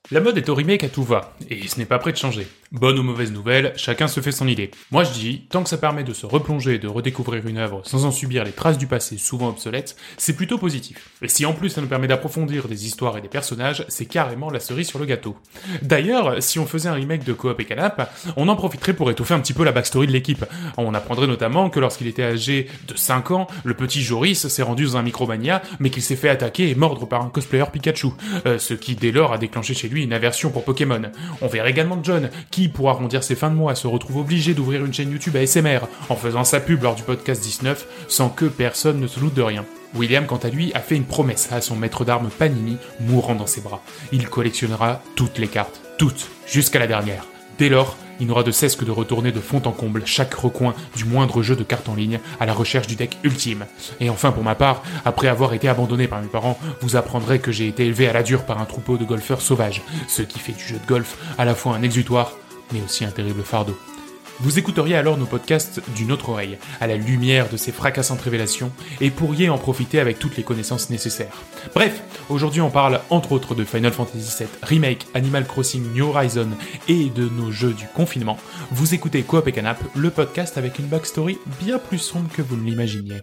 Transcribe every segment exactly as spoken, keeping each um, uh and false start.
La mode est au remake à tout va, et ce n'est pas prêt de changer. Bonne ou mauvaise nouvelle, chacun se fait son idée. Moi je dis, tant que ça permet de se replonger et de redécouvrir une œuvre sans en subir les traces du passé souvent obsolètes, c'est plutôt positif. Et si en plus ça nous permet d'approfondir des histoires et des personnages, c'est carrément la cerise sur le gâteau. D'ailleurs, si on faisait un remake de Coop et Canap, on en profiterait pour étoffer un petit peu la backstory de l'équipe. On apprendrait notamment que lorsqu'il était âgé de cinq ans, le petit Joris s'est rendu dans un Micromania, mais qu'il s'est fait attaquer et mordre par un cosplayer Pikachu, euh, ce qui dès lors a déclenché chez lui une aversion pour Pokémon. On verra également John, qui, pour arrondir ses fins de mois, se retrouve obligé d'ouvrir une chaîne YouTube A S M R, en faisant sa pub lors du podcast dix-neuf, sans que personne ne se doute de rien. William, quant à lui, a fait une promesse à son maître d'armes Panini, mourant dans ses bras. Il collectionnera toutes les cartes, toutes, jusqu'à la dernière. Dès lors, il n'aura de cesse que de retourner de fond en comble chaque recoin du moindre jeu de cartes en ligne à la recherche du deck ultime. Et enfin, pour ma part, après avoir été abandonné par mes parents, vous apprendrez que j'ai été élevé à la dure par un troupeau de golfeurs sauvages, ce qui fait du jeu de golf à la fois un exutoire, mais aussi un terrible fardeau. Vous écouteriez alors nos podcasts d'une autre oreille, à la lumière de ces fracassantes révélations, et pourriez en profiter avec toutes les connaissances nécessaires. Bref, aujourd'hui on parle entre autres de Final Fantasy sept, Remake, Animal Crossing New Horizon et de nos jeux du confinement. Vous écoutez Coop et Canap, le podcast avec une backstory bien plus sombre que vous ne l'imaginiez.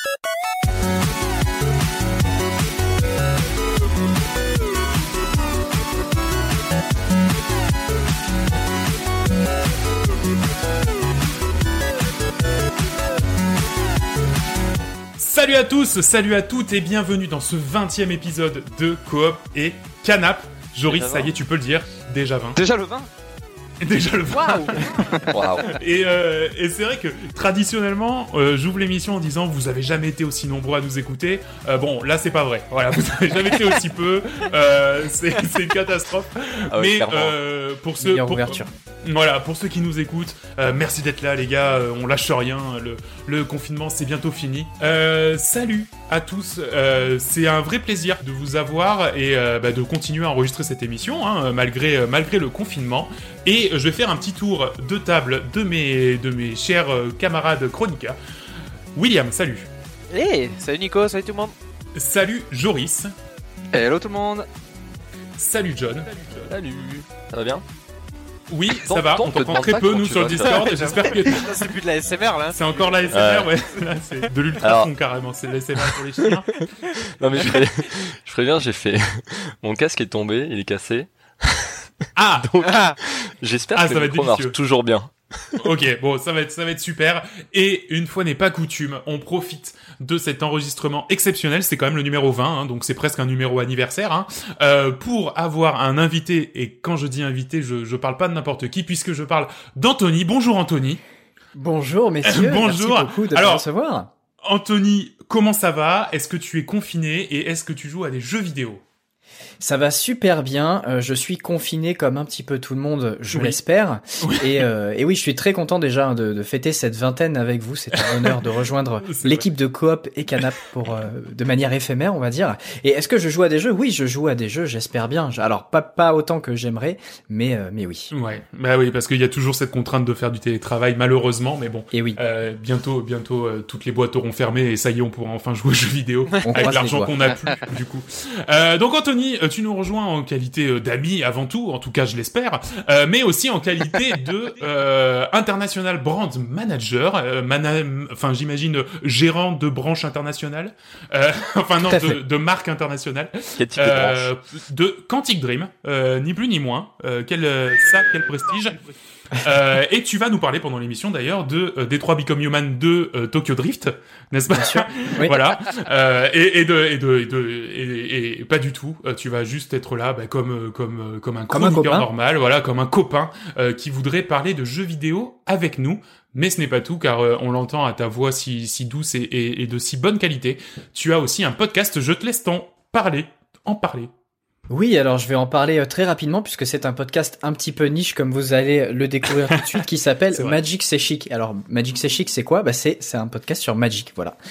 Salut à tous, salut à toutes et bienvenue dans ce vingtième épisode de Coop et Canap. Joris, ça y est, tu peux le dire, déjà vingt. Déjà le vingt Déjà le vingt. Waouh. Et, euh, et c'est vrai que traditionnellement, euh, j'ouvre l'émission en disant vous avez jamais été aussi nombreux à nous écouter. Euh, bon, là c'est pas vrai. Voilà, vous avez jamais été aussi peu. Euh, c'est, c'est une catastrophe. Ah oui, Mais euh, pour ceux, pour, voilà, pour ceux qui nous écoutent, euh, merci d'être là les gars. Euh, on lâche rien. Le, le confinement c'est bientôt fini. Euh, salut à tous. Euh, c'est un vrai plaisir de vous avoir et euh, bah, de continuer à enregistrer cette émission hein, malgré euh, malgré le confinement. Et je vais faire un petit tour de table de mes, de mes chers camarades chroniqueurs. William, salut. Hey, salut Nico, salut tout le monde. Salut Joris. Hello tout le monde. Salut John. Salut. Ça va bien? Oui, ça va, on t'entend très peu nous sur le Discord, j'espère que... C'est plus de la S M R là. C'est encore la S M R, ouais, ouais. Là, c'est de l'ultrason carrément, c'est de la S M R pour les chiens. Non mais je, pré... je préviens, j'ai fait... Mon casque est tombé, il est cassé. Ah. Donc, ah j'espère ah, que le micro marche toujours bien. Ok, bon, ça va être, ça va être super. Et une fois n'est pas coutume, on profite de cet enregistrement exceptionnel. C'est quand même le numéro vingt, hein, donc c'est presque un numéro anniversaire, hein, euh, pour avoir un invité. Et quand je dis invité, je, je parle pas de n'importe qui, puisque je parle d'Anthony. Bonjour Anthony. Bonjour messieurs. Bonjour. Merci beaucoup de Alors, me recevoir. Anthony, comment ça va? Est-ce que tu es confiné et est-ce que tu joues à des jeux vidéo? Ça va super bien, euh, je suis confiné comme un petit peu tout le monde, je oui. l'espère. Oui. Et, euh, et oui, je suis très content déjà de, de fêter cette vingtaine avec vous. C'est un honneur de rejoindre l'équipe vrai. de Coop et Canap pour euh, de manière éphémère, on va dire. Et est-ce que je joue à des jeux? Oui, je joue à des jeux, j'espère bien. Alors pas pas autant que j'aimerais, mais euh, mais oui. Ouais, bah oui, parce qu'il y a toujours cette contrainte de faire du télétravail, malheureusement. Mais bon, et oui. Euh, bientôt, bientôt, euh, toutes les boîtes auront fermé et ça y est, on pourra enfin jouer aux jeux vidéo avec l'argent qu'on a plus, du coup. Euh, donc Anthony, tu nous rejoins en qualité d'ami avant tout, en tout cas je l'espère, euh, mais aussi en qualité de euh, international brand manager, euh, mana- enfin j'imagine gérant de branche internationale, euh, enfin non de, de marque internationale. Quel type euh, de branche? De Quantic Dream, euh, ni plus ni moins. Euh, quel ça, quel prestige. Euh, et tu vas nous parler pendant l'émission d'ailleurs de euh, Detroit Become Human deux euh, Tokyo Drift, n'est-ce pas? Bien sûr. Oui. Voilà. Euh, et, et, de, et, de, et, de, et, et pas du tout. Euh, tu vas juste être là bah, comme comme comme un comme chroniqueur un normal, voilà, comme un copain euh, qui voudrait parler de jeux vidéo avec nous. Mais ce n'est pas tout, car euh, on l'entend à ta voix si si douce et, et, et de si bonne qualité. Tu as aussi un podcast. Je te laisse t'en parler, en parler. Oui, alors je vais en parler très rapidement puisque c'est un podcast un petit peu niche comme vous allez le découvrir tout de suite qui s'appelle Magic C'est Chic. Alors Magic C'est Chic, c'est quoi? Bah c'est c'est un podcast sur Magic, voilà.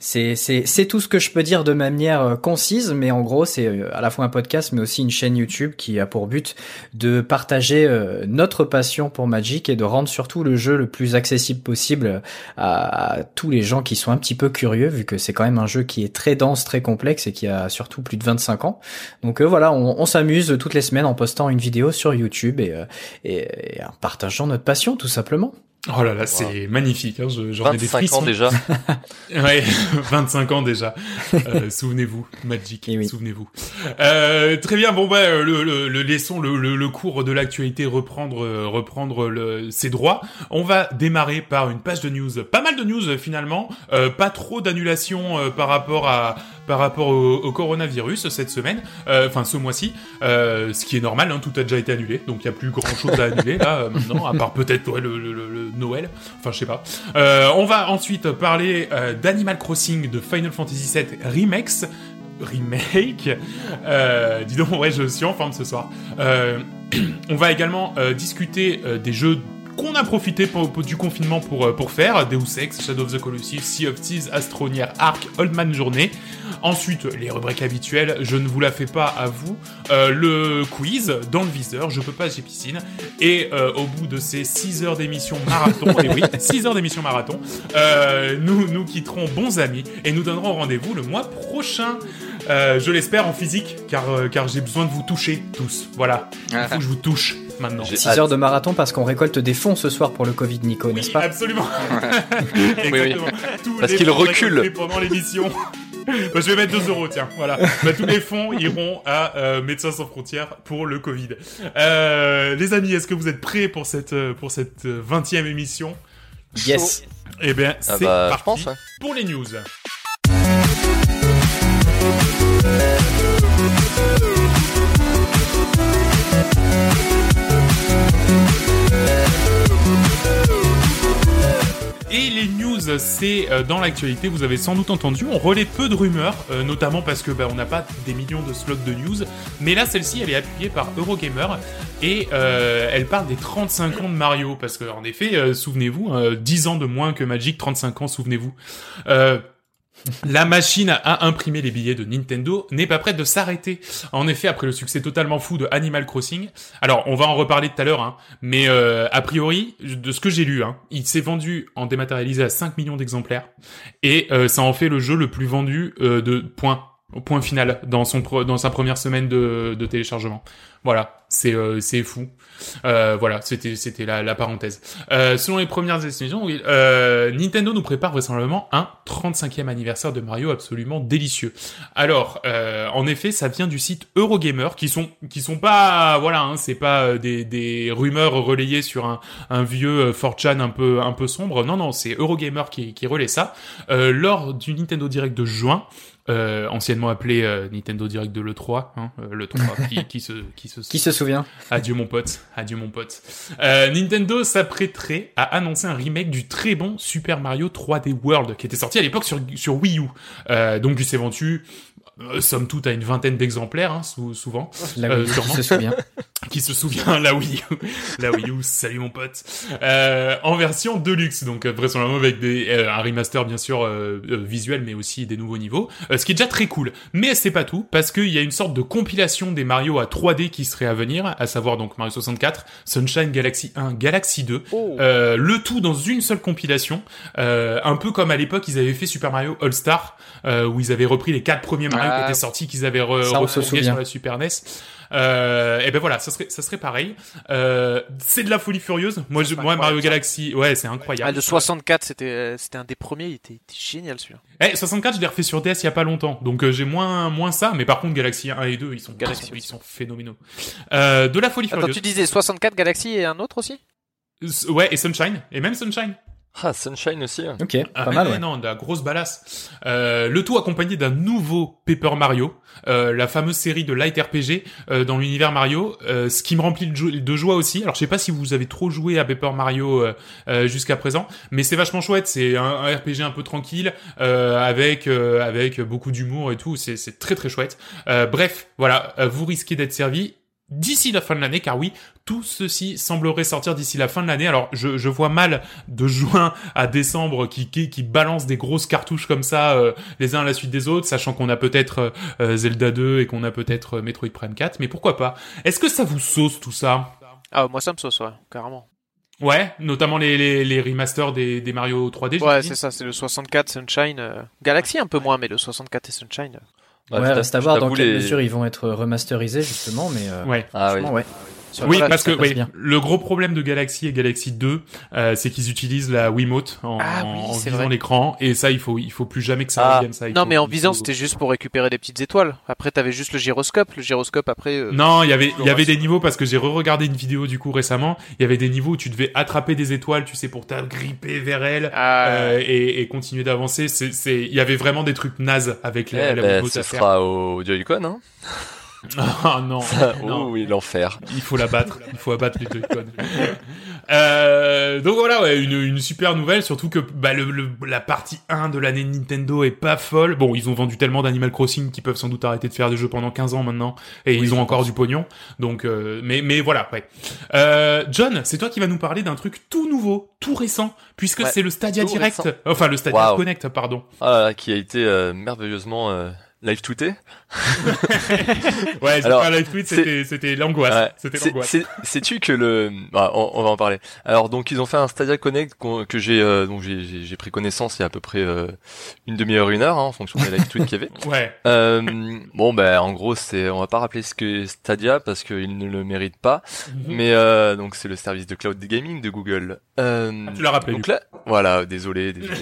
c'est c'est c'est tout ce que je peux dire de manière euh, concise, mais en gros c'est euh, à la fois un podcast mais aussi une chaîne YouTube qui a pour but de partager euh, notre passion pour Magic et de rendre surtout le jeu le plus accessible possible à, à tous les gens qui sont un petit peu curieux, vu que c'est quand même un jeu qui est très dense, très complexe et qui a surtout plus de vingt-cinq ans. Donc euh, voilà, on, on s'amuse toutes les semaines en postant une vidéo sur YouTube et, euh, et, et en partageant notre passion tout simplement. Oh là là, c'est wow. magnifique, hein, je, j'en ai des frissons. vingt-cinq ans déjà. Ouais, vingt-cinq ans déjà. Euh, souvenez-vous, Magic, oui. souvenez-vous. Euh, très bien, bon bah le, le, le laissons le, le, le cours de l'actualité reprendre euh, reprendre le, ses droits. On va démarrer par une page de news, pas mal de news finalement, euh, pas trop d'annulations euh, par rapport à par rapport au, au coronavirus cette semaine, enfin euh, ce mois-ci, euh, ce qui est normal, hein, tout a déjà été annulé, donc il y a plus grand-chose à annuler là euh, maintenant, à part peut-être ouais, le, le, le Noël, enfin je sais pas. Euh, on va ensuite parler euh, d'Animal Crossing de Final Fantasy sept Remix, remake. Euh, dis donc, ouais, je suis en forme ce soir. Euh, on va également euh, discuter euh, des jeux qu'on a profité pour, pour, du confinement pour, pour faire, Deus Ex, Shadow of the Colossus, Sea of Thieves, Astroneer, Ark, Old Man Journée. Ensuite, les rubriques habituelles, je ne vous la fais pas à vous. Euh, le quiz, dans le viseur, je peux pas, j'ai piscine. Et euh, au bout de ces six heures d'émission marathon, et oui, six heures d'émission marathon, euh, nous nous quitterons bons amis et nous donnerons rendez-vous le mois prochain. Euh, je l'espère en physique, car, euh, car j'ai besoin de vous toucher tous. Voilà, il faut que je vous touche. Maintenant. six heures de marathon parce qu'on récolte des fonds ce soir pour le Covid, Nico, oui, n'est-ce pas? Absolument. Oui, oui. Tous parce les qu'il recule pendant l'émission. Bah, je vais mettre deux euros, tiens. Voilà. Bah, tous les fonds iront à euh, Médecins sans frontières pour le Covid. Euh, les amis, est-ce que vous êtes prêts pour cette pour cette vingtième émission? Yes. Eh bien, c'est ah bah, parti pense, ouais. pour les news. Et les news, c'est euh, dans l'actualité, vous avez sans doute entendu, on relaie peu de rumeurs, euh, notamment parce que bah, on n'a pas des millions de slots de news, mais là celle-ci elle est appuyée par Eurogamer et euh, elle parle des trente-cinq ans de Mario, parce que en effet, euh, souvenez-vous, euh, dix ans de moins que Magic, trente-cinq ans, souvenez-vous. Euh, La machine à imprimer les billets de Nintendo n'est pas prête de s'arrêter. En effet, après le succès totalement fou de Animal Crossing, alors on va en reparler tout à l'heure, hein, mais euh, a priori, de ce que j'ai lu, hein, il s'est vendu en dématérialisé à cinq millions d'exemplaires, et euh, ça en fait le jeu le plus vendu euh, de point, au point final, dans son pro, dans sa première semaine de, de téléchargement. Voilà, c'est euh, c'est fou. Euh, voilà, c'était c'était la, la parenthèse. Euh, selon les premières estimations, oui, euh, Nintendo nous prépare vraisemblablement un trente-cinquième anniversaire de Mario absolument délicieux. Alors, euh, en effet, ça vient du site Eurogamer, qui sont qui sont pas, voilà, hein, c'est pas des des rumeurs relayées sur un un vieux four chan un peu un peu sombre. Non non, c'est Eurogamer qui qui relaie ça. Euh, lors du Nintendo Direct de juin. Euh, anciennement appelé euh, Nintendo Direct de l'E trois, hein, euh, l'E trois qui, qui se qui se qui se souvient. Adieu mon pote, adieu mon pote. Euh, Nintendo s'apprêterait à annoncer un remake du très bon Super Mario trois D World qui était sorti à l'époque sur sur Wii U. Euh, donc il s'est vendu euh, somme toute à une vingtaine d'exemplaires, hein, sou- souvent. La Wii U, euh, qui se souvient. Qui se souvient, la Wii U. La Wii U, salut mon pote. Euh, en version Deluxe, donc vraisemblablement avec des, euh, un remaster bien sûr euh, euh, visuel, mais aussi des nouveaux niveaux. Euh, ce qui est déjà très cool. Mais c'est pas tout, parce qu'il y a une sorte de compilation des Mario à trois D qui serait à venir, à savoir donc Mario soixante-quatre, Sunshine, Galaxy un, Galaxy deux. Oh. Euh, le tout dans une seule compilation. Euh, un peu comme à l'époque, ils avaient fait Super Mario All-Star, euh, où ils avaient repris les quatre premiers Mario ah. qui étaient sortis, qu'ils avaient re- refourgués sur la Super N E S. Euh, et ben voilà, ça serait, ça serait pareil. Euh, c'est de la folie furieuse. Moi, je, moi, Mario Galaxy, ouais, c'est incroyable. Ah, le soixante-quatre, c'était, c'était un des premiers, il était, il était génial celui-là. Eh, soixante-quatre, je l'ai refait sur D S il y a pas longtemps, donc euh, j'ai moins, moins ça. Mais par contre, Galaxy un et deux, ils sont, Galaxy, ils sont, ils sont phénoménaux. Euh, de la folie Attends, furieuse. tu disais soixante-quatre Galaxy et un autre aussi? S- ouais, et Sunshine, et même Sunshine. Ah, Sunshine aussi. Ok, ah, pas mal, ouais. ouais. Non, de la grosse balasse. Euh, le tout accompagné d'un nouveau Paper Mario, euh, la fameuse série de light R P G euh, dans l'univers Mario, euh, ce qui me remplit de, jo- de joie aussi. Alors, je sais pas si vous avez trop joué à Paper Mario euh, euh, jusqu'à présent, mais c'est vachement chouette. C'est un, un R P G un peu tranquille, euh, avec euh, avec beaucoup d'humour et tout. C'est, c'est très très chouette. Euh, bref, voilà, euh, vous risquez d'être servi. d'ici la fin de l'année, car oui, tout ceci semblerait sortir d'ici la fin de l'année. Alors, je, je vois mal de juin à décembre qui, qui, qui balance des grosses cartouches comme ça, euh, les uns à la suite des autres, sachant qu'on a peut-être euh, Zelda deux et qu'on a peut-être euh, Metroid Prime quatre, mais pourquoi pas? Est-ce que ça vous sauce tout ça? Ah, moi ça me sauce, ouais, carrément. Ouais, notamment les, les, les remasters des, des Mario trois D. Ouais, c'est ça, c'est le soixante-quatre Sunshine. Euh... Galaxy un peu moins, mais le soixante-quatre et Sunshine. Ouais, ouais reste à voir dans quelle les... mesure ils vont être remasterisés justement, mais euh, ouais. Ah oui. ouais. Oui, parce que oui, le gros problème de Galaxy et Galaxy deux, euh, c'est qu'ils utilisent la Wiimote en, ah, oui, en visant vrai. l'écran, et ça, il faut, il faut plus jamais que ça ah. revienne. Ça, il non, faut, mais en visant, faut... c'était juste pour récupérer des petites étoiles. Après, t'avais juste le gyroscope. Le gyroscope, après. Euh, non, il y avait, il y avait des niveaux parce que j'ai re-regardé une vidéo du coup récemment. Il y avait des niveaux où tu devais attraper des étoiles, tu sais, pour t'agripper vers elles ah. euh, et, et continuer d'avancer. C'est, c'est, il y avait vraiment des trucs nazes avec la, eh la ben, Wiimote ce à faire. sera au Joy-Con, hein. Ah non, non. Oh oui, l'enfer. Il faut l'abattre, il faut abattre les Joy-Con. euh, donc voilà, ouais, une, une super nouvelle, surtout que bah, le, le, la partie un de l'année de Nintendo est pas folle. Bon, ils ont vendu tellement d'Animal Crossing qu'ils peuvent sans doute arrêter de faire des jeux pendant quinze ans maintenant, et oui, ils ont encore pense. du pognon. Donc, euh, mais, mais voilà, ouais. Euh, John, c'est toi qui vas nous parler d'un truc tout nouveau, tout récent, puisque ouais, c'est le Stadia Direct, récent. enfin le Stadia wow. Connect, pardon. Ah, là, qui a été euh, merveilleusement... Euh... live tweeté. ouais, alors, pas live tweet, c'était, c'était l'angoisse. Ouais, c'était c'est, l'angoisse. C'est, sais-tu que le, bah, on, on va en parler. Alors, donc, ils ont fait un Stadia Connect que j'ai, euh, donc j'ai, j'ai, j'ai pris connaissance il y a à peu près euh, une demi-heure, une heure, hein, en fonction des live tweets qu'il y avait. Ouais. Euh, bon, ben, en gros, c'est, on va pas rappeler ce que Stadia parce qu'il ne le mérite pas, mm-hmm. mais euh, donc c'est le service de cloud gaming de Google. Euh, ah, tu l'as rappelé. Donc là, voilà, désolé, désolé.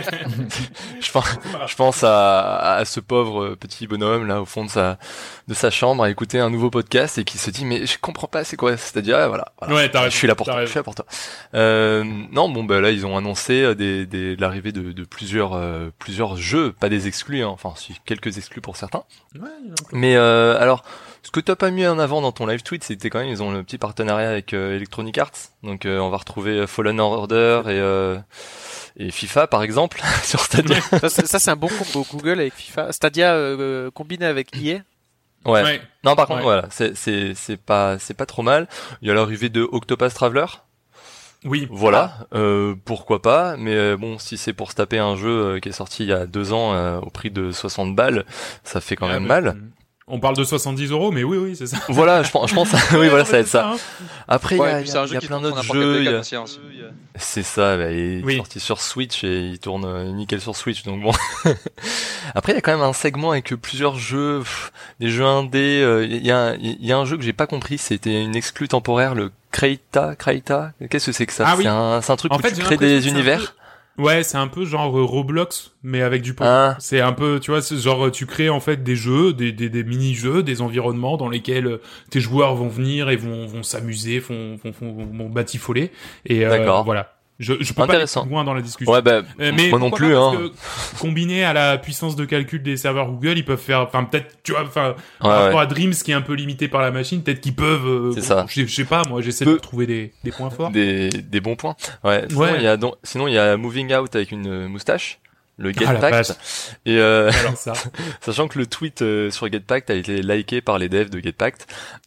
je pense, je pense à, à ce pauvre petit bonhomme là au fond de sa de sa chambre à écouter un nouveau podcast et qui se dit mais je comprends pas c'est quoi, c'est-à-dire voilà, voilà ouais, t'as je suis là pour toi je suis là pour toi euh, non bon bah là ils ont annoncé des, des l'arrivée de, de plusieurs euh, plusieurs jeux, pas des exclus hein, enfin si, quelques exclus pour certains ouais, mais euh, alors ce que t'as pas mis en avant dans ton live tweet, c'était quand même ils ont le petit partenariat avec euh, Electronic Arts, donc euh, on va retrouver Fallen Order et euh, et FIFA par exemple sur Stadia. ça, c'est, ça c'est un bon combo Google avec FIFA. Stadia euh, combiné avec I A. Ouais. ouais. Non par contre ouais. voilà, c'est c'est c'est pas c'est pas trop mal. Il y a l'arrivée de Octopath Traveler. Oui. Voilà, ah. euh, pourquoi pas, mais euh, bon, si c'est pour se taper un jeu euh, qui est sorti il y a deux ans euh, au prix de soixante balles, ça fait quand ah, même mal. On parle de soixante-dix euros, mais oui, oui, c'est ça. Voilà, je pense, je pense, oui, voilà, ça va être ça. Hein. Après, il ouais, y a, y a, y a plein d'autres jeux. A... C'est ça, bah, il est oui. sorti sur Switch et il tourne euh, nickel sur Switch, donc bon. Après, il y a quand même un segment avec plusieurs jeux, pff, des jeux indés. Il euh, y a, il y a un jeu que j'ai pas compris, c'était une exclue temporaire, le Kreita, Kreita. Qu'est-ce que c'est que ça? Ah, c'est oui. un, c'est un truc en où fait, tu crées des univers. Ouais, c'est un peu genre Roblox, mais avec du pognon. Ah. C'est un peu, tu vois, c'est genre tu crées en fait des jeux, des des, des mini-jeux, des environnements dans lesquels tes joueurs vont venir et vont vont s'amuser, vont vont vont, vont batifoler et euh, voilà. Je je peux pas aller plus loin dans la discussion. Ouais, bah, euh, mais moi non plus pas, hein. Parce que, combiné à la puissance de calcul des serveurs Google, ils peuvent faire enfin peut-être tu vois enfin ouais, par rapport ouais. à Dreams qui est un peu limité par la machine, peut-être qu'ils peuvent euh, C'est bon, ça. Je, je sais pas, moi j'essaie Peu... de trouver des des points forts. Des des bons points. Ouais, sinon ouais. il y a donc sinon il y a Moving Out avec une moustache. Le Get ah, Pact et euh, alors ça. sachant que le tweet euh, sur Get Pact a été liké par les devs de Get Pact.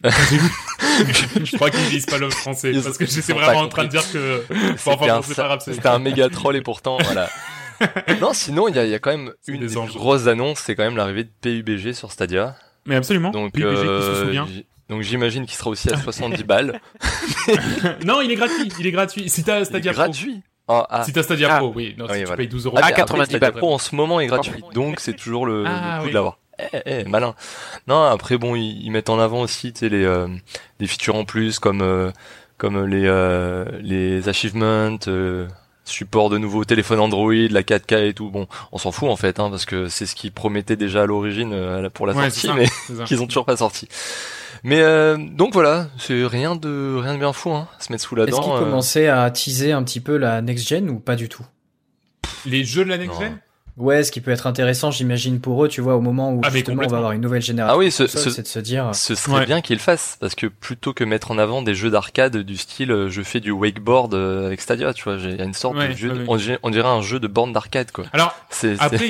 Je crois qu'ils disent pas le français ils parce que j'étais vraiment en train de dire que c'était, enfin, un, c'est pas grave, c'est... c'était un méga troll et pourtant voilà. Non, sinon il y a il y a quand même c'est une des, des grosses annonces, c'est quand même l'arrivée de P U B G sur Stadia. Mais absolument. Donc P U B G euh, qui se souvient. J... Donc j'imagine qu'il sera aussi à soixante-dix balles. Non, il est gratuit, il est gratuit. Si t'as Stadia Pro. Gratuit. Oh, ah. Si t'as Stadia ah. Pro, oui. Non, oui, si tu voilà. payes douze euros. Ah, à quatre-vingt-dix balles. Pro en ce moment est gratuit, donc c'est toujours le, ah, le coup oui. de l'avoir. Eh, eh, malin. Non, après bon, ils, ils mettent en avant aussi, tu sais, les euh, des features en plus comme euh, comme les euh, les achievements, euh, support de nouveaux téléphones Android, la quatre K et tout. Bon, on s'en fout en fait, hein, parce que c'est ce qu'ils promettaient déjà à l'origine euh, pour la ouais, sortie, mais qu'ils ont toujours pas sorti. Mais euh, donc voilà, c'est rien de rien de bien fou, hein, se mettre sous la Est-ce dent. qu'ils euh... commençaient à teaser un petit peu la next gen ou pas du tout? Les jeux de la next gen? Ouais, ce qui peut être intéressant, j'imagine, pour eux, tu vois, au moment où ah, justement on va avoir une nouvelle génération. Ah oui, ce, ça, ce, c'est de se dire. Ce serait ouais. bien qu'ils le fassent, parce que plutôt que mettre en avant des jeux d'arcade du style, euh, je fais du wakeboard euh, avec Stadia, tu vois, il y a une sorte ouais, de jeu, ouais, de, ouais. on, dirait, on dirait un jeu de borne d'arcade, quoi. Alors, c'est, après c'est... ils ont,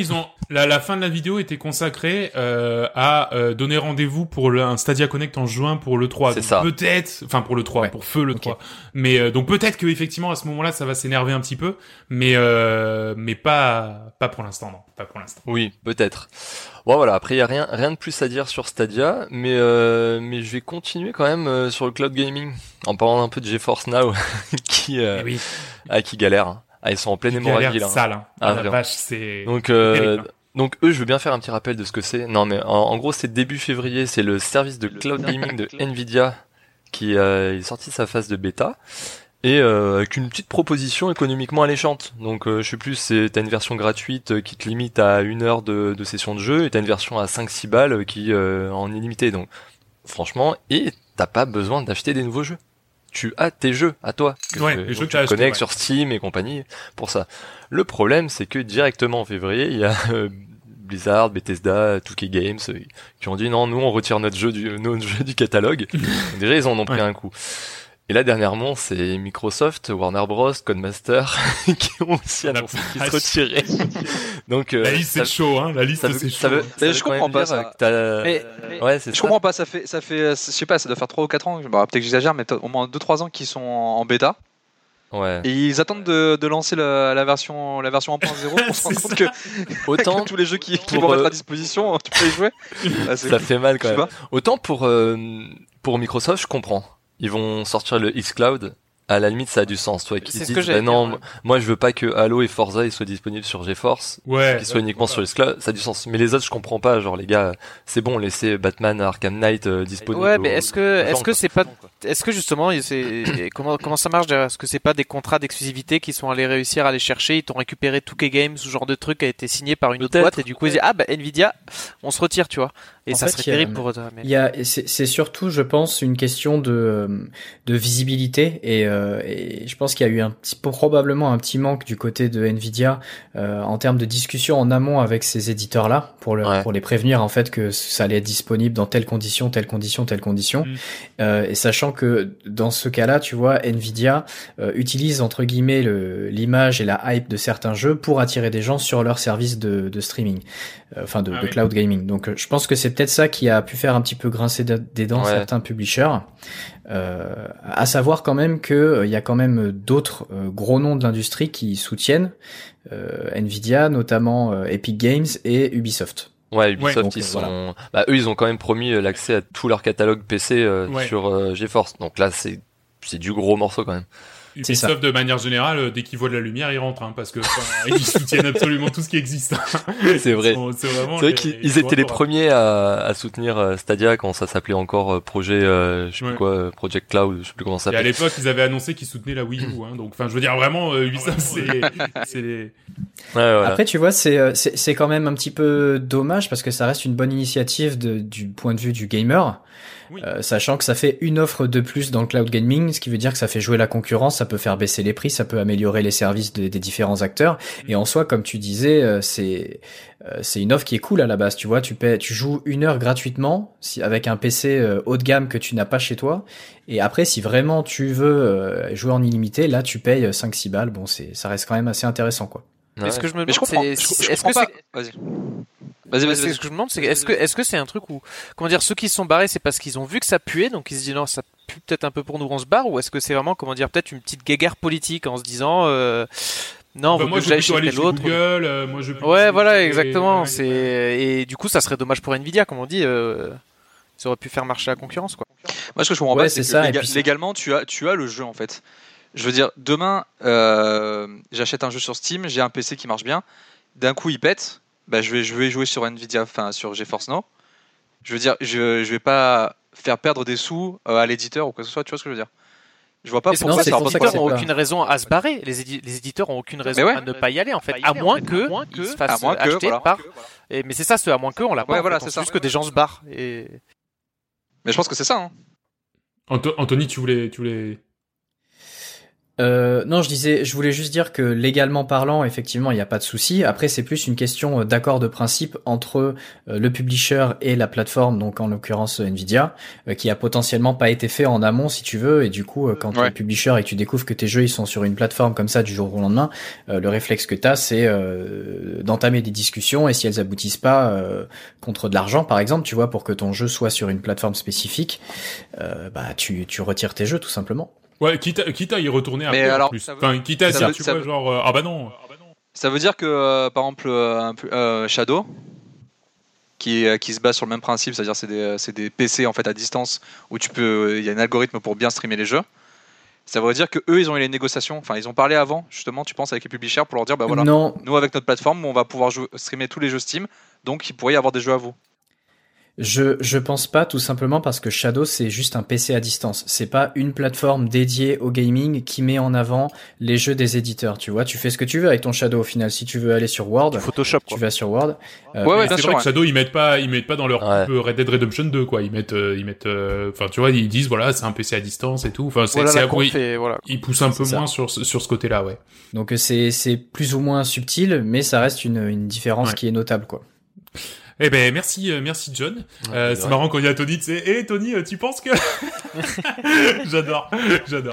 La, la fin de la vidéo était consacrée euh, à euh, donner rendez-vous pour le, un Stadia Connect en juin pour le trois. C'est donc ça. Peut-être, enfin pour le trois, Ouais. pour feu le Ok. trois. Mais euh, donc peut-être que effectivement à ce moment-là ça va s'énerver un petit peu, mais euh, mais pas pas pour l'instant non, pas pour l'instant. Oui, peut-être. Bon voilà, après il y a rien rien de plus à dire sur Stadia, mais euh, mais je vais continuer quand même euh, sur le cloud gaming en parlant un peu de GeForce Now qui euh, Eh oui, ah, qui galère. Hein. Ah, ils sont en pleine il galère hémorragie là. sale. Hein. Ah, Ah, la vraiment. vache, c'est Donc euh, terrible, hein. donc eux, je veux bien faire un petit rappel de ce que c'est. Non mais en, en gros, c'est début février, c'est le service de cloud gaming de Nvidia qui euh, est sorti sa phase de bêta. Et euh, avec une petite proposition économiquement alléchante. Donc euh, je sais plus, c'est t'as une version gratuite euh, qui te limite à une heure de, de session de jeu, et t'as une version à cinq six balles euh, qui euh, en illimité. Donc franchement, et t'as pas besoin d'acheter des nouveaux jeux. Tu as tes jeux à toi. Que Ouais, tu, les jeux donc que tu t'as achetés, connectes ouais. sur Steam et compagnie pour ça. Le problème, c'est que directement en février, il y a euh, Blizzard, Bethesda, two K Games euh, qui ont dit non, nous on retire notre jeu du notre jeu du catalogue. Donc, déjà ils en ont pris Ouais. un coup. Et là dernièrement, c'est Microsoft, Warner Bros, Codemaster qui ont aussi La annoncé qu'ils se vache. retiraient. Donc euh, La liste ça, c'est chaud hein, la liste ça veut, c'est ça chaud. veut, hein. ça Mais veut je quand même comprends pas dire ça. que t'as- Mais, ouais, c'est Je ça. comprends pas, ça fait, ça fait, euh, je sais pas, ça doit faire trois ou quatre ans, bah, peut-être que j'exagère, mais au moins deux trois ans qu'ils sont en en bêta. Ouais. Et ils attendent de, de lancer la, la version, la version un point zéro pour se rendre C'est compte que, Autant que tous les jeux qui, qui pour, vont mettre euh, à disposition, tu peux y jouer. Ah, c'est ça fou. fait mal Je quand sais même. pas. Autant pour euh, pour Microsoft, je comprends. Ils vont sortir le xCloud. À la limite, ça a du sens, toi, qui C'est disent, ce que j'allais bah non, dire, ouais. moi, je veux pas que Halo et Forza ils soient disponibles sur GeForce, Ouais. qu'ils soient uniquement sur xCloud, ça a du sens. Mais les autres, je comprends pas, genre, les gars, c'est bon, laissez Batman, Arkham Knight euh, disponibles. Ouais, mais aux- est-ce que, aux gens, est-ce que quoi. c'est pas, est-ce que justement, c'est, comment, comment ça marche derrière? Est-ce que c'est pas des contrats d'exclusivité qui sont allés réussir à aller chercher? Ils t'ont récupéré two K Games, ce genre de truc a été signé par une autre Peut-être. boîte, et du coup, ils disent, ah, bah, Nvidia, on se retire, tu vois. Et En ça fait, serait il y a- terrible pour eux. Mais... Il y a, c'est, c'est surtout, je pense, une question de, euh, de visibilité et, euh, et je pense qu'il y a eu un petit, probablement un petit manque du côté de Nvidia euh, en termes de discussion en amont avec ces éditeurs-là pour, le, Ouais. pour les prévenir en fait que ça allait être disponible dans telle condition, telle condition, telle condition. Mm. Euh, et sachant que dans ce cas-là, tu vois, Nvidia euh, utilise entre guillemets le, l'image et la hype de certains jeux pour attirer des gens sur leur service de, de streaming, euh, enfin de, Ah de oui. cloud gaming. Donc euh, je pense que c'est peut-être ça qui a pu faire un petit peu grincer de- des dents Ouais. certains publishers. Euh, à savoir quand même que euh, il y a quand même d'autres euh, gros noms de l'industrie qui soutiennent euh, Nvidia, notamment euh, Epic Games et Ubisoft. Ouais, Ubisoft, Ouais. Donc, ils euh, sont, voilà. bah, eux, ils ont quand même promis euh, l'accès à tout leur catalogue P C euh, Ouais. sur euh, GeForce. Donc là, c'est, c'est du gros morceau quand même. C'est ça. Ubisoft de manière générale, euh, dès qu'ils voient de la lumière, ils rentrent, hein, parce que enfin, ils soutiennent absolument tout ce qui existe. C'est vrai. Ils sont- C'est vraiment C'est vrai les- qu'ils les ils étaient les joueurs. premiers à, à soutenir euh, Stadia quand ça s'appelait encore euh, projet, euh, je sais Ouais. plus quoi, euh, Project Cloud, je sais plus comment ça Et à s'appelait. l'époque, ils avaient annoncé qu'ils soutenaient la Wii U, hein, donc, enfin, je veux dire vraiment, euh, Ubisoft, c'est, c'est les. Ouais, voilà. Après, tu vois, c'est, euh, c'est c'est quand même un petit peu dommage parce que ça reste une bonne initiative de, du point de vue du gamer. Oui. Euh, sachant que ça fait une offre de plus dans le cloud gaming, ce qui veut dire que ça fait jouer la concurrence, ça peut faire baisser les prix, ça peut améliorer les services de- des différents acteurs. Et en soi, comme tu disais, euh, c'est euh, c'est une offre qui est cool à la base. Tu vois, tu paies, tu joues une heure gratuitement si, avec un P C euh, haut de gamme que tu n'as pas chez toi. Et après, si vraiment tu veux euh, jouer en illimité, là, tu payes cinq six balles. Bon, c'est ça reste quand même assez intéressant, quoi. Ouais. Est-ce que je me Mais je demande, comprends. c'est, Je, c'est- je est-ce comprends que pas. c'est, Vas-y. Vas-y, Ouais, vas-y, c'est vas-y. ce que je me demande, c'est est-ce que est-ce que c'est un truc où, comment dire, ceux qui se sont barrés, c'est parce qu'ils ont vu que ça puait, donc ils se disent non, ça pue peut-être un peu pour nous, on se barre, ou est-ce que c'est vraiment, comment dire, peut-être une petite guéguerre politique en se disant euh, non, Bah, vaut moi, mieux je que vais j'aille plutôt chez aller tel chez autre. Google, euh, moi, je vais Ouais, plutôt- voilà, et- exactement. ouais, C'est ouais. et du coup, ça serait dommage pour Nvidia, comme on dit. Euh... Ça aurait pu faire marcher la concurrence, quoi. Moi, ce que je comprends Ouais, pas, c'est c'est, ça, que et léga- puis c'est- légalement, tu as, tu as le jeu en fait. Je veux dire, demain, euh, j'achète un jeu sur Steam, j'ai un P C qui marche bien. D'un coup, il pète. Bah, je vais, je vais jouer sur Nvidia, enfin sur GeForce Now. Je veux dire, je, je vais pas faire perdre des sous euh, à l'éditeur ou quoi que ce soit. Tu vois ce que je veux dire? Je vois pas Et c'est pourquoi pour ça c'est que ça les pour ça rapporte que éditeurs pas. ont c'est aucune raison à se barrer. Les, édi- les éditeurs ont aucune raison Mais ouais. à ne pas y aller, en fait. À moins que ils se fassent À moins que, acheter voilà. par. Et, mais c'est ça, ce à moins que, on l'a pas. Ouais, en voilà, fait. c'est On ça. sait juste que des gens se barrent. Et... Mais je pense que c'est ça. Hein. Anto- Anthony, tu voulais, tu voulais. Euh, non, je disais, je voulais juste dire que légalement parlant, effectivement, il n'y a pas de souci. Après, c'est plus une question d'accord de principe entre euh, le publisher et la plateforme, donc en l'occurrence Nvidia, euh, qui a potentiellement pas été fait en amont, si tu veux. Et du coup, euh, quand Ouais. tu es publisher et que tu découvres que tes jeux ils sont sur une plateforme comme ça du jour au lendemain, euh, le réflexe que t'as, c'est euh, d'entamer des discussions. Et si elles aboutissent pas euh, contre de l'argent, par exemple, tu vois, pour que ton jeu soit sur une plateforme spécifique, euh, bah tu tu retires tes jeux tout simplement. Ouais, quitte à, quitte à y retourner un Mais peu en alors, plus. ça veut- Enfin, quitte à ça dire, veut- tu ça vois, veut- genre, euh, ah bah non. Ça veut dire que, euh, par exemple, euh, un peu- euh, Shadow, qui, euh, qui se base sur le même principe, c'est-à-dire c'est des, c'est des P C en fait à distance où tu peux, il y a un algorithme pour bien streamer les jeux. Ça veut dire que eux, ils ont eu les négociations. Enfin, ils ont parlé avant, justement, tu penses, avec les publishers pour leur dire, bah voilà, Non, nous avec notre plateforme, on va pouvoir jouer, streamer tous les jeux Steam, donc il pourrait y avoir des jeux à vous. Je je pense pas, tout simplement parce que Shadow c'est juste un P C à distance. C'est pas une plateforme dédiée au gaming qui met en avant les jeux des éditeurs. Tu vois, tu fais ce que tu veux avec ton Shadow au final. Si tu veux aller sur Word, Photoshop, tu quoi. vas sur Word. Euh, Ouais, ouais, Mais bien c'est sûr, vrai ouais. que Shadow, ils mettent pas, ils mettent pas dans leur Ouais. pub Red Dead Redemption deux, quoi. Ils mettent, euh, ils mettent, euh, enfin, tu vois, ils disent, voilà, c'est un P C à distance et tout. Enfin, c'est, Voilà c'est la à- oui, conf et voilà. ils poussent un peu C'est ça. moins sur, ce- sur ce côté-là, ouais. Donc euh, c'est c'est plus ou moins subtil, mais ça reste une une différence Ouais. qui est notable quoi. Eh ben, merci, euh, merci John. Euh, Ouais, c'est ouais. marrant quand il y a Tony, tu sais, hé Tony, euh, tu penses que... J'adore, j'adore.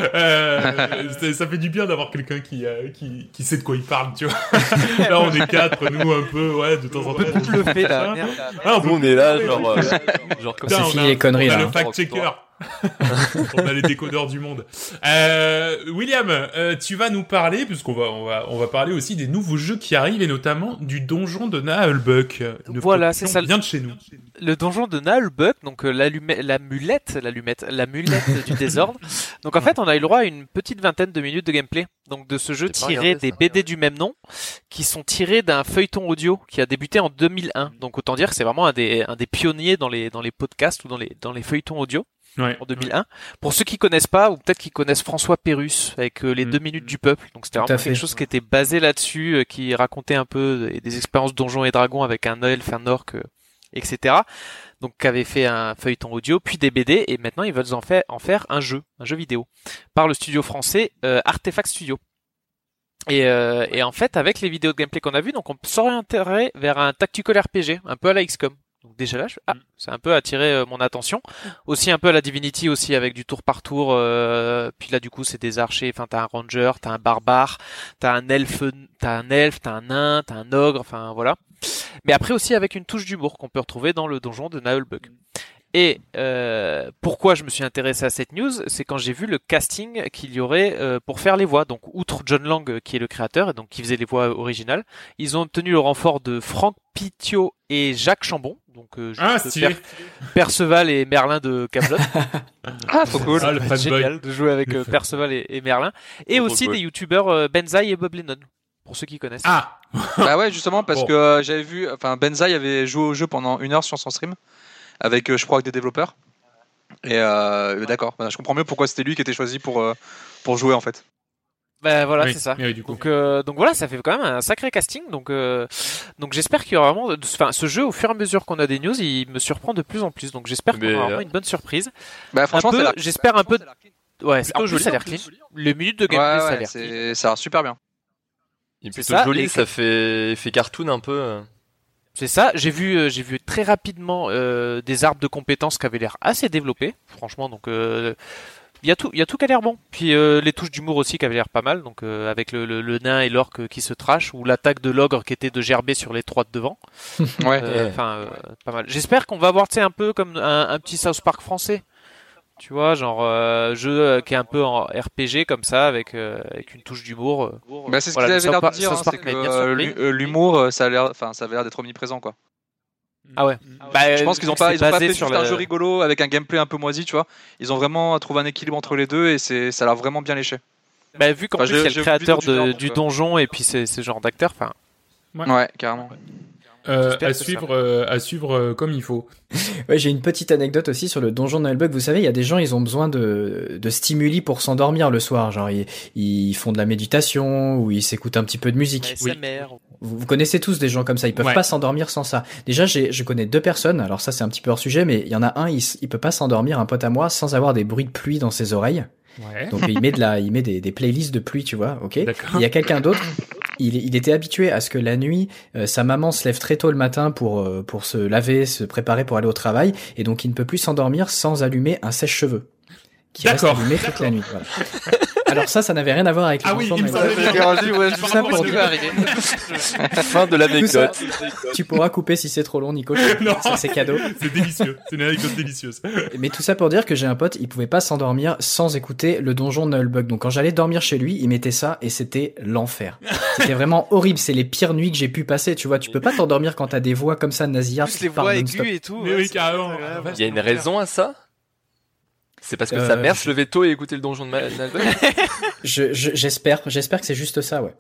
Euh, c'est- ça fait du bien d'avoir quelqu'un qui, euh, qui, qui sait de quoi il parle, tu vois. Là, on est quatre, nous, un peu, ouais, de temps en temps. Le fait là, merde. Ah, on Nous, on est là, genre, euh, genre comme Putain, C'est on fini a- les conneries, on a là, le hein. fact-checker. On a les décodeurs du monde. Euh, William, euh, tu vas nous parler, puisqu'on va, on va, on va parler aussi des nouveaux jeux qui arrivent, et notamment du donjon de Naheulbeuk. Une Voilà, production c'est ça. Bien de chez nous. Le donjon de Naheulbeuk, donc euh, l'allume- la mulette, l'allumette, la mulette du désordre. Donc en fait, on a eu le droit à une petite vingtaine de minutes de gameplay. Donc de ce jeu J'ai pas tiré regardé des ça. B D du même nom, qui sont tirés d'un feuilleton audio qui a débuté en deux mille un. Donc autant dire que c'est vraiment un des, un des pionniers dans les, dans les podcasts ou dans les, dans les feuilletons audio. Ouais. En deux mille un. Pour ceux qui connaissent pas, ou peut-être qui connaissent François Pérusse avec euh, les Mm. deux minutes du peuple. Donc c'était Tout à vraiment fait. quelque chose qui était basé là-dessus, euh, qui racontait un peu des, des expériences Donjons et Dragons avec un elfe, un orc, euh, et cetera. Donc qui avait fait un feuilleton audio, puis des B D, et maintenant ils veulent en faire, en faire un jeu, un jeu vidéo, par le studio français euh, Artefact Studio. Et, euh, et en fait, avec les vidéos de gameplay qu'on a vues, donc on s'orienterait vers un tactical R P G, un peu à la X COM. Donc déjà là, je... ah, c'est un peu attiré euh, mon attention. Aussi un peu à la Divinity aussi avec du tour par tour. Euh, puis là du coup c'est des archers. Enfin t'as un ranger, t'as un barbare, t'as un elfe, t'as un elfe, t'as un nain, t'as un ogre. Enfin voilà. Mais après aussi avec une touche d'humour qu'on peut retrouver dans le donjon de Naheulbeuk. Et euh, pourquoi je me suis intéressé à cette news, c'est quand j'ai vu le casting qu'il y aurait euh, pour faire les voix. Donc outre John Lang euh, qui est le créateur et donc qui faisait les voix originales, ils ont obtenu le renfort de Franck Pitiot et Jacques Chambon. Donc euh, juste Ah, stylé. Per- Perceval et Merlin de Camelot. Ah, trop cool. Ah, le fanboy. Génial de jouer avec Le euh, fan- Perceval et, et Merlin. Et Trop aussi cool. des youtubeurs euh, Benzaï et Bob Lennon, pour ceux qui connaissent. Ah, Bah ouais, justement, parce Bon. que euh, j'avais vu, enfin, Benzaï avait joué au jeu pendant une heure sur son stream, avec, euh, je crois, avec des développeurs. Et euh, d'accord, Bah, je comprends mieux pourquoi c'était lui qui était choisi pour, euh, pour jouer en fait. Bah voilà, oui, c'est ça. oui, du coup. Donc, euh, donc voilà, ça fait quand même un sacré casting. Donc, euh, donc j'espère qu'il y aura vraiment, de- enfin, ce jeu au fur et à mesure qu'on a des news, il me surprend de plus en plus. Donc j'espère qu'on Mais, aura vraiment euh, une bonne surprise. Bah franchement, Un peu, ça a l'air- j'espère un peu. Ouais, Plutôt en plus, joli, ça a en l'air plus. clean. Les minutes de Ouais, gameplay, ça a ouais, l'air clean. c'est- ça a l'air super bien. Il est C'est plutôt ça, joli, les- ça fait, fait cartoon un peu. euh. C'est ça. J'ai vu, euh, j'ai vu très rapidement euh, des arbres de compétences qui avaient l'air assez développés. Franchement, donc euh, il y a tout, il y a tout qui a l'air bon. Puis euh, les touches d'humour aussi qui avaient l'air pas mal. Donc euh, avec le, le, le nain et l'orque euh, qui se trashent ou l'attaque de l'ogre qui était de gerber sur les trois de devant. Ouais. Euh, Enfin, euh, pas mal. J'espère qu'on va avoir, tu sais, un peu comme un, un petit South Park français. Tu vois, genre euh, jeu euh, qui est un peu en R P G comme ça, avec euh, avec une touche d'humour. euh. Bah, c'est ce Voilà, qu'il South avait l'air de Park- dire, South hein, Park c'est que m'avait bien euh, surpris. l'hu- euh, l'humour, euh, ça a l'air, enfin, ça avait l'air d'être omniprésent quoi. Ah ouais. Bah, Je pense qu'ils ont vu pas, que ils c'est ont pas basé fait sur juste un la- jeu rigolo avec un gameplay un peu moisi, tu vois. Ils ont vraiment trouvé un équilibre entre les deux et c'est, ça a l'air vraiment bien léché. Bah, vu qu'en Enfin, plus j'ai- il y a j'ai le vu créateur vidéo du de, genre, donc, du euh. donjon et puis c'est ce genre d'acteur. Enfin, Ouais. Ouais, carrément. Euh, J'espère à que ça suivre, euh, à suivre euh, comme il faut. Ouais, j'ai une petite anecdote aussi sur le donjon de Naheulbeuk. Vous savez, il y a des gens, ils ont besoin de, de stimuli pour s'endormir le soir. Genre, ils, ils font de la méditation ou ils s'écoutent un petit peu de musique. A S M R. Vous, vous connaissez tous des gens comme ça. Ils peuvent Ouais. pas s'endormir sans ça. Déjà, j'ai, je connais deux personnes. Alors ça, c'est un petit peu hors sujet, mais il y en a un, il, s- il peut pas s'endormir, un pote à moi, sans avoir des bruits de pluie dans ses oreilles. Ouais. Donc il met de la, il met des, des playlists de pluie, tu vois, ok. D'accord. Il y a quelqu'un d'autre. Il, il était habitué à ce que la nuit, euh, sa maman se lève très tôt le matin pour euh, pour se laver, se préparer pour aller au travail, et donc il ne peut plus s'endormir sans allumer un sèche-cheveux qui reste D'accord. allumé toute la nuit. Voilà. Alors ça, ça n'avait rien à voir avec les Ah oui, enfants il me de ma semblait mère. bien. ouais, Tout ça pour ce qui dire- va arriver. Fin de l'anecdote. Tu pourras couper si c'est trop long, Nico. Non. Ça, c'est cadeau. C'est délicieux. C'est une anecdote délicieuse. Mais tout ça pour dire que j'ai un pote, il pouvait pas s'endormir sans écouter le donjon de Nullbug. Donc quand j'allais dormir chez lui, il mettait ça et c'était l'enfer. C'était vraiment horrible. C'est les pires nuits que j'ai pu passer. Tu vois, tu peux pas t'endormir quand t'as des voix comme ça nasillardes. Plus les qui parlent voix non-stop. aiguës et tout. Mais ouais, oui, c'est carrément. pas agréable. Il y a une raison à ça? C'est parce que Euh, sa mère se levait tôt et écoutait le donjon de Ma- Nalbug. Je, je- j'espère, j'espère que c'est juste ça, ouais.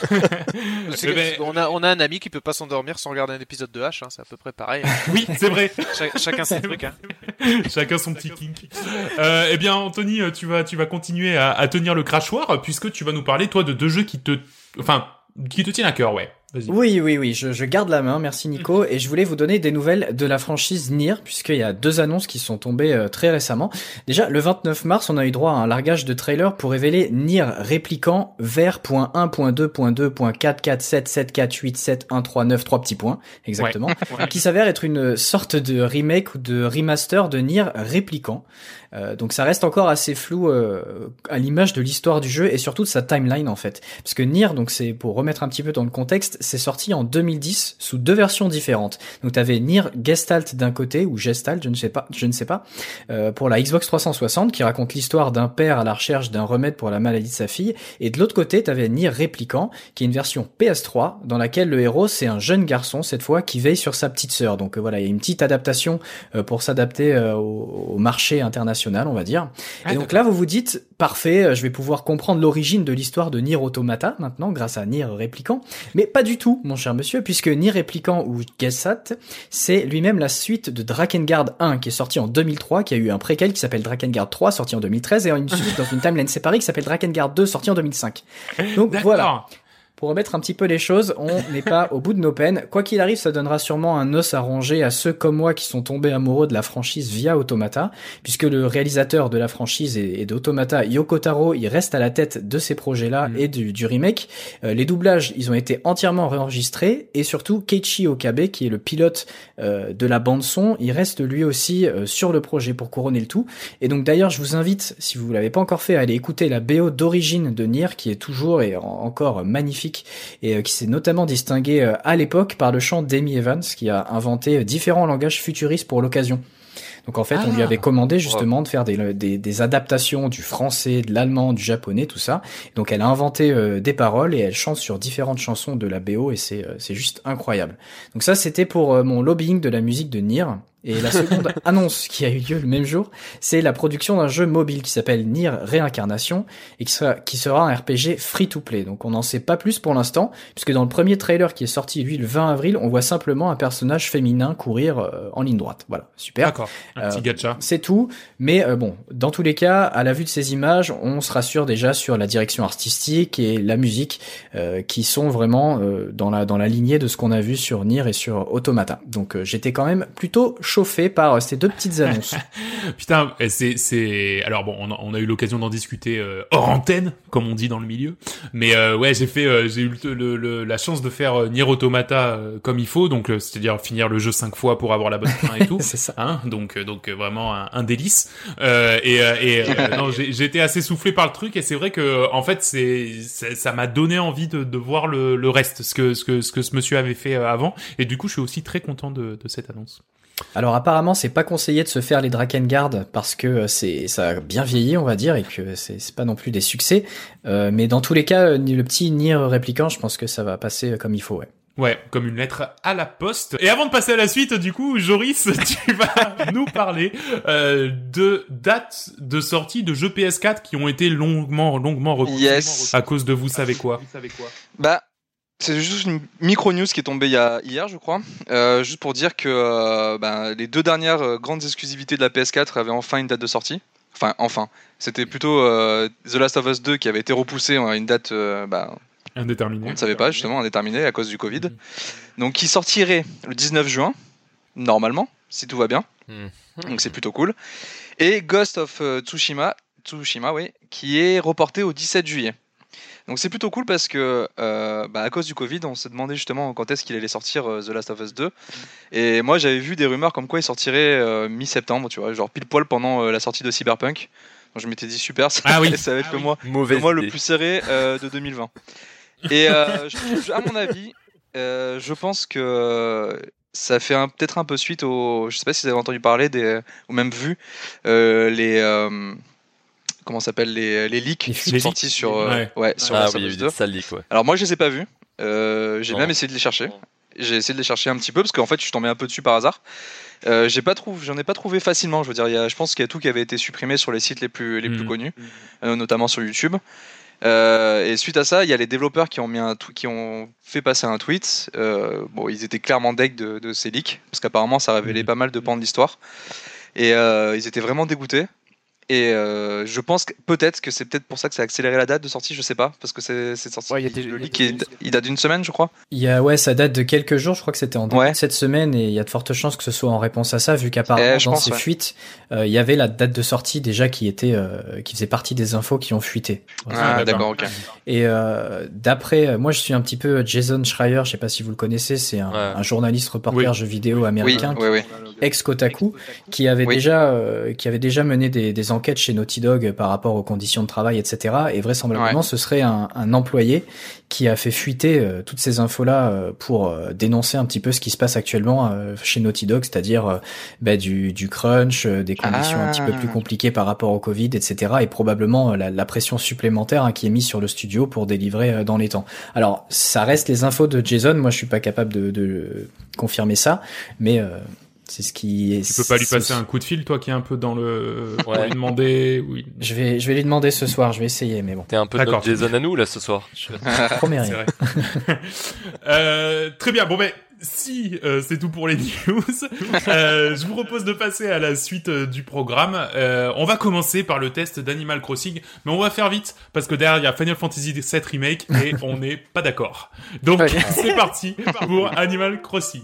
C'est Eh que- ben- on a on a un ami qui peut pas s'endormir sans regarder un épisode de H, hein, c'est à peu près pareil. Oui, c'est vrai. Cha- chacun ses trucs. Hein. Chacun son petit kink. Euh, eh bien, Anthony, tu vas, tu vas continuer à, à tenir le crachoir puisque tu vas nous parler, toi, de deux jeux qui te, enfin, qui te tiennent à cœur, ouais. Vas-y. Oui, oui, oui, je, je garde la main, merci Nico, et je voulais vous donner des nouvelles de la franchise Nier, puisqu'il y a deux annonces qui sont tombées euh, très récemment. Déjà, le vingt-neuf mars, on a eu droit à un largage de trailer pour révéler Nier Répliquant vers point un point deux point deux point quatre quatre sept sept quatre huit sept un trois neuf, trois petits points, exactement, Ouais. qui s'avère être une sorte de remake ou de remaster de Nier Répliquant. Euh, donc ça reste encore assez flou euh, à l'image de l'histoire du jeu et surtout de sa timeline en fait. Parce que Nier, donc c'est pour remettre un petit peu dans le contexte, c'est sorti en deux mille dix sous deux versions différentes. Donc t'avais Nier Gestalt d'un côté ou Gestalt, je ne sais pas, je ne sais pas, euh, pour la Xbox trois cent soixante qui raconte l'histoire d'un père à la recherche d'un remède pour la maladie de sa fille. Et de l'autre côté t'avais Nier Répliquant qui est une version P S trois dans laquelle le héros c'est un jeune garçon cette fois qui veille sur sa petite sœur. Donc euh, voilà, il y a une petite adaptation euh, pour s'adapter euh, au, au marché international, on va dire. Ah, et donc là, vous vous dites, parfait, euh, je vais pouvoir comprendre l'origine de l'histoire de Nier Automata, maintenant, grâce à Nier Répliquant. Mais pas du tout, mon cher monsieur, puisque Nier Répliquant ou Gestalt, c'est lui-même la suite de Drakengard un, qui est sorti en deux mille trois, qui a eu un préquel qui s'appelle Drakengard trois, sorti en deux mille treize, et une suite dans une timeline séparée qui s'appelle Drakengard deux, sorti en deux mille cinq. Donc D'accord. voilà. Pour remettre un petit peu les choses, on n'est pas au bout de nos peines. Quoi qu'il arrive, ça donnera sûrement un os à ronger à ceux comme moi qui sont tombés amoureux de la franchise via Automata, puisque le réalisateur de la franchise et d'Automata, Yoko Taro, il reste à la tête de ces projets-là Mmh. et du, du remake. Euh, les doublages, ils ont été entièrement réenregistrés, et surtout Keiichi Okabe, qui est le pilote euh, de la bande-son, il reste lui aussi euh, sur le projet pour couronner le tout. Et donc d'ailleurs, je vous invite, si vous l'avez pas encore fait, à aller écouter la B O d'origine de Nier, qui est toujours et en- encore magnifique, et euh, qui s'est notamment distingué euh, à l'époque par le chant d'Amy Evans, qui a inventé euh, différents langages futuristes pour l'occasion. Donc en fait, Ah. on lui avait commandé justement de faire des, des, des adaptations du français, de l'allemand, du japonais, tout ça. Donc elle a inventé euh, des paroles et elle chante sur différentes chansons de la B O et c'est euh, c'est juste incroyable. Donc ça, c'était pour euh, mon lobbying de la musique de Nier. Et la seconde annonce qui a eu lieu le même jour, c'est la production d'un jeu mobile qui s'appelle Nier Réincarnation et qui sera, qui sera un R P G free-to-play. Donc on n'en sait pas plus pour l'instant, puisque dans le premier trailer qui est sorti, lui, le vingt avril, on voit simplement un personnage féminin courir euh, en ligne droite. Voilà, super. D'accord. Un petit Euh, gacha. C'est tout, mais euh, bon, dans tous les cas, à la vue de ces images, on se rassure déjà sur la direction artistique et la musique euh, qui sont vraiment euh, dans la dans la lignée de ce qu'on a vu sur Nier et sur Automata. Donc euh, j'étais quand même plutôt chauffé par euh, ces deux petites annonces. Putain, et c'est, c'est, alors bon, on a, on a eu l'occasion d'en discuter euh, hors antenne, comme on dit dans le milieu. Mais euh, ouais, j'ai fait, euh, j'ai eu le, le, le- la chance de faire euh, Nier Automata euh, comme il faut, donc euh, c'est-à-dire finir le jeu cinq fois pour avoir la bonne fin et tout. C'est ça. Hein, donc euh, donc euh, vraiment un, un délice. Euh, et euh, et euh, non, j'ai, j'ai été assez soufflé par le truc et c'est vrai que en fait c'est, c'est ça m'a donné envie de, de voir le, le reste, ce que ce que ce que ce monsieur avait fait euh, avant. Et du coup, je suis aussi très content de, de cette annonce. Alors apparemment, c'est pas conseillé de se faire les Drakengard parce que euh, c'est ça a bien vieilli, on va dire, et que c'est c'est pas non plus des succès. Euh, mais dans tous les cas, euh, le petit Nier Répliquant, je pense que ça va passer comme il faut, ouais. Ouais, comme une lettre à la poste. Et avant de passer à la suite, du coup, Joris, tu vas nous parler euh, de dates de sortie de jeux P S quatre qui ont été longuement, longuement repoussés Yes. à cause de vous savez quoi. Bah, c'est juste une micro news qui est tombée il y a, hier, je crois. Euh, juste pour dire que euh, bah, les deux dernières euh, grandes exclusivités de la P S quatre avaient enfin une date de sortie. Enfin, enfin. C'était plutôt euh, The Last of Us deux qui avait été repoussé à une date, euh, bah, Indéterminé. on ne savait pas, justement, indéterminée à cause du Covid. Donc, qui sortirait le dix-neuf juin, normalement, si tout va bien. Mhm. Donc, c'est plutôt cool. Et Ghost of euh, Tsushima, Tsushima, oui, qui est reporté au dix-sept juillet. Donc c'est plutôt cool parce que euh, bah, à cause du Covid, on se demandait justement quand est-ce qu'il allait sortir euh, The Last of Us deux. Et moi j'avais vu des rumeurs comme quoi il sortirait euh, mi-septembre, tu vois, genre pile poil pendant euh, la sortie de Cyberpunk. Donc je m'étais dit super, ça, Ah oui. ça va être Ah le oui. mois, Mauvaise le, mois le idée. plus serré euh, de deux mille vingt. Et euh, je, je- à mon avis, euh, je pense que euh, ça fait un- peut-être un peu suite au, je sais pas si vous avez entendu parler des, ou même vu euh, les euh, comment ça s'appelle les, les leaks Les qui fuites. sont Les sortis leaks. sur euh, Ouais. ouais, sur Ah Last oui, of il y a Us eu deux. des sales leaks, ouais. Alors moi je les ai pas vus. Euh, j'ai Non. même essayé de les chercher. J'ai essayé de les chercher un petit peu parce qu'en fait je suis tombé un peu dessus par hasard. Euh, j'ai pas trouvé, j'en ai pas trouvé facilement. Je veux dire, il y a, je pense qu'il y a tout qui avait été supprimé sur les sites les plus les plus Mhm. connus, euh, notamment sur YouTube. Euh, et suite à ça, il y a les développeurs qui ont mis un tw- qui ont fait passer un tweet. Euh, bon, ils étaient clairement deg de, de ces leaks parce qu'apparemment ça révélait Mhm. pas mal de pans de l'histoire. Et euh, ils étaient vraiment dégoûtés. Et euh, je pense que peut-être que c'est peut-être pour ça que ça a accéléré la date de sortie, je sais pas, parce que c'est c'est sorti. Ouais, il y a des- le il y a leak des- est- il date d'une semaine, je crois. Il y a, ouais, ça date de quelques jours, je crois que c'était en début Ouais. de cette semaine, et il y a de fortes chances que ce soit en réponse à ça, vu qu'apparemment, Eh, je dans pense, ces ouais. fuites, euh, il y avait la date de sortie déjà qui était, euh, qui faisait partie des infos qui ont fuité. Ah, d'accord, ok. Et euh, d'après, euh, moi je suis un petit peu Jason Schreier, je sais pas si vous le connaissez, c'est un, Ouais. un journaliste reporter Oui. jeux vidéo Oui, américain, oui, oui. ex Kotaku, qui avait Oui. déjà, euh, qui avait déjà mené des, des enquêtes chez Naughty Dog par rapport aux conditions de travail, et cetera. Et vraisemblablement, Ouais. ce serait un, un employé qui a fait fuiter euh, toutes ces infos-là euh, pour euh, dénoncer un petit peu ce qui se passe actuellement euh, chez Naughty Dog, c'est-à-dire euh, bah, du, du crunch, euh, des conditions un petit peu Ah. plus compliquées par rapport au Covid, et cetera. Et probablement euh, la, la pression supplémentaire hein, qui est mise sur le studio pour délivrer euh, dans les temps. Alors, ça reste les infos de Jason. Moi, je suis pas capable de, de confirmer ça, mais euh, c'est ce qui est. Tu peux pas lui c'est- passer un coup de fil, toi qui est un peu dans le... pour Ouais. lui demander... Oui. Je vais, je vais lui demander ce soir. Je vais essayer, mais bon, T'es un peu D'accord. notre Jason à nous, là, ce soir. promets C'est rien. vrai. euh, très bien. Bon ben, si euh, c'est tout pour les news, euh, je vous propose de passer à la suite euh, du programme. Euh, on va commencer par le test d'Animal Crossing, mais on va faire vite parce que derrière il y a Final Fantasy sept Remake et on n'est pas d'accord. Donc Ouais. c'est parti pour Animal Crossing.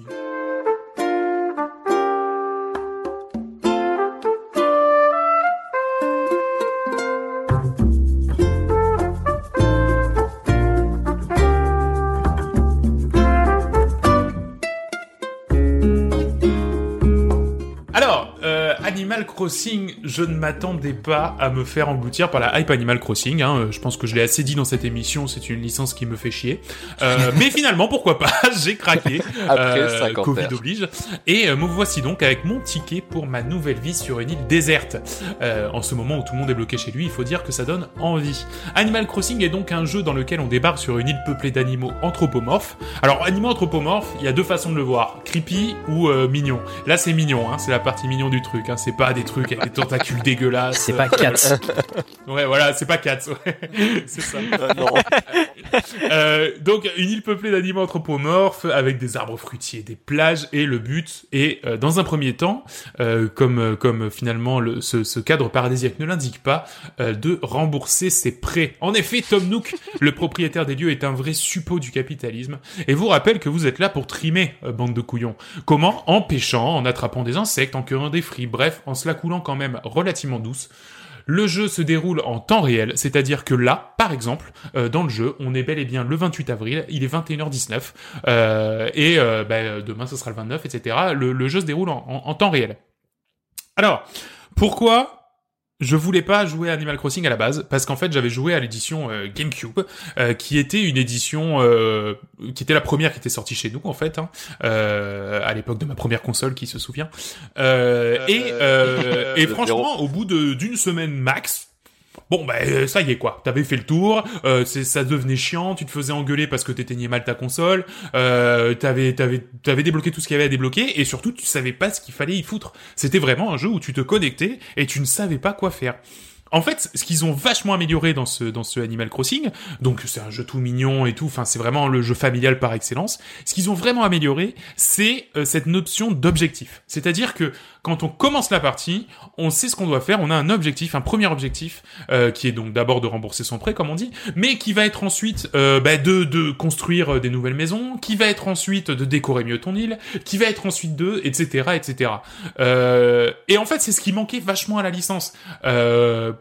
Alors, euh, Animal Crossing, je ne m'attendais pas à me faire engloutir par la hype Animal Crossing. Hein. Je pense que je l'ai assez dit dans cette émission, c'est une licence qui me fait chier. Euh, mais finalement, pourquoi pas, j'ai craqué. Après Euh, cinquante Covid heures. oblige. Et euh, me voici donc avec mon ticket pour ma nouvelle vie sur une île déserte. Euh, en ce moment où tout le monde est bloqué chez lui, il faut dire que ça donne envie. Animal Crossing est donc un jeu dans lequel on débarque sur une île peuplée d'animaux anthropomorphes. Alors, animaux anthropomorphes, il y a deux façons de le voir. Creepy ou euh, mignon. Là, c'est mignon, hein, c'est la partie mignon du truc. Hein. C'est pas des trucs avec des tentacules dégueulasses. C'est pas Cats. Ouais, voilà, c'est pas Cats, ouais. C'est ça. Euh, non. Euh, donc une île peuplée d'animaux anthropomorphes avec des arbres fruitiers, des plages, et le but est, euh, dans un premier temps, euh, comme euh, comme finalement le, ce, ce cadre paradisiaque ne l'indique pas, euh, de rembourser ses prêts. En effet, Tom Nook, le propriétaire des lieux, est un vrai suppôt du capitalisme et vous rappelle que vous êtes là pour trimer, euh, bande de couillons. Comment? En pêchant, en attrapant des insectes, en cueillant des fruits, bref, en se la coulant quand même relativement douce. Le jeu se déroule en temps réel, c'est-à-dire que là, par exemple, euh, dans le jeu, on est bel et bien le vingt-huit avril, il est vingt et une heures dix-neuf, euh, et euh, bah, demain ce sera le vingt-neuf, et cetera. Le, le jeu se déroule en, en, en temps réel. Alors, pourquoi je voulais pas jouer à Animal Crossing à la base, parce qu'en fait j'avais joué à l'édition euh, GameCube, euh, qui était une édition euh, qui était la première qui était sortie chez nous en fait, hein, euh, à l'époque de ma première console, qui se souvient. Euh, Euh, et euh, et le franchement, au bout de d'une semaine max. Bon, bah, euh, ça y est, quoi. T'avais fait le tour, euh, c'est, ça devenait chiant, tu te faisais engueuler parce que t'éteignais mal ta console, euh, t'avais, t'avais, t'avais débloqué tout ce qu'il y avait à débloquer, et surtout, tu savais pas ce qu'il fallait y foutre. C'était vraiment un jeu où tu te connectais et tu ne savais pas quoi faire. En fait, ce qu'ils ont vachement amélioré dans ce dans ce Animal Crossing, donc c'est un jeu tout mignon et tout, enfin c'est vraiment le jeu familial par excellence. Ce qu'ils ont vraiment amélioré, c'est euh, cette notion d'objectif. C'est-à-dire que quand on commence la partie, on sait ce qu'on doit faire, on a un objectif, un premier objectif, euh, qui est donc d'abord de rembourser son prêt, comme on dit, mais qui va être ensuite euh, bah, de de construire des nouvelles maisons, qui va être ensuite de décorer mieux ton île, qui va être ensuite de, et cetera, et cetera. Euh, et en fait, c'est ce qui manquait vachement à la licence. Euh,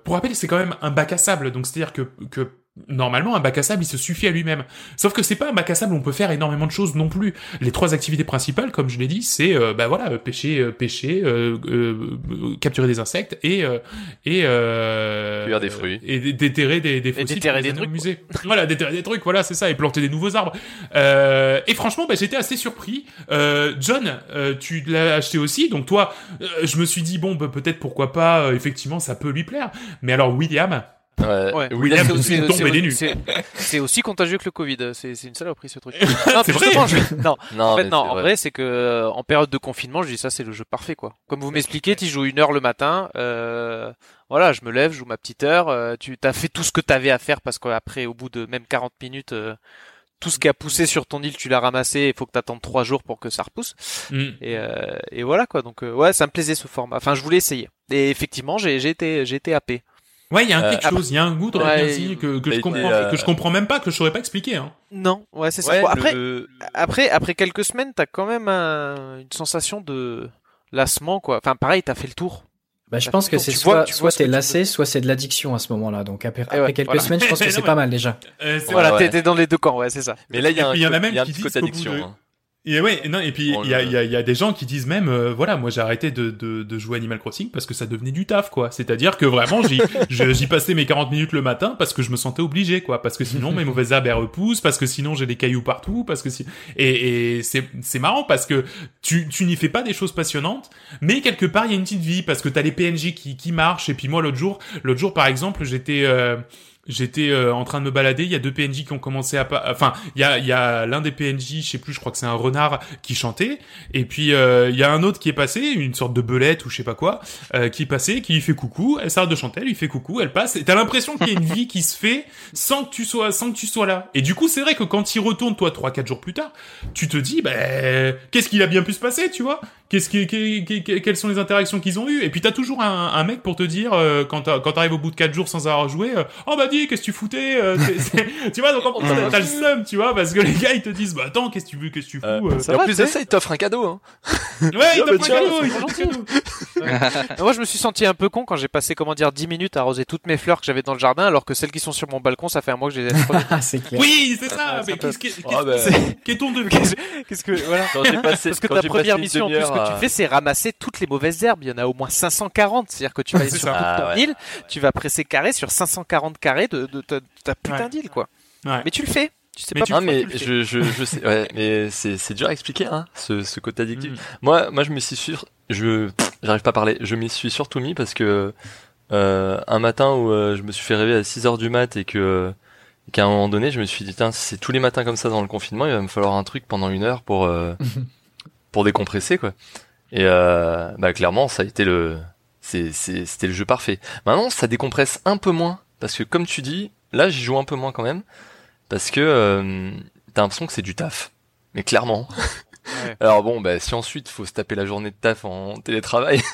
pour rappel, c'est quand même un bac à sable, donc c'est-à-dire que que normalement, un bac à sable, il se suffit à lui-même. Sauf que c'est pas un bac à sable où on peut faire énormément de choses non plus. Les trois activités principales, comme je l'ai dit, c'est euh, bah voilà, pêcher, euh, pêcher, euh, euh, euh, capturer des insectes et euh, et euh, cueillir des fruits et d- déterrer des, des fossiles déterrer pour les des amener au trucs, musée. Voilà, déterrer des trucs, voilà, c'est ça, et planter des nouveaux arbres. Euh, et franchement, bah, j'étais assez surpris. Euh, John, euh, tu l'as acheté aussi, donc toi, euh, je me suis dit bon, bah, peut-être pourquoi pas. euh, effectivement, ça peut lui plaire. Mais alors, William. Ouais. Ouais. William, C'est- c'est c'est- tombé c'est- des nues. c'est- C'est aussi contagieux que le Covid. C'est c'est une saloperie ce truc. Non, C'est vrai. justement, je- non. Non, En fait, mais non. c'est En vrai. vrai, c'est que euh, en période de confinement, je dis ça, c'est le jeu parfait, quoi. Comme vous m'expliquez, tu joues une heure le matin. Euh, voilà, je me lève, je joue ma petite heure. Euh, tu t'as fait tout ce que t'avais à faire parce qu'après, au bout de même quarante minutes, euh, tout ce qui a poussé sur ton île, tu l'as ramassé. Il faut que t'attendes trois jours pour que ça repousse. Mm. Et, euh, et voilà, quoi. Donc, euh, ouais, ça me plaisait ce format. Enfin, je voulais essayer. Et effectivement, j'ai j'ai été j'ai été happé. Ouais, il y a un Euh, quelque chose, il y a un goût de ouais, Rayquazi que, que je il- comprends, euh, que je comprends même pas, que je saurais pas expliquer, hein. Non, ouais, c'est ça. Ouais, Bon, après, le- après, après quelques semaines, t'as quand même un- une sensation de lassement, quoi. Enfin, pareil, t'as fait le tour. Bah, je Bah, pense que donc c'est tu soit, vois- tu soit vois ce t'es que tu lassé, soit c'est de l'addiction à ce moment-là. Donc après, après ouais, quelques voilà. semaines, je pense que Non, c'est mais- pas mal déjà. Euh, c'est Voilà, ouais. t'es t'es dans les deux camps, ouais, c'est ça. Mais là, il y a Et un, puis, il y en a il même y a un qui petit disent côté qu'au bout addiction. de- hein. Et ouais, non, et puis Bon, il y a, le- il y, a, il y a des gens qui disent même, euh, voilà, moi j'ai arrêté de, de, de jouer Animal Crossing parce que ça devenait du taf, quoi. C'est-à-dire que vraiment, j'y, je- j'y passais mes quarante minutes le matin parce que je me sentais obligé, quoi. Parce que sinon, mes mauvaises herbes, elles repoussent, parce que sinon, j'ai des cailloux partout, parce que si... Et, et c'est, c'est marrant parce que tu, tu n'y fais pas des choses passionnantes, mais quelque part, il y a une petite vie parce que t'as les P N J qui, qui marchent. Et puis moi, l'autre jour, l'autre jour, par exemple, j'étais... Euh, J'étais euh, en train de me balader, il y a deux P N J qui ont commencé à... Pa- enfin, il y a, il y a l'un des P N J, je sais plus, je crois que c'est un renard qui chantait, et puis euh, il y a un autre qui est passé, une sorte de belette ou je sais pas quoi, euh, qui est passé, qui lui fait coucou, elle s'arrête de chanter, elle lui fait coucou, elle passe, et t'as l'impression qu'il y a une vie qui se fait sans que tu sois, sans que tu sois là. Et du coup, c'est vrai que quand il retourne, toi, trois quatre jours plus tard, tu te dis, ben, qu'est-ce qu'il a bien pu se passer, tu vois? Qu'est-ce qui, qui, qui, qui- quelles sont les interactions qu'ils ont eues? Et puis t'as toujours un, un mec pour te dire, euh, quand t'as- quand t'arrives au bout de quatre jours sans avoir joué, euh, oh bah dis, qu'est-ce que tu foutais? euh, c'est- c'est- tu vois, donc en plus, t'as, t'as le seum, tu vois, parce que les gars, ils te disent, bah attends, qu'est-ce que tu veux, qu'est-ce que tu fous? Euh, euh, Ça Et en va, plus tu de sais. ça, il t'offre un cadeau. Hein. Ouais, il Ah, t'a bah, pas tiens, cadeau, c'est il t'a pas cadeau. Moi, je me suis senti un peu con quand j'ai passé, comment dire, dix minutes à arroser toutes mes fleurs que j'avais dans le jardin, alors que celles qui sont sur mon balcon, ça fait un mois que je les ai exposées. Ah, c'est clair. Oui, c'est ça, Ouais, mais c'est un peu- qu'est-ce que, qu'est-ce Ah, bah, que- qu'est-on devenu? Qu'est-ce qu'est-ce que, voilà. Quand j'ai passé, Parce que quand ta j'ai première passé une mission, en plus, ce demi-heure que tu à- fais, c'est ramasser toutes les mauvaises herbes. Il y en a au moins cinq cent quarante. C'est-à-dire que tu vas aller C'est sur ça. toute Ah, ton ouais. île, tu vas presser carré sur cinq cent quarante carrés de, de, ta- de ta putain Ouais. d'île, quoi. Ouais. Mais tu le fais. Tu sais Mais pas tu- Ah pourquoi mais tu le fais. je, je, je sais, ouais, mais c'est, c'est dur à expliquer, hein, ce, ce côté addictif. Mm. Moi, moi, je me suis sûr, je, pff, j'arrive pas à parler, je m'y suis surtout mis parce que, euh, un matin où euh, je me suis fait réveiller à six heures du mat et que, et qu'à un moment donné, je me suis dit, tiens, si c'est tous les matins comme ça dans le confinement, il va me falloir un truc pendant une heure pour, euh, pour décompresser, quoi. Et, euh, bah, clairement, ça a été le, c'est, c'est, c'était le jeu parfait. Maintenant, ça décompresse un peu moins parce que, comme tu dis, là, j'y joue un peu moins quand même. Parce que euh, t'as l'impression que c'est du taf. Mais clairement. Ouais. Alors bon, bah, si ensuite faut se taper la journée de taf en télétravail,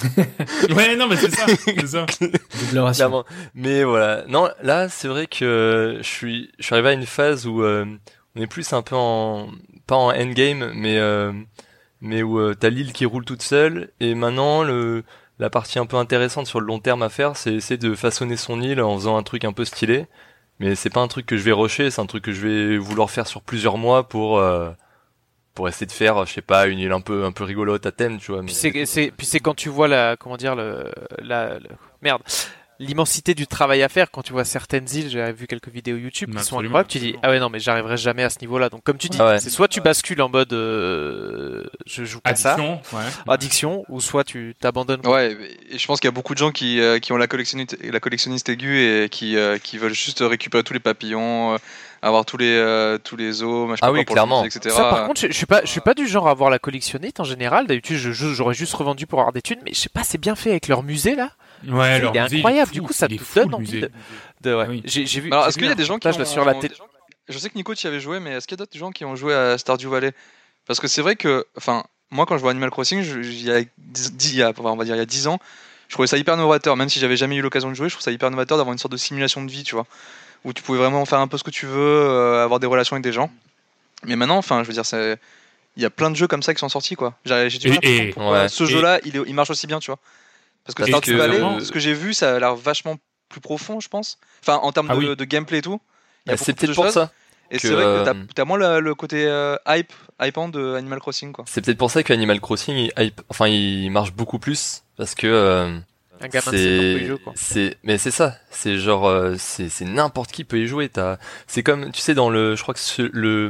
Ouais, non, mais c'est ça, c'est ça. Double ration. clairement. Mais voilà. Non, là, c'est vrai que je suis, je suis arrivé à une phase où euh, on est plus un peu en, pas en endgame, mais euh, mais où euh, t'as l'île qui roule toute seule. Et maintenant, le, la partie un peu intéressante sur le long terme à faire, c'est essayer de façonner son île en faisant un truc un peu stylé. Mais c'est pas un truc que je vais rusher, c'est un truc que je vais vouloir faire sur plusieurs mois pour euh, pour essayer de faire, je sais pas, une île un peu un peu rigolote à thème, tu vois. Mais... Puis c'est, c'est, puis c'est quand tu vois la, comment dire, le, la, le- merde, l'immensité du travail à faire. Quand tu vois certaines îles, j'ai vu quelques vidéos YouTube qui sont Absolument. incroyables. Tu dis, ah ouais, non, mais j'arriverai jamais à ce niveau-là. Donc, comme tu dis, Ah ouais. c'est soit tu bascules en mode, euh, je joue pas ça, Addiction, ouais. addiction, ou soit tu t'abandonnes. quoi. Ouais, et je pense qu'il y a beaucoup de gens qui, euh, qui ont la collectionniste, la collectionniste aiguë et qui, euh, qui veulent juste récupérer tous les papillons, euh, avoir tous les, euh, tous les os, machin, Ah pas oui, pour le clairement. musée, et cetera. Ça, par contre, je, je suis pas, je suis pas du genre à avoir la collectionnite en général. D'habitude, je, je- j'aurais juste revendu pour avoir des thunes, mais je sais pas, c'est bien fait avec leur musée là. Ouais, Il leur est musée, incroyable. fou, Du coup, ça il est te fou, donne le envie musée. de, de- ouais. Ah oui. J'ai, j'ai vu. Alors, j'ai est-ce vu qu'il y a un des gens qui reportage, ont, là, sur la télé. Je sais que Nico, tu y avais joué, mais est-ce qu'il y a d'autres gens qui ont joué à Stardew Valley? Parce que c'est vrai que, enfin, moi, quand je vois Animal Crossing, je- il y a dix, dix- il y a, enfin, on va dire il y a dix ans, je trouvais ça hyper novateur. Même si j'avais jamais eu l'occasion de jouer, je trouve ça hyper novateur d'avoir une sorte de simulation de vie, tu vois, où tu pouvais vraiment faire un peu ce que tu veux, euh, avoir des relations avec des gens. Mais maintenant, enfin, je veux dire, c'est, il y a plein de jeux comme ça qui sont sortis, quoi. J'ai, j'ai du mal à Et- et- comprendre pourquoi ouais. ce Et- jeu-là, il, est- il marche aussi bien, tu vois. Parce que Parce Stardew que, Valley, euh, ce que j'ai vu, ça a l'air vachement plus profond, je pense. Enfin, en termes Ah de, oui. de gameplay et tout. Il y a Bah, c'est beaucoup plus peut-être de pour choses. ça. Et que, c'est vrai que t'as, euh, t'as moins le, le côté euh, hype, hypant de Animal Crossing, quoi. C'est peut-être pour ça que Animal Crossing, il, hype- enfin, il marche beaucoup plus parce que euh, Un gamin de sept ans peut y c'est, jouer, quoi. c'est, mais c'est ça. C'est genre, euh, c'est, c'est n'importe qui peut y jouer. T'as, c'est comme, tu sais, dans le, je crois que ce- le,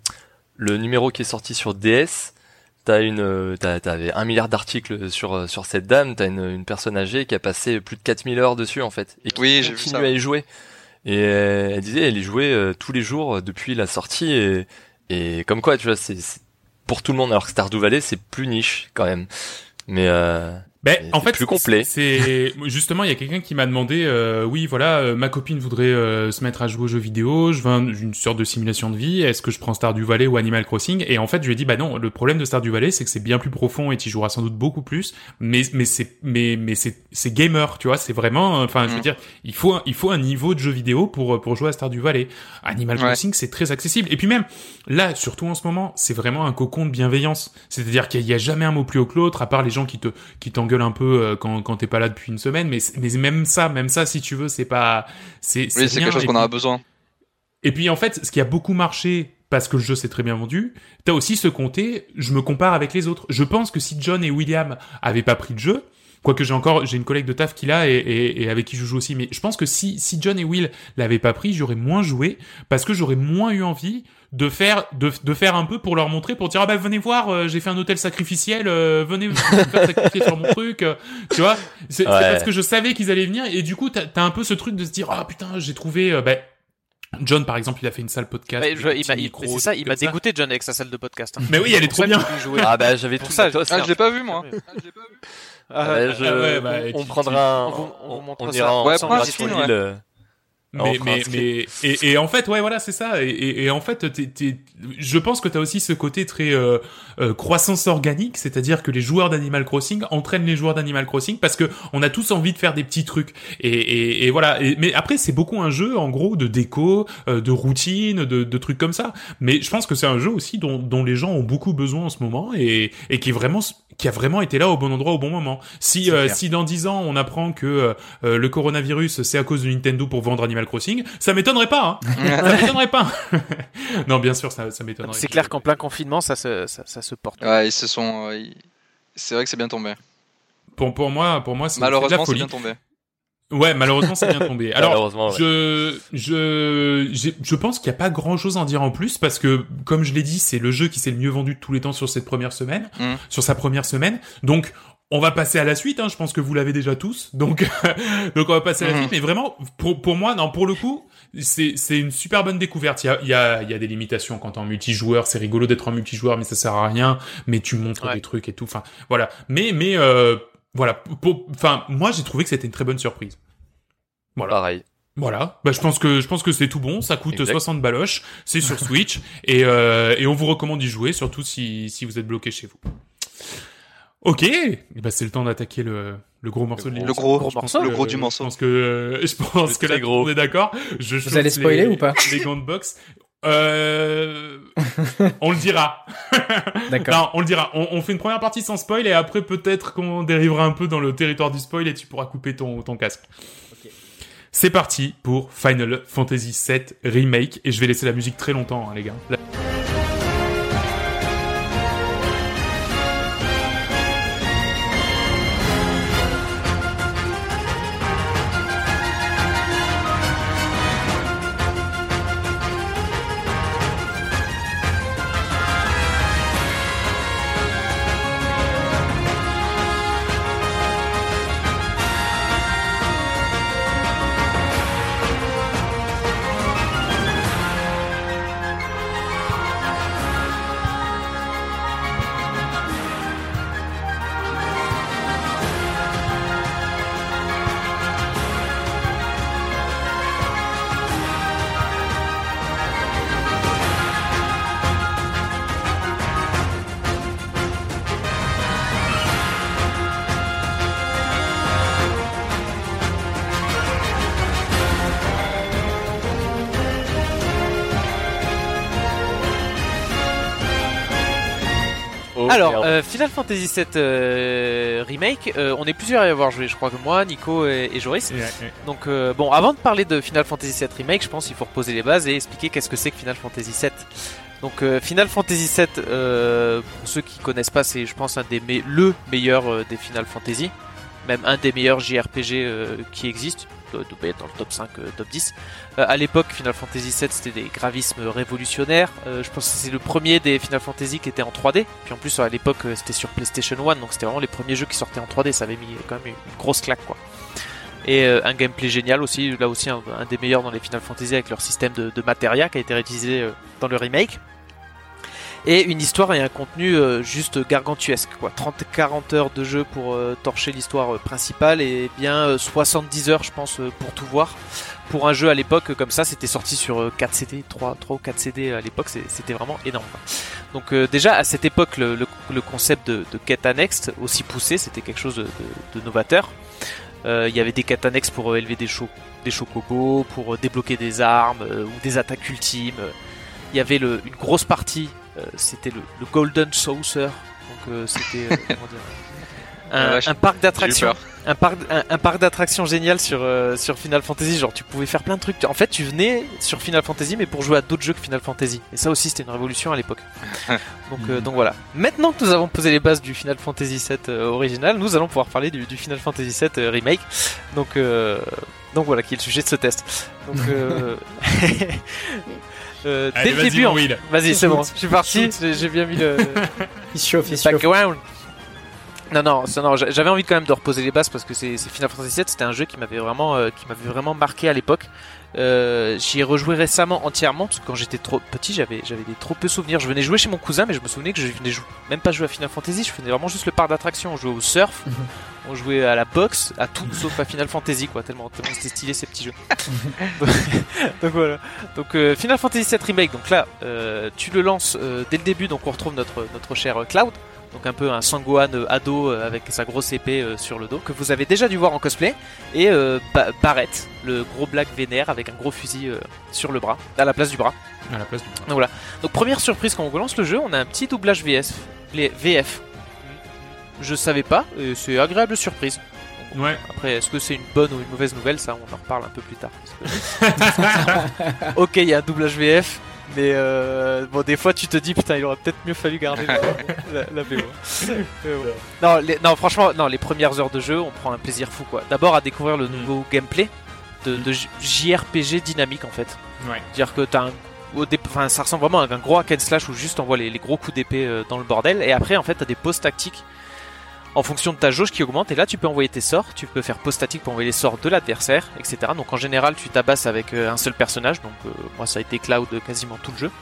le numéro qui est sorti sur D S. T'as une, euh, t'as, t'avais un milliard d'articles sur euh, sur cette dame. T'as une, une personne âgée qui a passé plus de quatre mille heures dessus en fait et qui Oui, j'ai vu continue ça. à y jouer. Et euh, elle disait, elle y jouait euh, tous les jours euh, depuis la sortie et et comme quoi, tu vois, c'est, c'est pour tout le monde. Alors que Stardew Valley, c'est plus niche quand même. Mais euh, Ben, Et en c'est fait, plus complet. C'est justement, il y a quelqu'un qui m'a demandé, euh, oui, voilà, euh, ma copine voudrait euh, se mettre à jouer aux jeux vidéo, je veux un- une sorte de simulation de vie. Est-ce que je prends Stardew Valley ou Animal Crossing? Et en fait, je lui ai dit, bah non, le problème de Stardew Valley, c'est que c'est bien plus profond et tu joueras sans doute beaucoup plus. Mais mais c'est mais mais c'est c'est gamer, tu vois, c'est vraiment, enfin, je veux Mm. dire, il faut un- il faut un niveau de jeu vidéo pour pour jouer à Stardew Valley. Animal Ouais. Crossing, c'est très accessible. Et puis même là, surtout en ce moment, c'est vraiment un cocon de bienveillance. C'est-à-dire qu'il y a jamais un mot plus haut que l'autre, à part les gens qui te qui t'engueulent un peu euh, quand quand t'es pas là depuis une semaine. Mais mais même ça, même ça, si tu veux, c'est pas c'est Oui, c'est rien. quelque chose Et qu'on puis- a besoin. et puis en fait, ce qui a beaucoup marché parce que le jeu s'est très bien vendu, t'as aussi ce côté, je me compare avec les autres. Je pense que si John et William avaient pas pris le jeu, quoique j'ai encore, j'ai une collègue de taf qui l'a et, et, et avec qui je joue aussi, mais je pense que si, si John et Will l'avaient pas pris, j'aurais moins joué parce que j'aurais moins eu envie de faire, de, de faire un peu pour leur montrer, pour dire, ah bah venez voir, euh, j'ai fait un hôtel sacrificiel, euh, venez me faire sacrifier sur mon truc, euh, tu vois. C'est, Ouais. c'est parce que je savais qu'ils allaient venir et du coup, t'as, t'as un peu ce truc de se dire, ah putain, j'ai trouvé, euh, bah, John, par exemple, il a fait une salle podcast. Ouais, avec je- des il m'a, petits il- micros, c'est ça, il comme m'a dégoûté John avec sa salle de podcast. hein. Mais oui, elle est Pour trop ça bien. que je peux y jouer. ah bah j'avais Pour tout ça, le matos. Ah, je l'ai pas vu, Ah, moi. Euh, je- Ah ouais, bah, on, on tu- prendra un, on vous- on vous on, montre on ça. ira en- Ouais, on prends un ira petit sur film, l'île. euh, Mais, on fera un mais, script. mais, et, et en fait, ouais, voilà, c'est ça. Et, et, et en fait, t'es, t'es, je pense que t'as aussi ce côté très euh, euh, croissance organique, c'est-à-dire que les joueurs d'Animal Crossing entraînent les joueurs d'Animal Crossing parce que on a tous envie de faire des petits trucs. Et, et, et voilà. Et, mais après, c'est beaucoup un jeu, en gros, de déco, euh, de routine, de, de trucs comme ça. Mais je pense que c'est un jeu aussi dont, dont les gens ont beaucoup besoin en ce moment et, et qui est vraiment qui a vraiment été là au bon endroit au bon moment. Si C'est euh, clair. si dans dix ans on apprend que euh, le coronavirus c'est à cause de Nintendo pour vendre Animal Crossing, ça m'étonnerait pas. Hein. ça m'étonnerait pas. non, bien sûr, ça ça m'étonnerait. C'est clair qu'en plein confinement, ça se, ça, ça se porte. Ouais, ils se sont. euh, ils- C'est vrai que c'est bien tombé. Pour pour moi pour moi c'est c'est de la Malheureusement, c'est folie. bien tombé. Ouais, malheureusement c'est bien tombé. Alors Malheureusement, ouais. Je, je, j'ai- je pense qu'il n'y a pas grand chose à en dire en plus parce que, comme je l'ai dit, c'est le jeu qui s'est le mieux vendu de tous les temps sur cette première semaine, Mm. sur sa première semaine. Donc, on va passer à la suite, hein. Je pense que vous l'avez déjà tous. Donc, donc on va passer à la Mhm. suite. Mais vraiment, pour, pour moi, non, pour le coup, c'est, c'est une super bonne découverte. Il y a, il y a, il y a des limitations quand t'es en multijoueur. C'est rigolo d'être en multijoueur, mais ça sert à rien. Mais tu montres Ouais. des trucs et tout. Enfin, voilà. Mais, mais, euh, voilà. Pour, enfin, moi, j'ai trouvé que c'était une très bonne surprise. Voilà. Pareil. Voilà, bah, je pense que je pense que c'est tout bon. Ça coûte Exact. soixante baloches, c'est sur Switch et euh, et on vous recommande d'y jouer, surtout si si vous êtes bloqué chez vous. Ok, et bah c'est le temps d'attaquer le le gros morceau de Le l'émission. gros, Je pense le que- gros du morceau. Je pense que je pense Le que très là gros. on est d'accord. Je Vous allez chauffe spoiler les- ou pas Les gants de boxe. Euh... on le dira. D'accord. Non, on le dira. On, on fait une première partie sans spoil et après peut-être qu'on dérivera un peu dans le territoire du spoil et tu pourras couper ton ton casque. C'est parti pour Final Fantasy sept Remake et je vais laisser la musique très longtemps, hein, les gars. La- Alors, merde. euh, Final Fantasy sept euh, Remake, euh, on est plusieurs à y avoir joué, je crois que moi, Nico et, et Joris. Ouais, ouais. Donc, euh, bon, avant de parler de Final Fantasy sept Remake, je pense qu'il faut reposer les bases et expliquer qu'est-ce que c'est que Final Fantasy sept. Donc, euh, Final Fantasy sept, euh, pour ceux qui connaissent pas, c'est, je pense, un des me- le meilleur euh, des Final Fantasy, même un des meilleurs J R P G euh, qui existent. Doit être dans le top cinq, euh, top dix. Euh, à l'époque, Final Fantasy sept, c'était des graphismes révolutionnaires. Euh, je pense que c'est le premier des Final Fantasy qui était en trois D. Puis en plus, à l'époque, euh, c'était sur PlayStation un, donc c'était vraiment les premiers jeux qui sortaient en trois D. Ça avait mis quand même une, une grosse claque, quoi. Et euh, un gameplay génial aussi. Là aussi, un, un des meilleurs dans les Final Fantasy avec leur système de, de materia qui a été réutilisé euh, dans le remake. Et une histoire et un contenu euh, juste gargantuesque, quoi. trente à quarante heures de jeu pour euh, torcher l'histoire euh, principale et bien euh, soixante-dix heures, je pense, euh, pour tout voir. Pour un jeu à l'époque euh, comme ça, c'était sorti sur euh, quatre C D, trois, trois ou quatre C D à l'époque, c'est, c'était vraiment énorme, quoi. Donc euh, déjà à cette époque, le, le, le concept de, de quête annexe aussi poussé, c'était quelque chose de, de, de novateur. Euh, Il y avait des quêtes annexes pour euh, élever des, cho- des chocobos, pour euh, débloquer des armes euh, ou des attaques ultimes. Il y avait le, une grosse partie. Euh, c'était le, le Golden Saucer, donc euh, c'était euh, comment dire, un, Ah, vache. un parc J'ai eu d'attractions, peur. un parc, un, un parc d'attractions génial sur euh, sur Final Fantasy. Genre tu pouvais faire plein de trucs. En fait, tu venais sur Final Fantasy, mais pour jouer à d'autres jeux que Final Fantasy. Et ça aussi, c'était une révolution à l'époque. donc euh, donc voilà. Maintenant que nous avons posé les bases du Final Fantasy sept euh, original, nous allons pouvoir parler du, du Final Fantasy sept euh, remake. Donc euh, donc voilà qui est le sujet de ce test. Donc euh, Euh, Allez, dès le vas-y, début, mon en- Will. vas-y, c'est Shoot. bon, je suis parti, Shoot. j'ai j'ai bien mis le Il se chauffe, il se chauffe. background. Non, non, c'est- non, j'a- j'avais envie quand même de reposer les bases parce que c'est c'est Final Fantasy sept, c'était un jeu qui m'avait vraiment, euh, qui m'avait vraiment marqué à l'époque. Euh, j'y ai rejoué récemment entièrement parce que quand j'étais trop petit, j'avais j'avais des trop peu souvenirs. Je venais jouer chez mon cousin, mais je me souvenais que je venais jou- même pas jouer à Final Fantasy, je faisais vraiment juste le parc d'attractions. On jouait au surf, on jouait à la boxe, à tout sauf à Final Fantasy, quoi. Tellement, tellement c'était stylé ces petits jeux. donc, donc voilà. Donc euh, Final Fantasy sept remake. Donc là, euh, tu le lances euh, dès le début. Donc on retrouve notre notre cher euh, Cloud. Donc un peu un Sangohan euh, ado euh, avec sa grosse épée euh, sur le dos que vous avez déjà dû voir en cosplay, et euh, ba- Barrett, le gros black vénère avec un gros fusil euh, sur le bras, à la place du bras. À la place du. Donc voilà. Donc première surprise quand on lance le jeu, on a un petit doublage V S, les V F. Je savais pas, et c'est agréable surprise. Donc, Ouais. après, est-ce que c'est une bonne ou une mauvaise nouvelle, ça on en reparle un peu plus tard. Parce que- ok, il y a un doublage V F. Mais euh, bon, des fois tu te dis putain, il aurait peut-être mieux fallu garder la, la, la V O. Mais bon. Non, les, non, franchement, non, les premières heures de jeu, on prend un plaisir fou, quoi. D'abord à découvrir le nouveau gameplay de, de J- J R P G dynamique, en fait. Ouais. C'est-à-dire que t'as un, au dé- enfin, ça ressemble vraiment à un gros hack and slash où juste on voit les, les gros coups d'épée euh, dans le bordel, et après en fait t'as des pauses tactiques en fonction de ta jauge qui augmente, et là tu peux envoyer tes sorts, tu peux faire pause statique pour envoyer les sorts de l'adversaire, et cetera. Donc en général tu tabasses avec euh, un seul personnage, donc euh, moi ça a été Cloud euh, quasiment tout le jeu,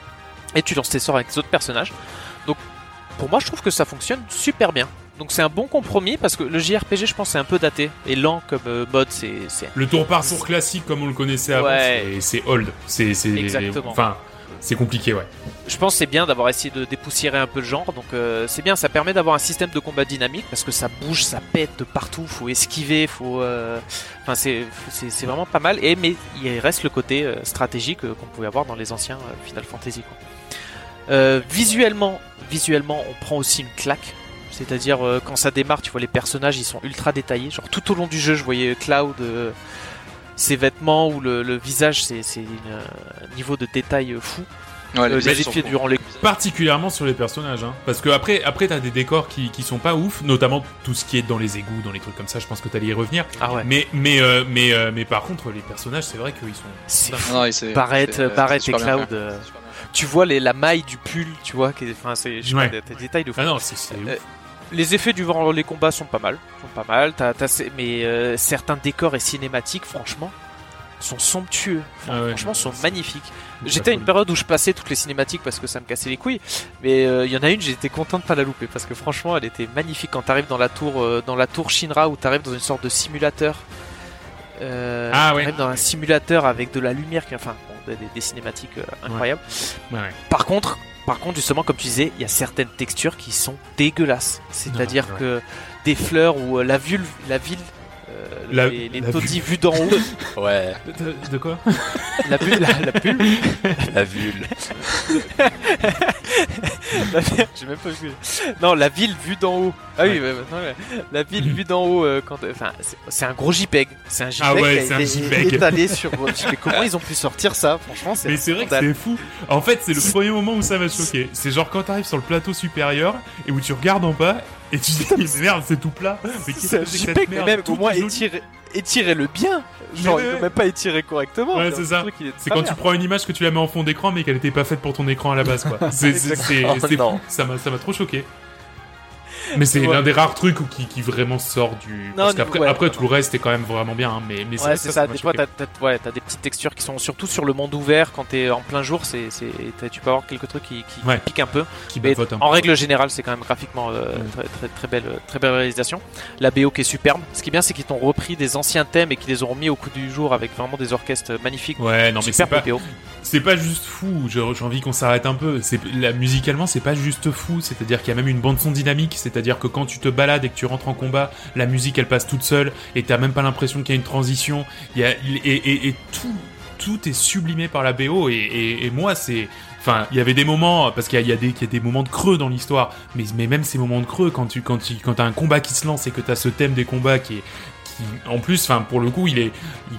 et tu lances tes sorts avec les autres personnages. Donc pour moi je trouve que ça fonctionne super bien. Donc c'est un bon compromis parce que le J R P G je pense c'est un peu daté et lent comme euh, mode, c'est, c'est... Le tour par tour classique comme on le connaissait avant, Ouais. c'est, c'est old. C'est, c'est, Exactement. Enfin, c'est compliqué, ouais. Je pense que c'est bien d'avoir essayé de dépoussiérer un peu le genre, donc euh, c'est bien, ça permet d'avoir un système de combat dynamique parce que ça bouge, ça pète de partout, faut esquiver, faut, euh... enfin c'est, c'est c'est vraiment pas mal. Et mais il reste le côté euh, stratégique euh, qu'on pouvait avoir dans les anciens euh, Final Fantasy, quoi. Euh, visuellement, visuellement, on prend aussi une claque. C'est-à-dire euh, quand ça démarre, tu vois les personnages, ils sont ultra détaillés. Genre tout au long du jeu, je voyais Cloud, euh, ses vêtements ou le, le visage, c'est, c'est une, euh, un niveau de détail euh, fou. Ouais, Euh, les visages sont effets cool. durant les Particulièrement sur les personnages, hein. Parce que après, après t'as des décors qui, qui sont pas ouf, notamment tout ce qui est dans les égouts, dans les trucs comme ça. Je pense que t'allais y revenir. ah ouais. Mais, mais, euh, mais, euh, mais par contre, les personnages, c'est vrai qu'ils sont. C'est dingues. fou. Non, il s'est- Barrett, c'est- Barrett c'est et super bien Cloud. fait. euh, C'est super bien fait. tu vois les, la maille du pull, tu vois, qui est- enfin c'est, je sais Ouais. pas, des, des détails de fou. Ah non, c'est, c'est Euh, ouf. Les effets durant les combats sont pas mal, sont pas mal. T'as, t'as, ces- mais euh, certains décors et cinématiques, franchement, sont somptueux. Enfin, Ah ouais, franchement, sont c'est- magnifiques. c'est J'étais à une cool. période où je passais toutes les cinématiques parce que ça me cassait les couilles, mais euh, il y en a une, j'étais content de pas la louper parce que franchement, elle était magnifique quand t'arrives dans la tour, euh, dans la tour Shinra où t'arrives dans une sorte de simulateur. Euh, Ah ouais. t'arrives dans un simulateur avec de la lumière, qui, enfin, bon, des, des cinématiques euh, incroyables. Ouais, ouais. Par contre, par contre, justement, comme tu disais, il y a certaines textures qui sont dégueulasses. C'est-à-dire Ouais, ouais. que des fleurs ou euh, la ville, la ville, euh, La- les, les la taudis vus d'en haut, Ouais, De, de quoi la bulle, la, la bulle, la vulve. la... J'ai même pas vu. Non, la ville vue d'en haut. Ah oui, Ouais. bah, non, la... la ville vue d'en haut. Euh, quand... Enfin, c'est... c'est un gros JPEG. C'est un JPEG Ah ouais, qui a c'est un été JPEG. étalé sur. Je sais comment ils ont pu sortir ça. Franchement, c'est. Mais c'est vrai que scandale. c'est fou. En fait, c'est le premier moment où ça m'a choqué. C'est genre quand t'arrives sur le plateau supérieur et où tu regardes en bas et tu te dis mais merde, c'est tout plat. Mais qu'est-ce C'est un que c'est que cette JPEG, mais merde même au toute moins jolie. étiré... étirez-le bien. Genre, Mais ils ouais. l'ont même pas étiré correctement. Ouais, Genre, c'est le ça. truc, il est C'est pas quand bien. tu prends une image que tu la mets en fond d'écran mais qu'elle était pas faite pour ton écran à la base quoi. C'est c'est c'est, Oh, c'est non. fou. Ça m'a ça m'a trop choqué. Mais c'est Ouais. l'un des rares trucs où qui, qui vraiment sort du. Non, Parce du- qu'après ouais. après tout le reste est quand même vraiment bien. Hein. Mais mais Ouais, vrai c'est que ça. m'a Des fois, choqué. t'as, t'as, ouais, t'as des petites textures qui sont surtout sur le monde ouvert. Quand t'es en plein jour, c'est, c'est, t'as- tu peux avoir quelques trucs qui, qui, Ouais. qui piquent un peu. Qui Mais bavote un en peu. règle générale, c'est quand même graphiquement euh, Ouais. très, très, très belle, très belle réalisation. La B O qui est superbe. Ce qui est bien, c'est qu'ils t'ont repris des anciens thèmes et qu'ils les ont remis au coup du jour avec vraiment des orchestres magnifiques. Ouais, non mais c'est Superbe pas B O. c'est pas juste fou. J'ai j'ai envie qu'on s'arrête un peu. C'est là musicalement, c'est pas juste fou. C'est-à-dire qu'il y a même une bande son dynamique. C'est-à-dire que quand tu te balades et que tu rentres en combat, la musique elle passe toute seule et t'as même pas l'impression qu'il y a une transition. Il y a et, et, et tout tout est sublimé par la B O et, et, et moi c'est enfin il y avait des moments parce qu'il y a, il y a des il y a des moments de creux dans l'histoire. Mais mais même ces moments de creux quand tu quand tu quand t'as un combat qui se lance et que t'as ce thème des combats qui est qui en plus enfin pour le coup il est il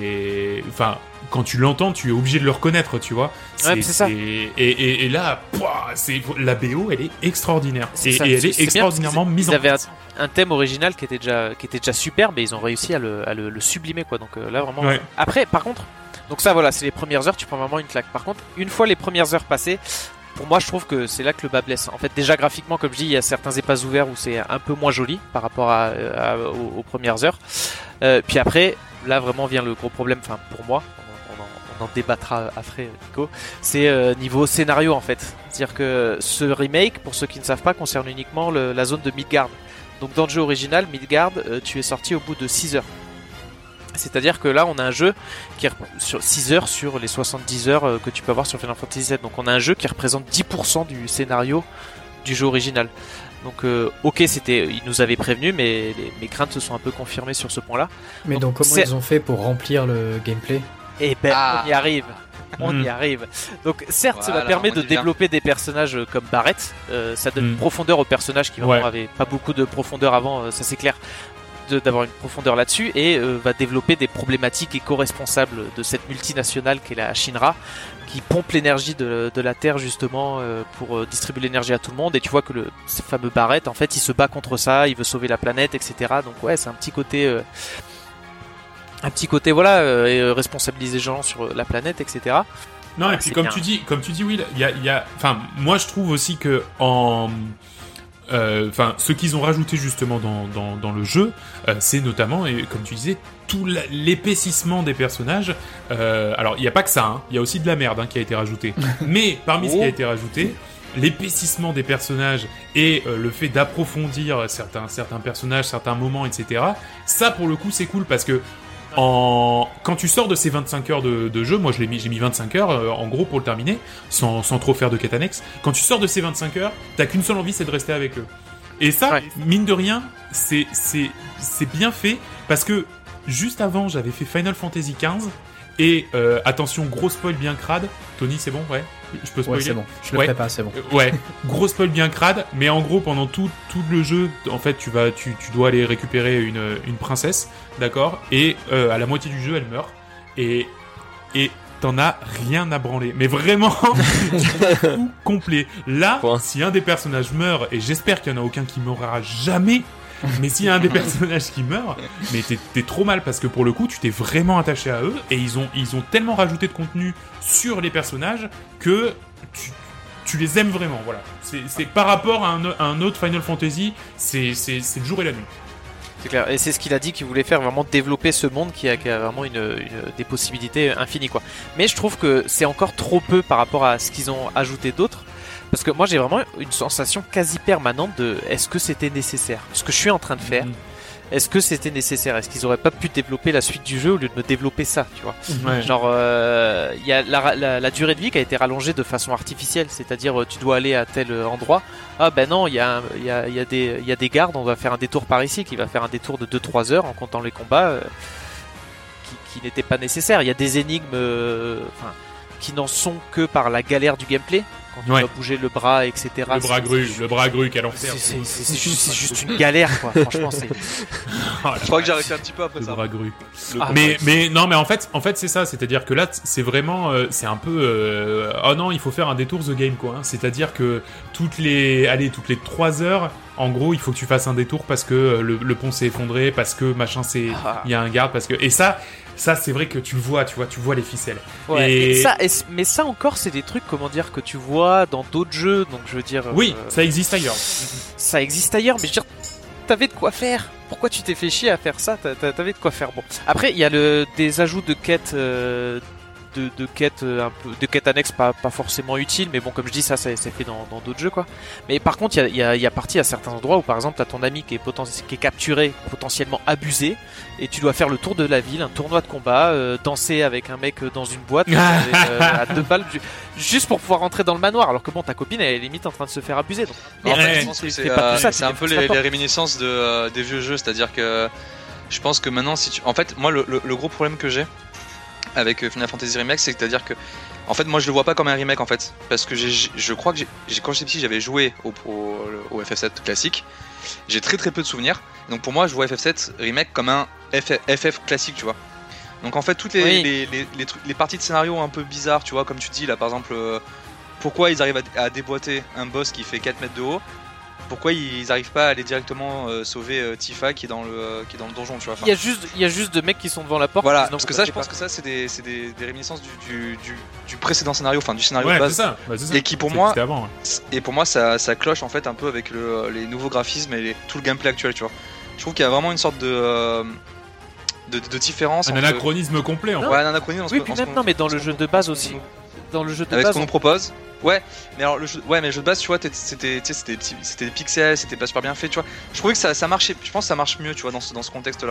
est enfin quand tu l'entends, tu es obligé de le reconnaître, tu vois. Ouais, c'est ça. Et, et, et là, pouah, c'est la B O, elle est extraordinaire. C'est Et, ça, et elle c'est- est c'est bien extraordinairement parce qu'ils- mise ils en avaient place. un, un thème original qui était déjà, qui était déjà superbe et ils ont réussi à le, à le, le sublimer, quoi. Donc euh, là, vraiment. Ouais. Après, par contre, donc ça, voilà, c'est les premières heures, tu prends vraiment une claque. Par contre, une fois les premières heures passées, pour moi, je trouve que c'est là que le bas blesse. En fait, déjà graphiquement, comme je dis, il y a certains espaces ouverts où c'est un peu moins joli par rapport à, à- aux, aux premières heures. Euh, puis après, là, vraiment vient le gros problème. Enfin, pour moi, on, on en, on en débattra après, Nico. C'est euh, niveau scénario, en fait. C'est-à-dire que ce remake, pour ceux qui ne savent pas, concerne uniquement le- la zone de Midgard. Donc, dans le jeu original, Midgard, euh, tu es sorti au bout de six heures. C'est-à-dire que là, on a un jeu qui est sur six heures sur les soixante-dix heures euh, que tu peux avoir sur Final Fantasy sept. Donc on a un jeu qui représente dix pour cent du scénario du jeu original. Donc euh, ok, c'était, ils nous avaient prévenu, mais les, mes craintes se sont un peu confirmées sur ce point-là. Mais Donc, donc, comment c'est- ils ont fait pour remplir le gameplay? Et ben Ah. on y arrive. On Mm. y arrive. Donc certes, ça Voilà, permet on de y vient. développer des personnages euh, comme Barrett. Euh, ça donne Mm. une profondeur aux personnages qui vraiment Ouais. avaient pas beaucoup de profondeur avant. euh, ça c'est clair. De- d'avoir une profondeur là-dessus et euh, va développer des problématiques éco-responsables de cette multinationale qu'est la Shinra qui pompe l'énergie de, de la Terre justement euh, pour euh, distribuer l'énergie à tout le monde et tu vois que le ce fameux Barrett en fait il se bat contre ça, il veut sauver la planète, etc. Donc ouais, c'est un petit côté euh, un petit côté voilà euh, et, euh, responsabiliser les gens sur euh, la planète, etc. Non, Ouais, et puis c'est comme bien. tu dis, comme tu dis, Will, il y a, il y a, enfin, moi je trouve aussi que en, euh, enfin, ce qu'ils ont rajouté justement dans dans, dans le jeu, euh, c'est notamment, et comme tu disais, tout la- l'épaississement des personnages. Euh, alors, il y a pas que ça, hein, il y a aussi de la merde hein, qui a été rajouté. Mais parmi ce qui a été rajouté, l'épaississement des personnages et euh, le fait d'approfondir certains certains personnages, certains moments, et cetera. Ça, pour le coup, c'est cool parce que en... quand tu sors de ces vingt-cinq heures de, de jeu, moi je l'ai mis, j'ai mis vingt-cinq heures euh, en gros pour le terminer, sans, sans trop faire de quête annexe. Quand tu sors de ces vingt-cinq heures, t'as qu'une seule envie, c'est de rester avec eux. Et ça, Ouais. mine de rien, c'est c'est c'est bien fait parce que juste avant, j'avais fait Final Fantasy quinze et euh, attention, gros spoil bien crade. Tony, c'est bon, ouais, je peux spoiler. Ouais, c'est bon. Je le Ouais. ferai pas, c'est bon. Euh, ouais, gros spoil bien crade, mais en gros pendant tout, tout le jeu, en fait tu vas tu, tu dois aller récupérer une, une princesse, d'accord, et euh, à la moitié du jeu elle meurt et et t'en as rien à branler, mais vraiment tout complet. Là, Point. si un des personnages meurt, et j'espère qu'il y en a aucun qui mourra jamais. Mais s'il y a un des personnages qui meurt, mais t'es, t'es trop mal parce que pour le coup, tu t'es vraiment attaché à eux et ils ont, ils ont tellement rajouté de contenu sur les personnages que tu, tu les aimes vraiment. Voilà. C'est, c'est par rapport à un, à un autre Final Fantasy, c'est, c'est, c'est le jour et la nuit. C'est clair. Et c'est ce qu'il a dit qu'il voulait faire, vraiment développer ce monde qui a, qui a vraiment une, une- des possibilités infinies, quoi. Mais je trouve que c'est encore trop peu par rapport à ce qu'ils ont ajouté d'autres. Parce que moi j'ai vraiment une sensation quasi permanente de est-ce que c'était nécessaire? Ce que je suis en train de faire, Mhm. est-ce que c'était nécessaire? Est-ce qu'ils auraient pas pu développer la suite du jeu au lieu de me développer ça, tu vois? Ouais. Genre, euh, il y a la, la, la durée de vie qui a été rallongée de façon artificielle, c'est-à-dire euh, tu dois aller à tel euh, endroit. Ah ben non, il y, a un- il y, a, il y, a des- il y a des gardes, on va faire un détour par ici, qui va faire un détour de deux trois heures en comptant les combats, euh, qui, qui n'étaient pas nécessaires. Il y a des énigmes euh, enfin, qui n'en sont que par la galère du gameplay. quand tu Ouais. dois bouger le bras, et cetera. Le bras c'est- gru, c'est- le bras gru, quel enfer. C'est, c'est, c'est, c'est juste, c'est juste une galère, quoi. Franchement, c'est. Oh, la Je crois que j'ai vache, arrêté un petit peu après le ça. bras gru. Le Ah, combat. Mais, mais non, mais en fait, en fait, c'est ça. C'est-à-dire que là, t- c'est vraiment, euh, c'est un peu, euh, oh non, il faut faire un détour the game, quoi. hein. C'est-à-dire que toutes les, allez, toutes les trois heures, en gros, il faut que tu fasses un détour parce que euh, le, le pont s'est effondré, parce que machin, c'est, Ah. il y a un garde, parce que, et ça, ça, c'est vrai que tu le vois, tu vois, tu vois les ficelles. Ouais, Et- et ça, et c- mais ça encore, c'est des trucs, comment dire, que tu vois dans d'autres jeux. Donc, je veux dire. Oui, euh, ça existe ailleurs. ça existe ailleurs, mais je veux dire, t'avais de quoi faire. Pourquoi tu t'es fait chier à faire ça? T'a- t'a- T'avais de quoi faire. Bon. Après, il y a le des ajouts de quêtes, euh, de, de quêtes euh, un peu, de quêtes annexes pas, pas forcément utiles, mais bon, comme je dis, ça, ça c'est fait dans dans d'autres jeux, quoi. Mais par contre, il y a, il y a, il y a partie à certains endroits où, par exemple, t'as ton ami qui est poten- qui est capturé, potentiellement abusé, et tu dois faire le tour de la ville, un tournoi de combat, euh, danser avec un mec euh, dans une boîte avec, euh, à deux balles, ju- juste pour pouvoir rentrer dans le manoir, alors que bon, ta copine, elle est limite en train de se faire abuser. Donc, En fait, Ouais. je pense que tu c'est fais pas euh, tout ça, c'est tu un fais peu tout les, ça. les réminiscences de, euh, des vieux jeux, c'est-à-dire que je pense que maintenant, si tu... en fait, moi, le, le- le gros problème que j'ai avec euh, Final Fantasy Remake, c'est-à-dire que, en fait, moi, je le vois pas comme un remake, en fait, parce que j'ai, je crois que j'ai, j'ai- quand j'étais petit, j'avais joué au, au, au F F sept classique, j'ai très très peu de souvenirs, donc pour moi, je vois F F sept Remake comme un F F classique, tu vois. Donc en fait, toutes les, Oui. les, les, les, trucs- les parties de scénario un peu bizarres, tu vois, comme tu dis là, par exemple, euh, pourquoi ils arrivent à, à déboîter un boss qui fait quatre mètres de haut? Pourquoi ils arrivent pas à aller directement euh, sauver euh, Tifa qui est dans le euh, qui est dans le donjon, tu vois. Enfin, il y a juste, il y a juste deux mecs qui sont devant la porte. voilà, qui disent non, parce que vous ça, je passez pense que ça, c'est des, c'est des, des réminiscences du, du, du, du précédent scénario, enfin du scénario Ouais, de c'est base. ça. Bah, c'est ça. Et qui pour C'est moi, c'était avant, ouais. et pour moi, ça, ça cloche en fait un peu avec le, les nouveaux graphismes et les- tout le gameplay actuel, tu vois. Je trouve qu'il y a vraiment une sorte de euh, de, de différence. Un entre- anachronisme complet, en fait. Ouais, un anachronisme. en Oui, ce- puis en ce même qu'on- non, mais dans en ce le qu'on- jeu de base en aussi. ce qu'on- Dans le jeu de Avec ce base, qu'on on- nous propose. Ouais, mais alors le jeu, ouais, mais le jeu de base, tu vois, t'es- c'était, tu sais, c'était des petits, c'était des pixels, c'était pas super bien fait, tu vois. Je trouvais que ça, ça marchait. Je pense que ça marche mieux, tu vois, dans ce, dans ce contexte-là.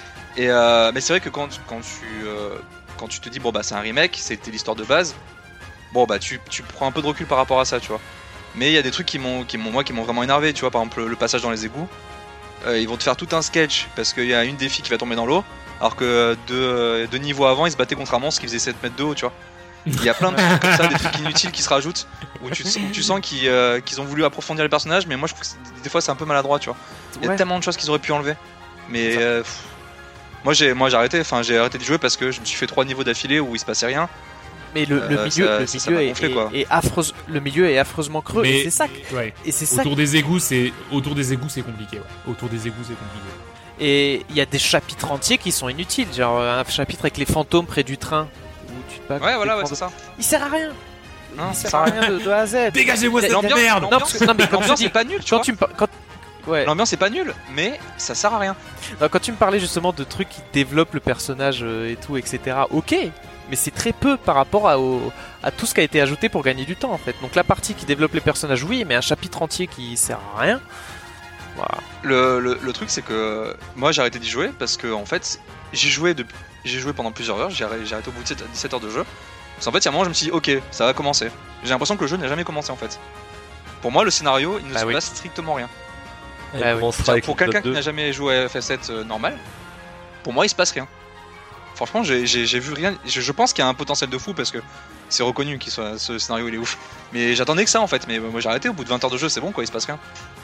Et euh, mais c'est vrai que quand, quand tu, euh, quand tu te dis bon bah c'est un remake, c'était l'histoire de base. Bon bah tu, tu prends un peu de recul par rapport à ça, tu vois. Mais il y a des trucs qui m'ont, qui m'ont, moi, qui m'ont vraiment énervé, tu vois. Par exemple, le, le passage dans les égouts. Euh, ils vont te faire tout un sketch parce qu'il y a une des filles qui va tomber dans l'eau, alors que deux, euh, deux niveaux avant, ils se battaient contre un monstre qui faisait sept mètres de haut, tu vois. Il y a plein de trucs comme ça, des trucs inutiles qui se rajoutent, où tu, où tu sens qu'ils, euh, qu'ils ont voulu approfondir les personnages, mais moi je trouve que c'est- des fois c'est un peu maladroit, tu vois. Il y a Ouais. tellement de choses qu'ils auraient pu enlever. Mais euh, pff, moi j'ai moi j'ai arrêté, enfin j'ai arrêté de jouer parce que je me suis fait trois niveaux d'affilée où il se passait rien. Mais le, le Euh, milieu, ça- le ça- ça milieu m'a est, gonflé, est- quoi. est affreuse, le milieu est affreusement creux. Mais Et c'est ça. ouais. Et c'est ça. Autour des égouts, c'est autour des égouts, c'est compliqué. Ouais. Autour des égouts, c'est compliqué. Et il y a des chapitres entiers qui sont inutiles, genre un chapitre avec les fantômes près du train où tu te bats Ouais contre voilà, les ouais, c'est fantômes. ça. Il sert à rien. Non, Il ça sert sert à à rien. rien de, de A à Z. Dégagez-moi cette L'ambiance, merde. Non, l'ambiance, parce que- non, mais comme je l'ambiance dis, est pas nulle, tu Quand vois. tu me par- quand ouais. L'ambiance est pas nulle, mais ça sert à rien. Non, quand tu me parlais justement de trucs qui développent le personnage euh, et tout, et cetera. Ok, mais c'est très peu par rapport à, au- à tout ce qui a été ajouté pour gagner du temps en fait. Donc la partie qui développe les personnages, oui, mais un chapitre entier qui sert à rien. Voilà. Le, le, le truc c'est que moi j'ai arrêté d'y jouer parce que en fait j'ai joué depuis, j'ai joué pendant plusieurs heures, j'ai arrêté, j'ai arrêté au bout de dix-sept heures de jeu. Parce qu'en fait il y a un moment je me suis dit ok ça va commencer. J'ai l'impression que le jeu n'a jamais commencé en fait. Pour moi le scénario il ne Bah se oui. passe strictement rien. Elle Ah oui. commencera avec Pour l'épisode quelqu'un qui deux. n'a jamais joué à F F sept euh, normal, pour moi il se passe rien. Franchement j'ai, j'ai, j'ai vu rien, je, je pense qu'il y a un potentiel de fou parce que c'est reconnu qu'il soit, ce scénario il est ouf. Mais j'attendais que ça en fait, mais moi j'ai arrêté au bout de vingt heures de jeu c'est bon quoi, il se passe rien.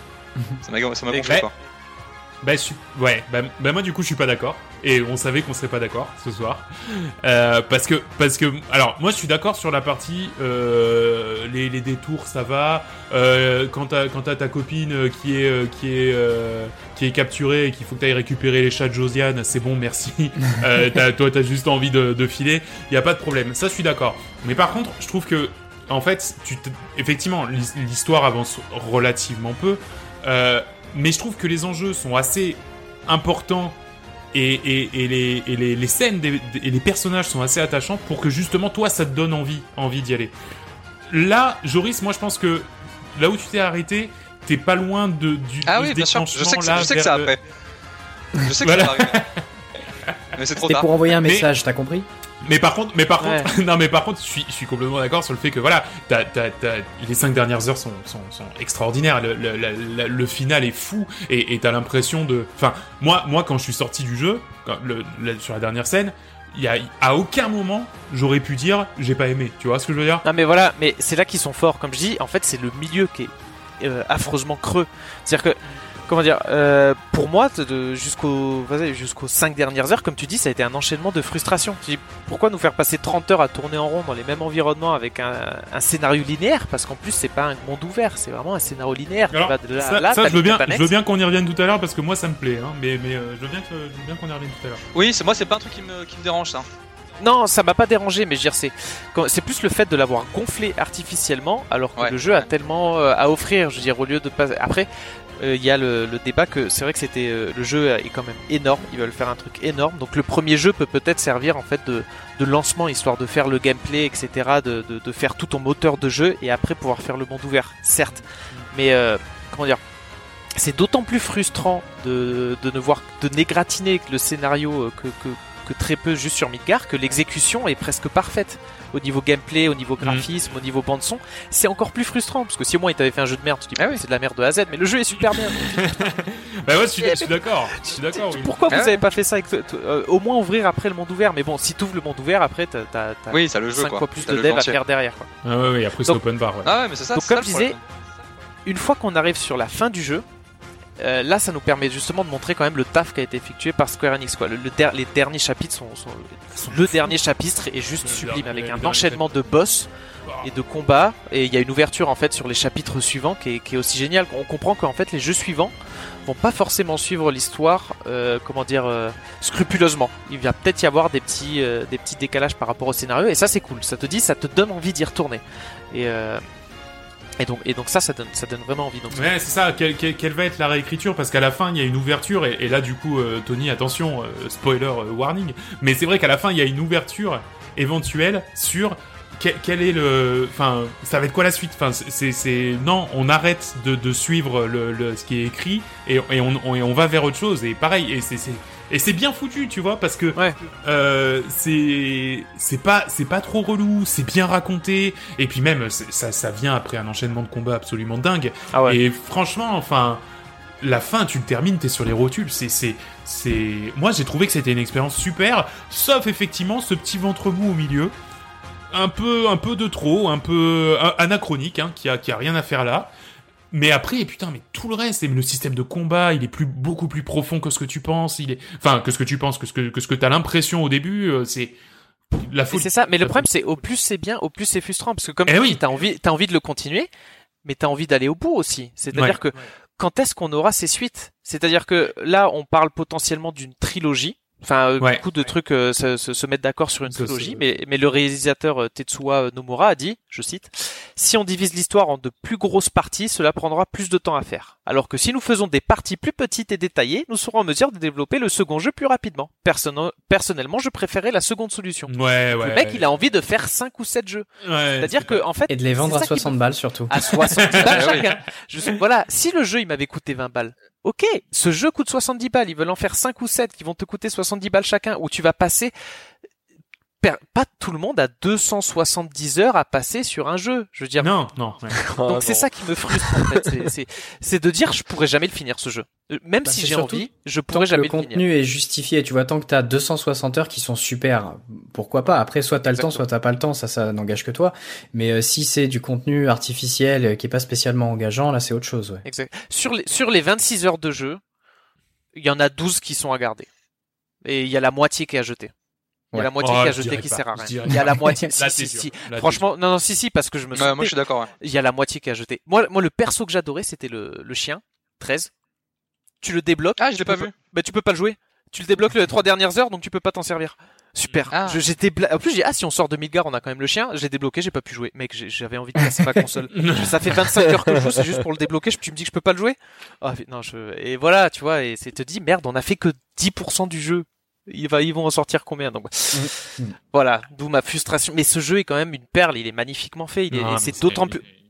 Ça m'a, ça m'a Et gonflé ouais. quoi. Bah, je suis- ouais, bah, bah moi du coup je suis pas d'accord et on savait qu'on serait pas d'accord ce soir euh, parce que parce que alors moi je suis d'accord sur la partie euh, les, les détours ça va euh, quand t'as quand t'as ta copine qui est euh, qui est euh, qui est capturée et qu'il faut que t'ailles récupérer les chats de Josiane c'est bon merci euh, t'as, toi t'as juste envie de, de filer y a pas de problème ça je suis d'accord mais par contre je trouve que en fait tu te- effectivement l'his- l'histoire avance relativement peu euh, mais je trouve que les enjeux sont assez importants et, et, et, les, et les, les scènes des- et les personnages sont assez attachants pour que justement toi ça te donne envie, envie d'y aller. Là, Joris, moi je pense que là où tu t'es arrêté, t'es pas loin de, du, Ah du oui, bien sûr. Je sais que, déclenchement, là, je sais que vers c'est le- après. Je sais que Voilà. ça va arriver. Mais c'est trop C'était tard. pour envoyer un Mais- message, t'as compris? Mais par contre, mais par Ouais. contre, non, mais par contre, je suis, je suis complètement d'accord sur le fait que voilà, t'as, t'as, t'as- les cinq dernières heures sont, sont, sont extraordinaires. Le, le, le, le- le final est fou et et t'as l'impression de, enfin, moi, moi, quand je suis sorti du jeu, quand le, le- sur la dernière scène, il y a à aucun moment j'aurais pu dire j'ai pas aimé. Tu vois ce que je veux dire? Non mais voilà, mais c'est là qu'ils sont forts. Comme je dis, en fait, c'est le milieu qui est euh, affreusement creux. C'est-à-dire que, comment dire, euh, pour moi, de, de, jusqu'au, jusqu'aux cinq dernières heures, comme tu dis, ça a été un enchaînement de frustration. Tu dis, pourquoi nous faire passer trente heures à tourner en rond dans les mêmes environnements avec un, un scénario linéaire? Parce qu'en plus, c'est pas un monde ouvert, c'est vraiment un scénario linéaire. Alors, tu vas de là, ça, là, ça je veux bien, planète. je veux bien qu'on y revienne tout à l'heure parce que moi ça me plaît, hein, mais mais euh, je veux bien que, je veux bien qu'on y revienne tout à l'heure. Oui, c'est moi, c'est pas un truc qui me, qui me dérange ça. Non, ça m'a pas dérangé, mais je veux dire, c'est, c'est plus le fait de l'avoir gonflé artificiellement, alors que Ouais, le jeu ouais. a tellement euh, à offrir. Je veux dire, au lieu de pas. Après, il euh, y a le, le débat que c'est vrai que c'était euh, le jeu est quand même énorme. Ils veulent faire un truc énorme, donc le premier jeu peut peut-être servir en fait de, de lancement, histoire de faire le gameplay, et cetera, de, de, de faire tout ton moteur de jeu et après pouvoir faire le monde ouvert. Certes, mais euh, comment dire. C'est d'autant plus frustrant de, de ne voir de n'égratiner le scénario que, que, que très peu juste sur Midgar, que l'exécution est presque parfaite au niveau gameplay, au niveau graphisme, mmh. au niveau bande son. C'est encore plus frustrant parce que si au moins il t'avait fait un jeu de merde, tu dis ah oui c'est de la merde de A à Z, mais le jeu est super bien. Bah ouais, je suis, je suis d'accord. Je suis d'accord. Oui. Pourquoi ah vous ouais. avez pas fait ça avec, euh, au moins ouvrir après le monde ouvert? Mais bon, si t'ouvres le monde ouvert après, t'as, t'as, t'as Oui, ça le jeu cinq quoi. fois plus T'as de le dev à entier. faire derrière. Quoi. Ah ouais, ouais, après c'est Donc- open bar. Ouais. Ah ouais, mais c'est ça. Donc c'est ça, comme le je disais, problème. une fois qu'on arrive sur la fin du jeu, euh, là ça nous permet justement de montrer quand même le taf qui a été effectué par Square Enix. Quoi. Le, le der- les derniers chapitres sont, sont, sont le dernier chapitre est juste Le sublime dernier- avec le un dernier enchaînement de chapitre. boss et de combats, et il y a une ouverture en fait sur les chapitres suivants qui est, qui est aussi génial. On comprend qu'en fait les jeux suivants vont pas forcément suivre l'histoire euh, comment dire euh, scrupuleusement. Il va peut-être y avoir des petits euh, des petits décalages par rapport au scénario, et ça c'est cool. Ça te dit, ça te donne envie d'y retourner. Et euh, Et donc, et donc ça, ça donne, ça donne vraiment envie. Donc, Ouais, c'est ça. Quelle, quelle, quelle va être la réécriture? Parce qu'à la fin, il y a une ouverture. Et, et là, du coup, euh, Tony, attention, euh, spoiler euh, warning. Mais c'est vrai qu'à la fin, il y a une ouverture éventuelle sur quel, quel est le. Enfin, ça va être quoi la suite? Enfin, c'est, c'est non, on arrête de, de suivre le, le, ce qui est écrit et, et, on, on, et on va vers autre chose. Et pareil, et c'est, c'est et c'est bien foutu, tu vois, parce que Ouais. euh, c'est c'est pas c'est pas trop relou, c'est bien raconté, et puis même c'est- ça ça vient après un enchaînement de combats absolument dingue. Ah ouais. Et franchement, enfin, la fin, tu le termines, t'es sur les rotules. C'est c'est c'est moi j'ai trouvé que c'était une expérience super, sauf effectivement ce petit ventre mou au milieu, un peu un peu de trop, un peu euh, anachronique, hein, qui a qui a rien à faire là. Mais après, putain, mais tout le reste, et le système de combat, il est plus, beaucoup plus profond que ce que tu penses, il est, enfin, que ce que tu penses, que ce que, que ce que t'as l'impression au début, euh, c'est la Mais folie. c'est ça. Mais le problème, c'est au plus c'est bien, au plus c'est frustrant, parce que comme Eh tu oui. dis, t'as envie, t'as envie de le continuer, mais t'as envie d'aller au bout aussi. C'est-à-dire Ouais. que quand est-ce qu'on aura ces suites? C'est-à-dire que là, on parle potentiellement d'une trilogie. Enfin, euh, Ouais. beaucoup de trucs euh, se, se, se mettent d'accord sur une Ça, trilogie, c'est- mais, mais le réalisateur euh, Tetsuya Nomura a dit, je cite, « Si on divise l'histoire en de plus grosses parties, cela prendra plus de temps à faire. Alors que si nous faisons des parties plus petites et détaillées, nous serons en mesure de développer le second jeu plus rapidement. Perso- personnellement, je préférais la seconde solution. Ouais, ouais. Le mec, il a envie de faire cinq ou sept jeux. Ouais, C'est-à-dire que, en fait, Et de les vendre c'est à ça qui soixante me- balles surtout. à soixante-dix balles Ah oui. chacun. Je suis- voilà, si le jeu il m'avait coûté vingt balles, ok, ce jeu coûte soixante-dix balles, ils veulent en faire cinq ou sept qui vont te coûter soixante-dix balles chacun, où tu vas passer, per- pas tout le monde a deux cent soixante-dix heures à passer sur un jeu, je veux dire. Non, non. ouais. Donc Ah, c'est non. ça qui me frustre en fait, c'est, c'est, c'est de dire je pourrais jamais le finir ce jeu. Euh, Même Bah, si c'est j'ai surtout envie, je Tant pourrais que jamais le le finir. contenu est justifié, tu vois, tant que t'as deux cent soixante heures qui sont super, pourquoi pas. Après, soit t'as le temps, Exactement. soit t'as pas le temps, ça, ça n'engage que toi. Mais euh, si c'est du contenu artificiel euh, qui est pas spécialement engageant, là, c'est autre chose, ouais. Exact. Sur les, sur les vingt-six heures de jeu, il y en a douze qui sont à garder. Et il y a la moitié qui est à jeter. Il y a Ouais. la moitié Oh, qui est à je jeter dirais qui pas, sert à je rien. dirais Il y a pas. la moitié, Là, si, t'es si, dur. si. Là, t'es Franchement, non, non, si, si, parce que je me suis Ouais, moi je suis d'accord. Ouais. il y a la moitié qui a jeté. Moi, moi, le perso que j'adorais, c'était le, le chien, treize. Tu le débloques. Ah, je l'ai tu peux pas vu. Bah, tu peux pas le jouer. Tu le débloques les trois dernières heures, donc tu peux pas t'en servir. Super. Ah. Je- J'étais bla... En plus, j'ai, ah, si on sort de Midgar, on a quand même le chien. J'ai débloqué, j'ai pas pu jouer. Mec, j'ai- j'avais envie de casser ma console. Ça fait vingt-cinq heures que je joue, c'est juste pour le débloquer. Je- Tu me dis que je peux pas le jouer? Ah, non, je, et voilà, tu vois, et c'est te dit, merde, on a fait que dix pour cent du jeu. Il va, ils vont en sortir combien? Donc, Mhm. voilà. D'où ma frustration. Mais ce jeu est quand même une perle. Il est magnifiquement fait. Il est, Non, et mais c'est d'autant plus,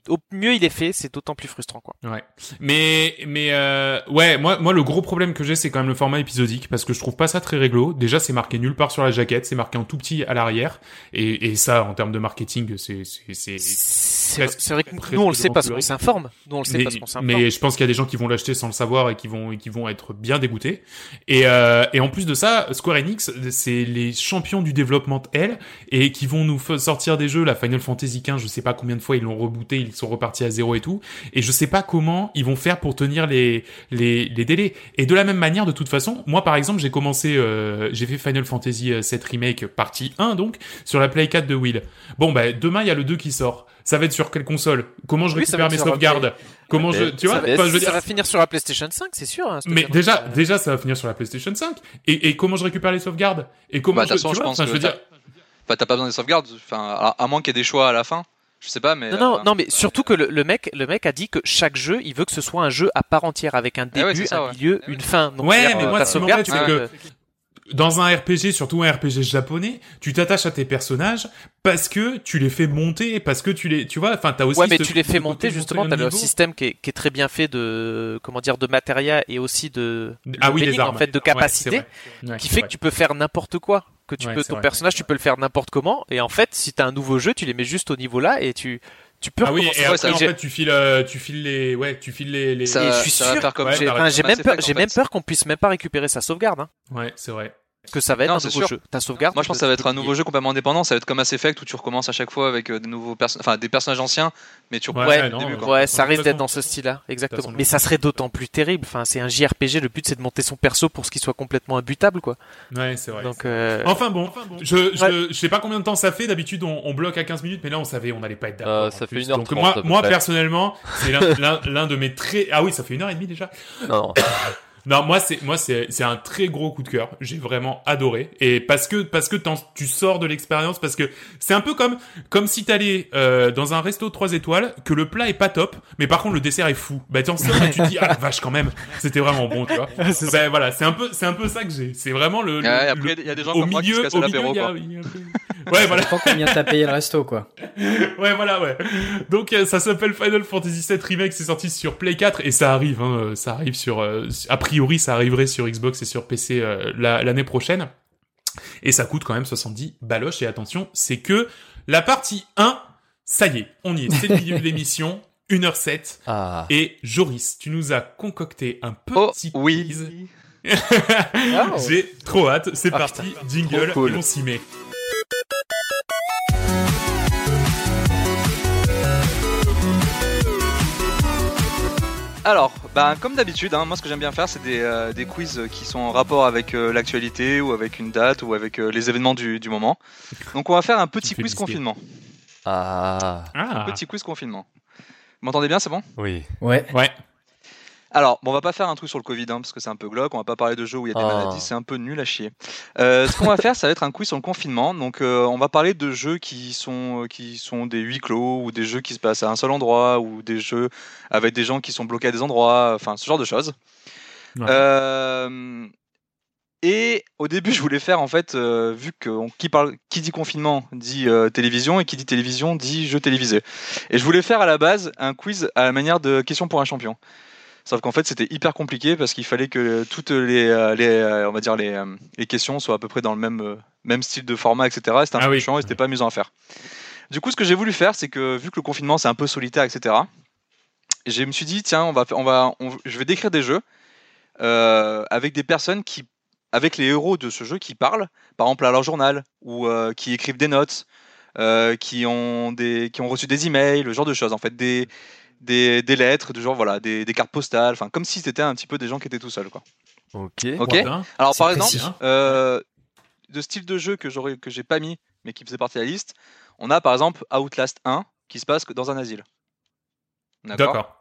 au mieux il est fait, c'est d'autant plus frustrant, quoi. Ouais. Mais mais euh, ouais, moi moi le gros problème que j'ai, c'est quand même le format épisodique, parce que je trouve pas ça très réglo. Déjà, c'est marqué nulle part sur la jaquette, c'est marqué en tout petit à l'arrière, et et ça, en termes de marketing, c'est c'est c'est C'est, presque- c'est vrai que presque nous on le sait parce devant qu'on pleurer. s'informe. Nous on le sait mais, parce qu'on s'informe. mais je pense qu'il y a des gens qui vont l'acheter sans le savoir et qui vont et qui vont être bien dégoûtés. Et euh, et en plus de ça, Square Enix, c'est les champions du développement L, et qui vont nous f- sortir des jeux. La Final Fantasy quinze, je sais pas combien de fois ils l'ont rebooté, ils sont repartis à zéro et tout. Et je sais pas comment ils vont faire pour tenir les les les délais. Et de la même manière, de toute façon, moi par exemple, j'ai commencé, euh, j'ai fait Final Fantasy sept Remake partie un, donc sur la Play quatre de Will. Bon bah demain il y a le deux qui sort. Ça va être sur quelle console? Comment je Oui, ça va récupère être mes sur la sauvegardes? Comment je, va tu vois, être- ça va enfin, je veux Ça dire, va finir sur la PlayStation cinq, c'est sûr. Hein, mais c'est-à-dire, déjà, euh, déjà, ça va finir sur la PlayStation cinq. Et, et comment je récupère les sauvegardes? Et comment Bah, de je, toute façon, tu je vois, pense enfin, je que veux dire, Enfin, t'as pas besoin des sauvegardes. Enfin, à, à moins qu'il y ait des choix à la fin. Je sais pas, mais. Non, non, euh, non, mais surtout que le, le mec, le mec a dit que chaque jeu, il veut que ce soit un jeu à part entière avec un Eh ouais, début, c'est ça, un ouais. milieu, Eh oui. une fin. Donc, Ouais, c'est-à-dire mais que moi, ta ce qui sauvegarde, m'embête, tu c'est peux- que dans un R P G, surtout un R P G japonais, tu t'attaches à tes personnages parce que tu les fais monter, parce que tu les, tu vois, enfin, t'as aussi. Ouais, mais ce- tu les ce fais côté monter justement. au T'as le niveau. système qui est, qui est très bien fait de, comment dire, de matériel et aussi de, de Ah oui, les leveling, armes. en fait, de Ouais, c'est capacité, vrai. Ouais, qui c'est fait vrai. que tu peux faire n'importe quoi. Que tu Ouais, peux, c'est ton vrai. personnage, tu peux le faire n'importe comment. Et en fait, si t'as un nouveau jeu, tu les mets juste au niveau là et tu, tu peux Ah oui, recommencer. et après, ça, en j'ai- fait, tu files, euh, tu files les, ouais, tu files les, les. Ça, Et je suis ça va sûr faire comme Ouais, j'ai, t'as enfin, j'ai Mass même peur, Effect, en j'ai fait. même peur qu'on puisse même pas récupérer sa sauvegarde, hein. Ouais, c'est vrai. Que ça va être Non, un c'est nouveau sûr. jeu. Ta sauvegarde. Moi, je pense que ça va être un nouveau jeu complètement indépendant. Ça va être comme Mass Effect où tu recommences à chaque fois avec euh, des nouveaux perso- enfin des personnages anciens, mais tu recommences Ouais, dès le non, début. euh, Quoi. Ouais, ça De toute risque d'être façon- dans ce style-là, exactement. façon, Mais ça serait d'autant plus terrible. Enfin, c'est un J R P G. Le but, c'est de monter son perso pour ce qu'il soit complètement imbutable, quoi. Ouais, c'est vrai. Donc, euh... Enfin bon, je, je, Ouais. je sais pas combien de temps ça fait. D'habitude, on, on bloque à quinze minutes, mais là, on savait, on n'allait pas être d'accord. Euh, en ça fait plus. une heure Donc trente, moi, à peu moi près. personnellement, c'est l'un, l'un, l'un de mes très. Ah oui, ça fait une heure et demie déjà. Non, non. Non, moi c'est moi c'est c'est un très gros coup de cœur. J'ai vraiment adoré, et parce que parce que t'en- tu sors de l'expérience, parce que c'est un peu comme comme si t'allais euh, dans un resto trois étoiles, que le plat est pas top, mais par contre le dessert est fou. Bah t'en sors et tu te dis ah la vache quand même, c'était vraiment bon, tu vois. Ben voilà, c'est un peu c'est un peu ça que j'ai. C'est vraiment le, le- Ouais, après, le- il y a des gens au comme moi qui se milieu cassent au à milieu l'apéro, il y a- quoi. il y a un peu- Ouais voilà. Je pense combien t'as payé le resto, quoi. Ouais, voilà, ouais. Donc, euh, ça s'appelle Final Fantasy sept Remake, c'est sorti sur Play quatre, et ça arrive, hein, euh, ça arrive sur, euh, a priori, ça arriverait sur Xbox et sur P C euh, la- l'année prochaine. Et ça coûte quand même soixante-dix baloches, et attention, c'est que la partie un, ça y est, on y est, c'est le milieu de l'émission, une heure sept, Ah. et Joris, tu nous as concocté un Oh petit oui. quiz. Oh. J'ai trop hâte, c'est Ah, parti, jingle, Trop cool. et on s'y met. Alors, bah, comme d'habitude, hein, moi ce que j'aime bien faire, c'est des, euh, des quiz qui sont en rapport avec euh, l'actualité ou avec une date ou avec euh, les événements du, du moment. Donc on va faire un petit Tu fais quiz visiter. confinement. Ah. Ah, Petit quiz confinement. Vous m'entendez bien, c'est bon? Oui. Ouais. ouais. Alors, bon, on va pas faire un truc sur le Covid, hein, parce que c'est un peu glauque, on va pas parler de jeux où il y a des Ah. maladies, c'est un peu nul à chier. Euh, ce qu'on va faire, ça va être un quiz sur le confinement, donc euh, on va parler de jeux qui sont, euh, qui sont des huis clos, ou des jeux qui se passent à un seul endroit, ou des jeux avec des gens qui sont bloqués à des endroits, enfin ce genre de choses. Ouais. Euh, et au début, je voulais faire, en fait, euh, vu que on- qui, parle, qui dit confinement dit euh, télévision, et qui dit télévision dit jeu télévisé. Et je voulais faire à la base un quiz à la manière de question pour un champion. Sauf qu'en fait, c'était hyper compliqué parce qu'il fallait que toutes les, euh, les euh, on va dire les, euh, les questions soient à peu près dans le même, euh, même style de format, et cetera. C'était un Ah peu oui. chiant et c'était pas amusant à faire. Du coup, ce que j'ai voulu faire, c'est que vu que le confinement c'est un peu solitaire, et cetera. Je me suis dit tiens, on va, on va, on- je vais décrire des jeux euh, avec des personnes qui, avec les héros de ce jeu qui parlent, par exemple à leur journal ou euh, qui écrivent des notes, euh, qui ont des, qui ont reçu des emails, le genre de choses en fait, des des, des lettres, du genre voilà, des, des cartes postales, enfin comme si c'était un petit peu des gens qui étaient tout seuls quoi. Ok. Ok. Voilà. Alors C'est par précis. exemple, euh, de style de jeu que j'aurais que j'ai pas mis mais qui faisait partie de la liste, on a par exemple Outlast un qui se passe que dans un asile. D'accord.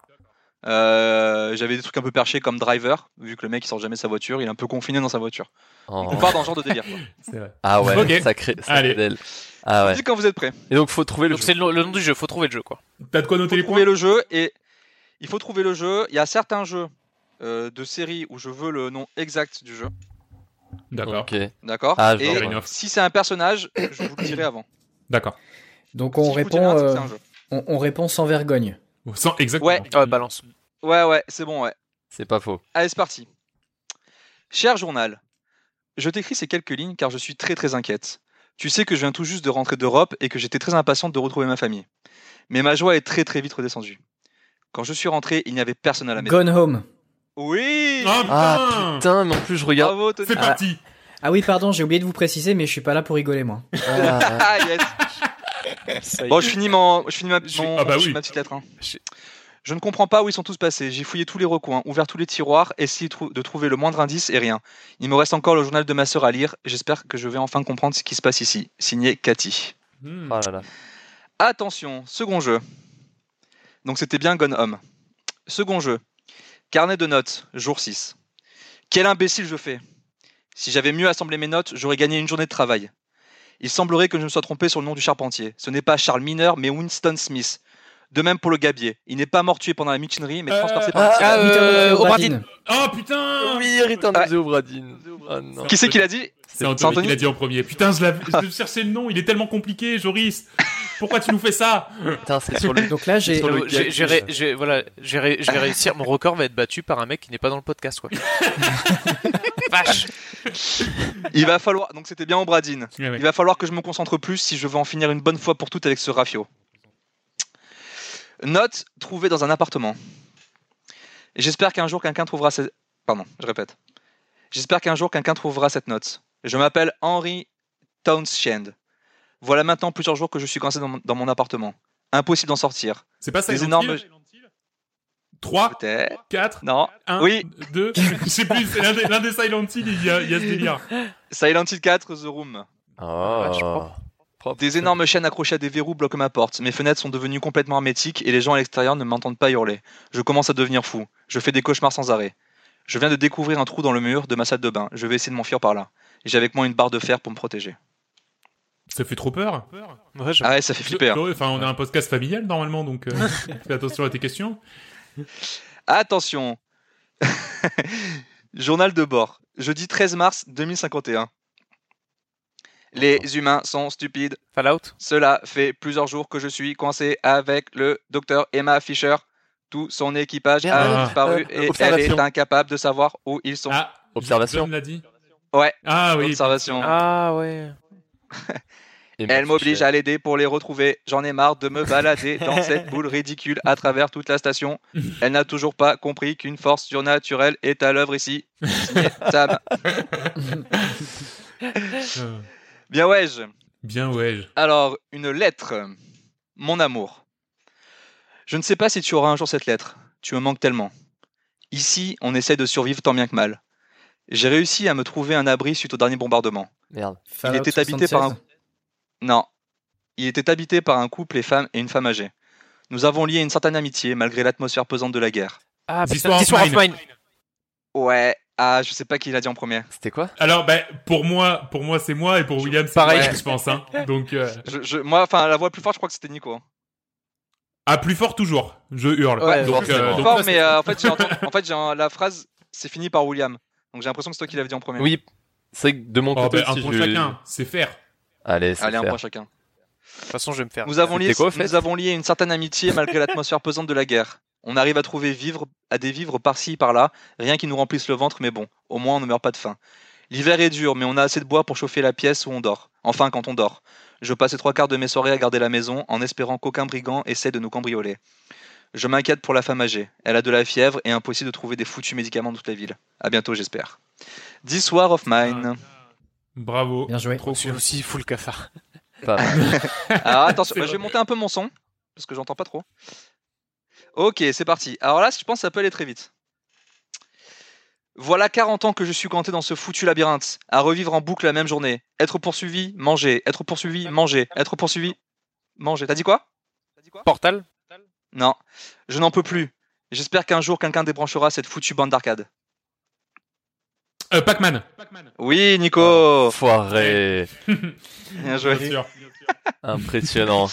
Euh, J'avais des trucs un peu perchés comme Driver, vu que le mec il sort jamais de sa voiture, il est un peu confiné dans sa voiture. Oh. On part dans ce genre de délire. Quoi. C'est vrai. Ah ouais. Ok. Sacré. sacré Allez. d'elle. Ah ouais. Dites quand vous êtes prêts. Et donc faut trouver le Donc jeu. c'est le, le nom du jeu. Faut trouver le jeu, quoi. T'as de quoi noter Il les faut trouver points? le jeu et il faut trouver le jeu. Il y a certains jeux euh, de séries où je veux le nom exact du jeu. D'accord. Ok. D'accord. Ah, je Et vois. si c'est un personnage, je vous le dirai avant. D'accord. Donc Si on je vous dirai répond, un, c'est que euh, c'est un jeu. On, on répond sans vergogne. Sans, exactement. Ouais. Ouais, balance. Ouais, ouais, c'est bon, ouais. C'est pas faux. Allez, c'est parti. Cher journal, je t'écris ces quelques lignes car je suis très très inquiète. Tu sais que je viens tout juste de rentrer d'Europe et que j'étais très impatiente de retrouver ma famille. Mais ma joie est très très vite redescendue. Quand je suis rentré, il n'y avait personne à la maison. Gone Home. Oui. Ah, putain, Ah putain, mais en plus je regarde. Bravo, Tony. C'est parti. Ah oui, pardon, j'ai oublié de vous préciser, mais je suis pas là pour rigoler, moi. Ah, Ah, yes. Ça y est. Bon, je finis, mon, je finis ma, Je- mon- ah bah je- oui. ma petite lettre. hein. Je- Je ne comprends pas où ils sont tous passés. J'ai fouillé tous les recoins, ouvert tous les tiroirs, essayé de trou- de trouver le moindre indice et rien. Il me reste encore le journal de ma sœur à lire. J'espère que je vais enfin comprendre ce qui se passe ici. Signé Cathy. Hmm. oh là là. Attention, second jeu. Donc c'était bien Gone Home. Second jeu. Carnet de notes, jour six. Quel imbécile je fais. Si j'avais mieux assemblé mes notes, j'aurais gagné une journée de travail. Il semblerait que je me sois trompé sur le nom du charpentier. Ce n'est pas Charles Miner, mais Winston Smith. De même pour le gabier. Il n'est pas mort tué pendant la mutinerie, mais Euh, transpercé par... Ah, Return of euh, the Obra Obradine. Dinn. Oh putain. Oui, Return Ouais. of the Obra Dinn. Ah non. Qui c'est qui l'a dit? C'est Anthony, Anthony qui l'a dit en premier. Putain, je, l'avais- je cherchais le nom. Il est tellement compliqué, Joris. Pourquoi tu nous fais ça? Putain, c'est sur le. Donc là, j'ai. Sur le J'avoue, j'ai- gag, j'ai ré- ça. j'ai- voilà, j'ai ré- je vais réussir. Mon record va être battu par un mec qui n'est pas dans le podcast, quoi. Vache. Il va falloir... Donc c'était bien Obradine. Ouais, ouais. Il va falloir que je me concentre plus si je veux en finir une bonne fois pour toutes avec ce rafio. Note trouvée dans un appartement. J'espère qu'un jour quelqu'un trouvera cette... Pardon, je répète. J'espère qu'un jour quelqu'un trouvera cette note. Je m'appelle Henry Townshend. Voilà maintenant plusieurs jours que je suis coincé dans mon, dans mon appartement. Impossible d'en sortir. C'est pas ça. Des énormes- trois, Peut-être. quatre, Non. un, Oui. deux. Je sais plus. C'est l'un des, l'un des Silent Hill. Il y a, il y a ce délire. Silent Hill quatre, The Room. Oh. je crois. Propre. Des énormes chaînes accrochées à des verrous bloquent ma porte. Mes fenêtres sont devenues complètement hermétiques et les gens à l'extérieur ne m'entendent pas hurler. Je commence à devenir fou. Je fais des cauchemars sans arrêt. Je viens de découvrir un trou dans le mur de ma salle de bain. Je vais essayer de m'enfuir par là. Et j'ai avec moi une barre de fer pour me protéger. Ça fait trop peur. Ouais, je- Ah ouais, ça fait flipper. hein. Ouais, Enfin, on a un podcast familial normalement, donc euh, fais attention à tes questions. Attention. Journal de bord. Jeudi treize mars deux mille cinquante et un. Les humains sont stupides. Fallout. Cela fait plusieurs jours que je suis coincé avec le docteur Emma Fisher. Tout son équipage a Merde. disparu Euh, et elle observation. est incapable de savoir où ils sont. Ah, Observation. John l'a dit. Ouais, Ah oui. observation. Ah ouais. Et Elle Matt m'oblige Fisher. à l'aider pour les retrouver. J'en ai marre de me balader dans cette boule ridicule à travers toute la station. Elle n'a toujours pas compris qu'une force surnaturelle est à l'œuvre ici. Signé Sam. Euh, Bien ouais. je- Bien ouais. Alors, une lettre. Mon amour. Je ne sais pas si tu auras un jour cette lettre. Tu me manques tellement. Ici, on essaie de survivre tant bien que mal. J'ai réussi à me trouver un abri suite au dernier bombardement. Merde. Fallout était habité par un- soixante-seize. Non. Il était habité par un couple et, femme, et une femme âgée. Nous avons lié une certaine amitié malgré l'atmosphère pesante de la guerre. Ah, This putain, War of This War of Mine. Mine. Ouais. Ah, je sais pas qui l'a dit en premier. C'était quoi? Alors, ben, pour moi, pour moi, c'est moi et pour William, c'est Pareil. moi, je pense. Hein. Donc, euh, Je, je- moi, enfin, la voix plus forte, je crois que c'était Nico. à plus fort toujours. Je hurle. Ouais, donc, forcément. donc Fort, là, c'est- mais euh, en fait, j'ai entendu- en fait, j'ai un- la phrase, c'est fini par William. Donc j'ai l'impression que c'est toi qui l'avais dit en premier. Oui. C'est vrai que de mon Oh, côté ben, un aussi, point je- chacun. C'est faire. Allez, c'est Allez, un faire. point chacun. De toute façon, je vais me faire. Nous avons, lié, C'était quoi, au fait nous avons lié une certaine amitié malgré l'atmosphère pesante de la guerre. On arrive à trouver vivre, à des vivres par-ci, par-là, rien qui nous remplisse le ventre, mais bon, au moins on ne meurt pas de faim. L'hiver est dur, mais on a assez de bois pour chauffer la pièce où on dort. Enfin, quand on dort. Je passe les trois quarts de mes soirées à garder la maison, en espérant qu'aucun brigand essaie de nous cambrioler. Je m'inquiète pour la femme âgée. Elle a de la fièvre et impossible de trouver des foutus médicaments dans toute la ville. À bientôt, j'espère. This War of Mine. Bravo. Bien joué. Trop Je suis cool. aussi full cafard. Pas mal. Alors attention, C'est bah, je vais vrai. monter un peu mon son, parce que j'entends pas trop. Ok, c'est parti. Alors là, je pense que ça peut aller très vite. Voilà quarante ans que je suis coincé dans ce foutu labyrinthe, à revivre en boucle la même journée. Être poursuivi, manger. Être poursuivi, manger. Être poursuivi, manger. T'as dit quoi? Portal. Non, je n'en peux plus. J'espère qu'un jour quelqu'un débranchera cette foutue bande d'arcade. Euh, Pac-Man. Oui, Nico. Foiré. Bien joué. Bien sûr. Impressionnant.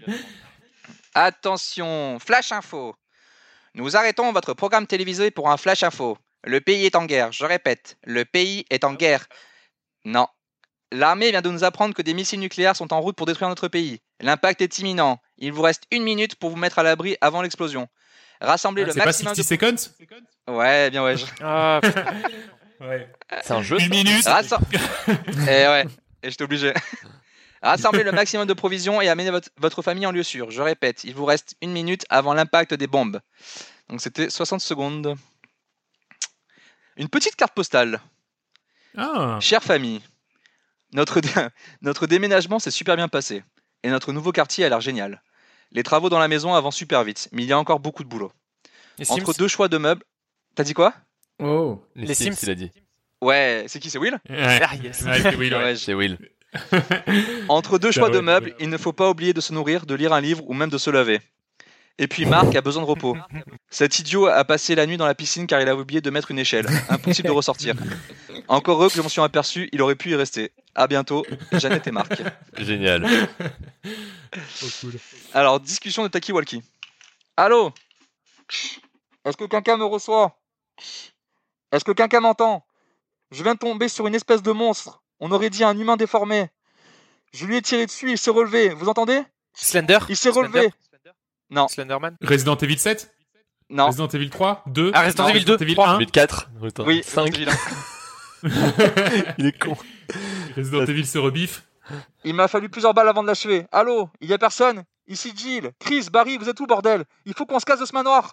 Attention, flash info. Nous arrêtons votre programme télévisé pour un flash info. Le pays est en guerre, je répète, le pays est en guerre. Non. L'armée vient de nous apprendre que des missiles nucléaires sont en route pour détruire notre pays. L'impact est imminent. Il vous reste une minute pour vous mettre à l'abri avant l'explosion. Rassemblez Ah, le c'est pas maximum sixty de... seconds Ouais, bien ouais. je- Ah, putain. Ouais. C'est un jeu. Une minute. Rassem- Et ouais, et j'étais obligé. Rassemblez le maximum de provisions et amenez votre, votre famille en lieu sûr. Je répète, il vous reste une minute avant l'impact des bombes. Donc c'était soixante secondes. Une petite carte postale. Ah. Chère famille, notre, dé- notre déménagement s'est super bien passé. Et notre nouveau quartier a l'air génial. Les travaux dans la maison avancent super vite, mais il y a encore beaucoup de boulot. Les Entre Sims. deux choix de meubles... T'as dit quoi? Oh. Les, Les Sims, Sims. il a dit. Ouais, c'est qui? C'est Will? Ouais. Ah, yes. Ouais, c'est Will, ouais. Ouais, je- C'est Will. Entre deux Ça, choix ouais, de meubles, ouais. il ne faut pas oublier de se nourrir, de lire un livre ou même de se laver. Et puis Marc a besoin de repos. Cet idiot a passé la nuit dans la piscine car il a oublié de mettre une échelle. Impossible de ressortir. Encore heureux que je m'en suis aperçu, il aurait pu y rester. À bientôt, Jeannette et Marc. Génial. Trop cool. Alors, discussion de Taki Walkie. Allô? Est-ce que quelqu'un me reçoit? Est-ce que quelqu'un m'entend? Je viens de tomber sur une espèce de monstre. On aurait dit un humain déformé. Je lui ai tiré dessus, il s'est relevé. Vous entendez? Slender. Il s'est relevé. Non. Slenderman. Resident Evil sept Non. Resident Evil trois deux Ah, Resident Non, Evil deux. Resident Evil trois. un huit quatre. Oui, cinq. Resident Evil un. Il est con. Resident Evil se rebiffe. Il m'a fallu plusieurs balles avant de l'achever. Allô? Il y a personne? Ici Jill. Chris, Barry, vous êtes où, bordel? Il faut qu'on se casse de ce manoir.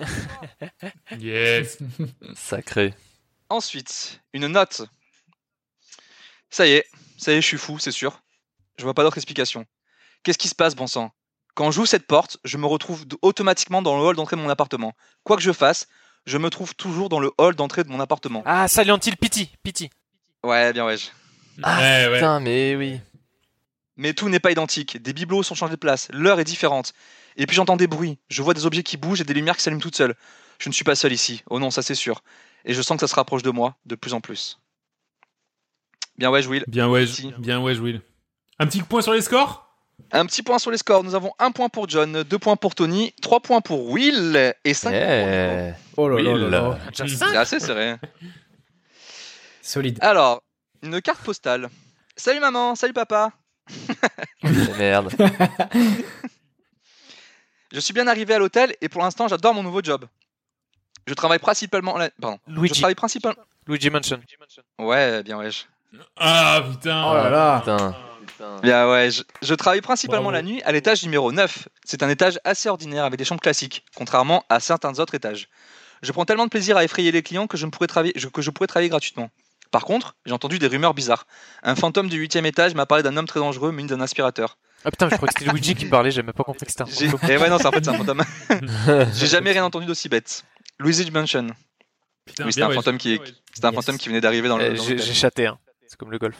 Yes. Sacré. Ensuite, une note. Ça y est, ça y est, je suis fou, c'est sûr. Je vois pas d'autre explication. Qu'est-ce qui se passe, bon sang? Quand j'ouvre cette porte, je me retrouve d- automatiquement dans le hall d'entrée de mon appartement. Quoi que je fasse, je me trouve toujours dans le hall d'entrée de mon appartement. Ah, Silent Hill, Pity. Pity. Ouais, bien ouais. je- Ah, ouais, ouais. Putain, mais oui. Mais tout n'est pas identique. Des bibelots sont changés de place. L'heure est différente. Et puis j'entends des bruits. Je vois des objets qui bougent et des lumières qui s'allument toutes seules. Je ne suis pas seul ici. Oh non, ça c'est sûr. Et je sens que ça se rapproche de moi de plus en plus. Bien ouais, Will. Bien ouais, Si. bien ouais, Will. Un petit point sur les scores. Un petit point sur les scores. Nous avons un point pour John, deux points pour Tony, trois points pour Will et cinq points pour Nico. Yeah. Oh là là Will. là là. Déjà Mm. cinq. C'est assez serré. Solide. Alors, une carte postale. Salut maman, salut papa. Merde. Je suis bien arrivé à l'hôtel et pour l'instant j'adore mon nouveau job. Je travaille principalement... la- Pardon. Je Luigi. travaille principalement... Luigi Mansion. Ouais, bien ouais. je- Ah putain. Oh là là. Putain. Bien ouais, je, je travaille principalement Bravo. la nuit à l'étage numéro neuf. C'est un étage assez ordinaire avec des chambres classiques, contrairement à certains autres étages. Je prends tellement de plaisir à effrayer les clients que je, ne pourrais, travailler, je- que je pourrais travailler gratuitement. Par contre, j'ai entendu des rumeurs bizarres. Un fantôme du huitième étage m'a parlé d'un homme très dangereux muni d'un aspirateur. Ah putain, je croyais que c'était Luigi qui parlait, j'ai même pas compris que c'était un J'ai... fantôme. Eh ouais, non, c'est en fait c'est un fantôme. J'ai jamais rien entendu d'aussi bête. Luigi Mansion. Putain, Oui, c'est bien un ouais. fantôme qui est- C'est un Yes. fantôme qui venait d'arriver dans le. Euh, dans J'ai l'hôtel. j'ai chaté, hein. C'est comme le golf.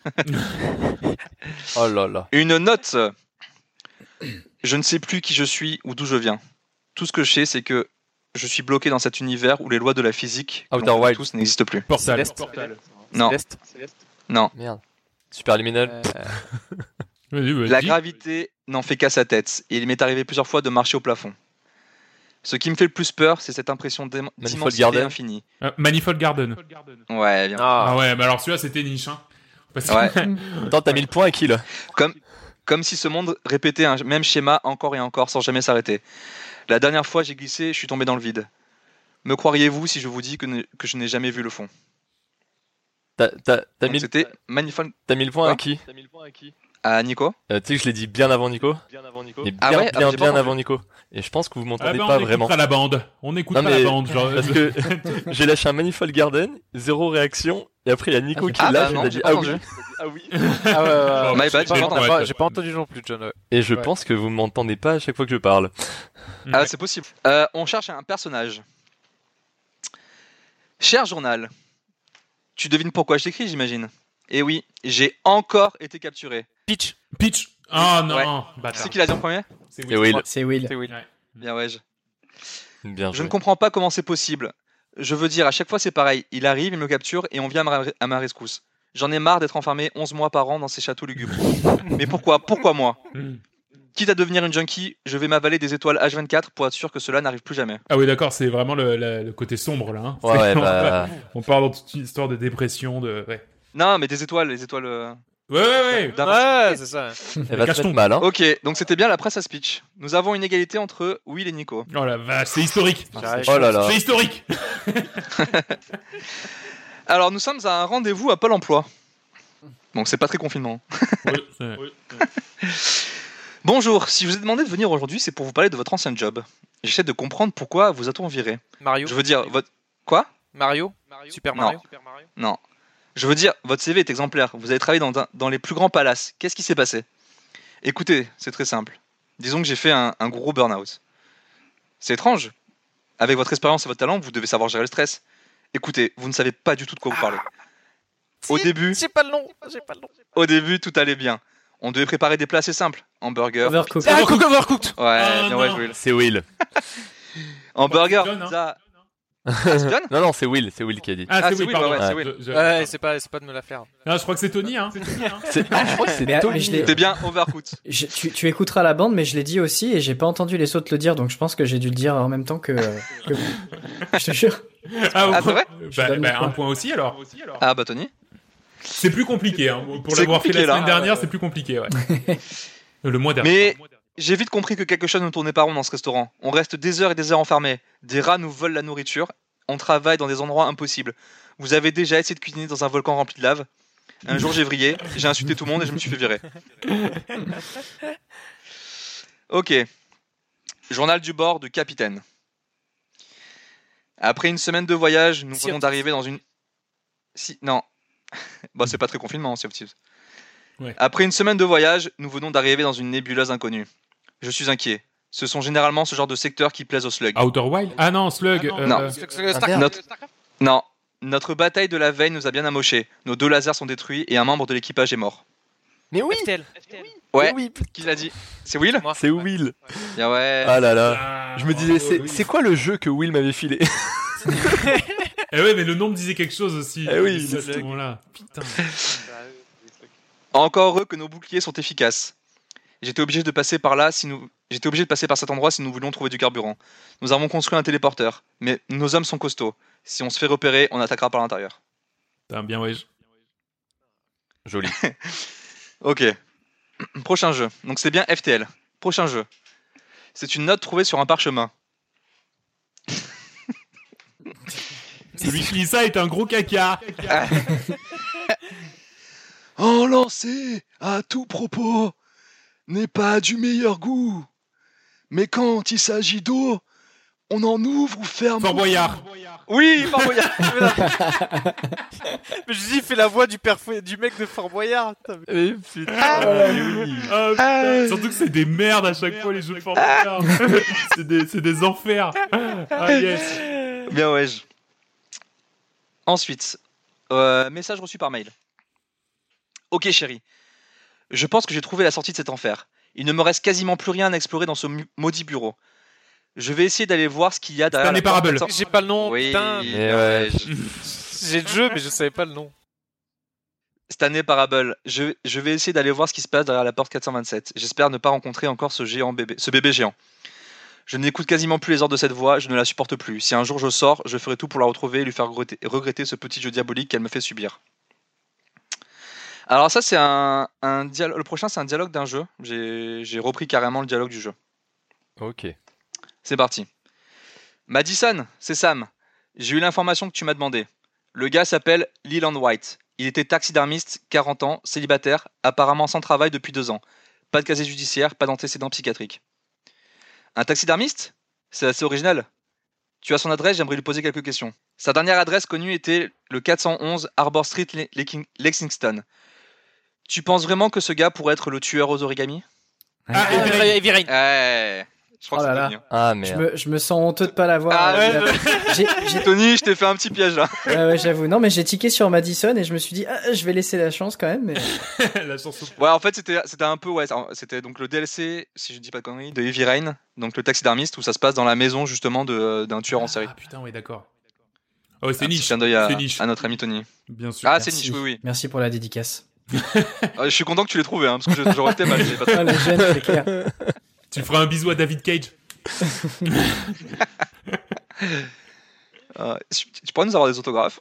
Oh là là. Une note. Je ne sais plus qui je suis ou d'où je viens. Tout ce que je sais, c'est que je suis bloqué dans cet univers où les lois de la physique que Outer l'on connaît Wild. tous n'existent plus. Portal. Céleste. Non, Céleste. non. Merde. Superliminal. Euh, Vas-y, vas-y. La gravité n'en fait qu'à sa tête, et il m'est arrivé plusieurs fois de marcher au plafond. Ce qui me fait le plus peur, c'est cette impression d'im- Manifold d'immensité Garden. infinie. Euh, Manifold Garden. Ouais, bien. Ah, Ah ouais, mais alors celui-là c'était niche. Hein. Parce que- Ouais. Attends, t'as mis le point à qui là? Comme, comme si ce monde répétait un même schéma encore et encore sans jamais s'arrêter. La dernière fois, j'ai glissé, je suis tombé dans le vide. Me croiriez-vous si je vous dis que, ne- que je n'ai jamais vu le fond? T'as t'as- t'as Donc, mis, le- C'était Manifold t'as mis le point à Quoi qui? à Nico. Euh, Tu sais que je l'ai dit bien avant Nico. Mais bien, Ah ouais, ah, bien, j'ai pas bien entendu. avant Nico. Et je pense que vous Ah m'entendez bah, pas on vraiment. écoutera la bande. On écoutera Non, mais- la bande. Genre... Parce que j'ai lâché un Manifold Garden, zéro réaction, et après il y a Nico qui Ah bah lâche, non, il a j'ai dit pas ah entendu. oui. Ah oui. Ah ouais, ouais, ouais. My J'ai bad, pas j'ai pas entendu- entendu. J'ai pas entendu non plus, John. ouais. Et je Ouais. pense que vous m'entendez pas à chaque fois que je parle. Ah, c'est possible. Euh, on cherche un personnage. Cher journal, tu devines pourquoi je t'écris, j'imagine. Eh oui, j'ai encore été capturé. Peach. Pitch. Ah non, Ouais. bâtard. C'est qui l'a dit en premier? C'est Et Will. C'est Will. C'est Will. Ouais. Bien ouais. Je... Bien je joué. ne comprends pas comment c'est possible. Je veux dire, à chaque fois c'est pareil. Il arrive, il me capture et on vient à ma, à ma rescousse. J'en ai marre d'être enfermé onze mois par an dans ces châteaux lugubres. Mais pourquoi? Pourquoi moi? Mm. Quitte à devenir une junkie, je vais m'avaler des étoiles H vingt-quatre pour être sûr que cela n'arrive plus jamais. Ah oui, d'accord, c'est vraiment le, le- le côté sombre là. Hein. Ouais, ouais, on, bah. part, on part dans toute une histoire de dépression, de. Ouais. Non, mais des étoiles, les étoiles. euh, Ouais, ouais, ouais. d'un- Ouais, c'est ça. Elle va se Cacheton. mettre mal, hein. Ok, donc c'était bien la presse à speech. Nous avons une égalité entre Will et Nico. Oh la vache, c'est historique. J'arrive. Oh là là. C'est historique. Alors, nous sommes à un rendez-vous à Pôle emploi. Donc, c'est pas très confinement. Ouais, c'est- Bonjour, si je vous ai demandé de venir aujourd'hui, c'est pour vous parler de votre ancien job. J'essaie de comprendre pourquoi vous a-t-on viré. Mario. Je veux dire, votre. Quoi? Mario. Super Non. Mario. Non. Je veux dire, votre C V est exemplaire. Vous avez travaillé dans, un- dans les plus grands palaces. Qu'est-ce qui s'est passé? Écoutez, c'est très simple. Disons que j'ai fait un, un gros burn-out. C'est étrange. Avec votre expérience et votre talent, vous devez savoir gérer le stress. Écoutez, vous ne savez pas du tout de quoi vous parlez. Au Si, début, J'ai pas le nom. J'ai pas le nom. au début, tout allait bien. On devait préparer des plats assez simples. Hamburger. Overcooked. Ah, Cook Overcooked. Ouais, Ah, bien ouais, non. Will. C'est Will. Hamburger, John, hein. pizza. Ah, c'est John? Non, non, c'est Will, c'est Will qui a dit. Ah, Ah, c'est c'est oui, Will, pardon. ouais, c'est Je- Will. je- Ouais, c'est pas, c'est pas de me la faire. Ah, je crois que c'est Tony, hein. C'est Tony, hein. C'est- Ah, je crois que c'est Mais- Tony. mais je l'ai- C'était bien Overcooked. Je- tu, tu écouteras la bande, mais je l'ai dit aussi et j'ai pas entendu les autres le dire, donc je pense que j'ai dû le dire en même temps que, que vous. Je te jure. Ah, Ah, c'est vrai? Bah, donne bah, le un point. point aussi alors. Ah, bah Tony. C'est plus compliqué, hein. Pour C'est l'avoir fait la compliqué, là. semaine dernière, Ah, ouais. c'est plus compliqué, ouais. Le mois dernier. Mais j'ai vite compris que quelque chose ne tournait pas rond dans ce restaurant. On reste des heures et des heures enfermés. Des rats nous volent la nourriture. On travaille dans des endroits impossibles. Vous avez déjà essayé de cuisiner dans un volcan rempli de lave. Un jour, j'ai vrillé, j'ai insulté tout le monde et je me suis fait virer. Ok. Journal du bord du capitaine. Après une semaine de voyage, nous Sea venons of d'arriver dans une... Si, non. Bah, c'est pas très confinement, Sea of Thieves. Ouais. Après une semaine de voyage, nous venons d'arriver dans une nébuleuse inconnue. Je suis inquiet. Ce sont généralement ce genre de secteurs qui plaisent aux slugs. Outer Wild. Ah non, Slug. euh, Non. euh, Starcraft. Notre... Non. Notre bataille de la veille nous a bien amochés. Nos deux lasers sont détruits et un membre de l'équipage est mort. Mais oui, F T L. Ouais, oui, qui l'a dit? C'est Will? Moi. c'est Will. Ah ouais. Ah là là. ah, Je me disais, c'est, oui. c'est quoi le jeu que Will m'avait filé? Eh ouais, mais le nom me disait quelque chose aussi. Eh oui, à le ce Slug. moment-là. Putain. Encore heureux que nos boucliers sont efficaces. J'étais obligé de passer par là si nous... J'étais obligé de passer par cet endroit si nous voulions trouver du carburant. Nous avons construit un téléporteur, mais nos hommes sont costauds. Si on se fait repérer, on attaquera par l'intérieur. Putain, bien ouais. Joli. Ok. Prochain jeu. Donc c'est bien F T L. Prochain jeu. C'est une note trouvée sur un parchemin. Celui qui lit ça est un gros caca. En lancer à tout propos n'est pas du meilleur goût. Mais quand il s'agit d'eau, on en ouvre ou ferme. Fort Boyard. Oui, Fort Boyard. Mais je dis, il fait la voix du, père Fouet- du mec de Fort Boyard. Putain, mais- Eh putain. oui. Ah, putain. Surtout que c'est des merdes à chaque fois les jeux de Fort Boyard. c'est des, c'est des enfers. Ah yes. Bien ouais. je- Ensuite, euh, message reçu par mail. Ok chérie, je pense que j'ai trouvé la sortie de cet enfer. Il ne me reste quasiment plus rien à explorer dans ce mu- maudit bureau. Je vais essayer d'aller voir ce qu'il y a derrière Stanley la porte Parable. quatre cents. J'ai pas le nom. Oui. Putain. Mais ouais. J'ai le jeu, mais je savais pas le nom. Stanley Parable. Je, je vais essayer d'aller voir ce qui se passe derrière la porte quatre cent vingt-sept. J'espère ne pas rencontrer encore ce géant bébé, ce bébé géant. Je n'écoute quasiment plus les ordres de cette voix, je ne la supporte plus. Si un jour je sors, je ferai tout pour la retrouver et lui faire regretter, regretter ce petit jeu diabolique qu'elle me fait subir. Alors ça c'est un, un dialogue. Le prochain c'est un dialogue d'un jeu. J'ai j'ai repris carrément le dialogue du jeu. Ok. C'est parti. Madison, c'est Sam. J'ai eu l'information que tu m'as demandé. Le gars s'appelle Leland White. Il était taxidermiste, quarante ans, célibataire, apparemment sans travail depuis deux ans. Pas de casier judiciaire, pas d'antécédent psychiatrique. Un taxidermiste? C'est assez original. Tu as son adresse, j'aimerais lui poser quelques questions. Sa dernière adresse connue était le quatre cent onze Arbor Street, Le- Leking- Lexington. Tu penses vraiment que ce gars pourrait être le tueur aux origamis? Ah, Heavy et- Rain, Heavy Rain. Eh, je crois Oh que là c'était là. bien. Ah Je merde. me, je me sens honteux de pas l'avoir. Ah ouais, euh, j'ai, j'ai- Tony, je t'ai fait un petit piège là. ouais, ouais, j'avoue. Non, mais j'ai tiqué sur Madison et je me suis dit, ah, je vais laisser la chance quand même. Mais... La chanson. Ouais, en fait, c'était c'était un peu, ouais, c'était donc le D L C, si je dis pas de conneries, de Heavy Rain, donc le taxidermiste, où ça se passe dans la maison justement de- d'un tueur en série. Ah putain, oui, d'accord. Oh, c'est Un petit niche. clin d'œil à, C'est niche. à notre ami Tony. Bien sûr. Ah, c'est Merci. niche, oui, oui. Merci pour la dédicace. Ah, je suis content que tu l'aies trouvé, hein, parce que je- j'aurais été mal. j'ai pas Ah, la gêne, c'est clair. Tu feras un bisou à David Cage. Euh, tu tu pourrais nous avoir des autographes?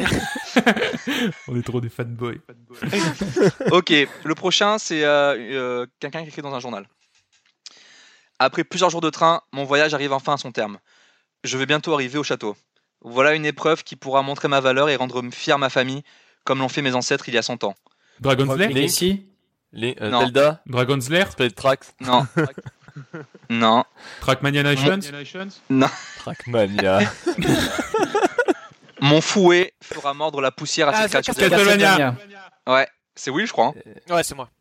On est trop des fanboys. Ok, le prochain, c'est euh, euh, quelqu'un qui écrit dans un journal. Après plusieurs jours de train, mon voyage arrive enfin à son terme. Je vais bientôt arriver au château. Voilà une épreuve qui pourra montrer ma valeur et rendre fière ma famille, comme l'ont fait mes ancêtres il y a cent ans. Dragon's Lair? Link. Ici, Les, euh, Non. Zelda, Dragon's Lair? Spade Tracks, Non. Non. Trackmania Nations? Trackmania. Mon fouet fera mordre la poussière à Ah, cette créature. Castlevania. Castlevania. Castlevania. Ouais, c'est Will, je crois. hein. Ouais, c'est moi.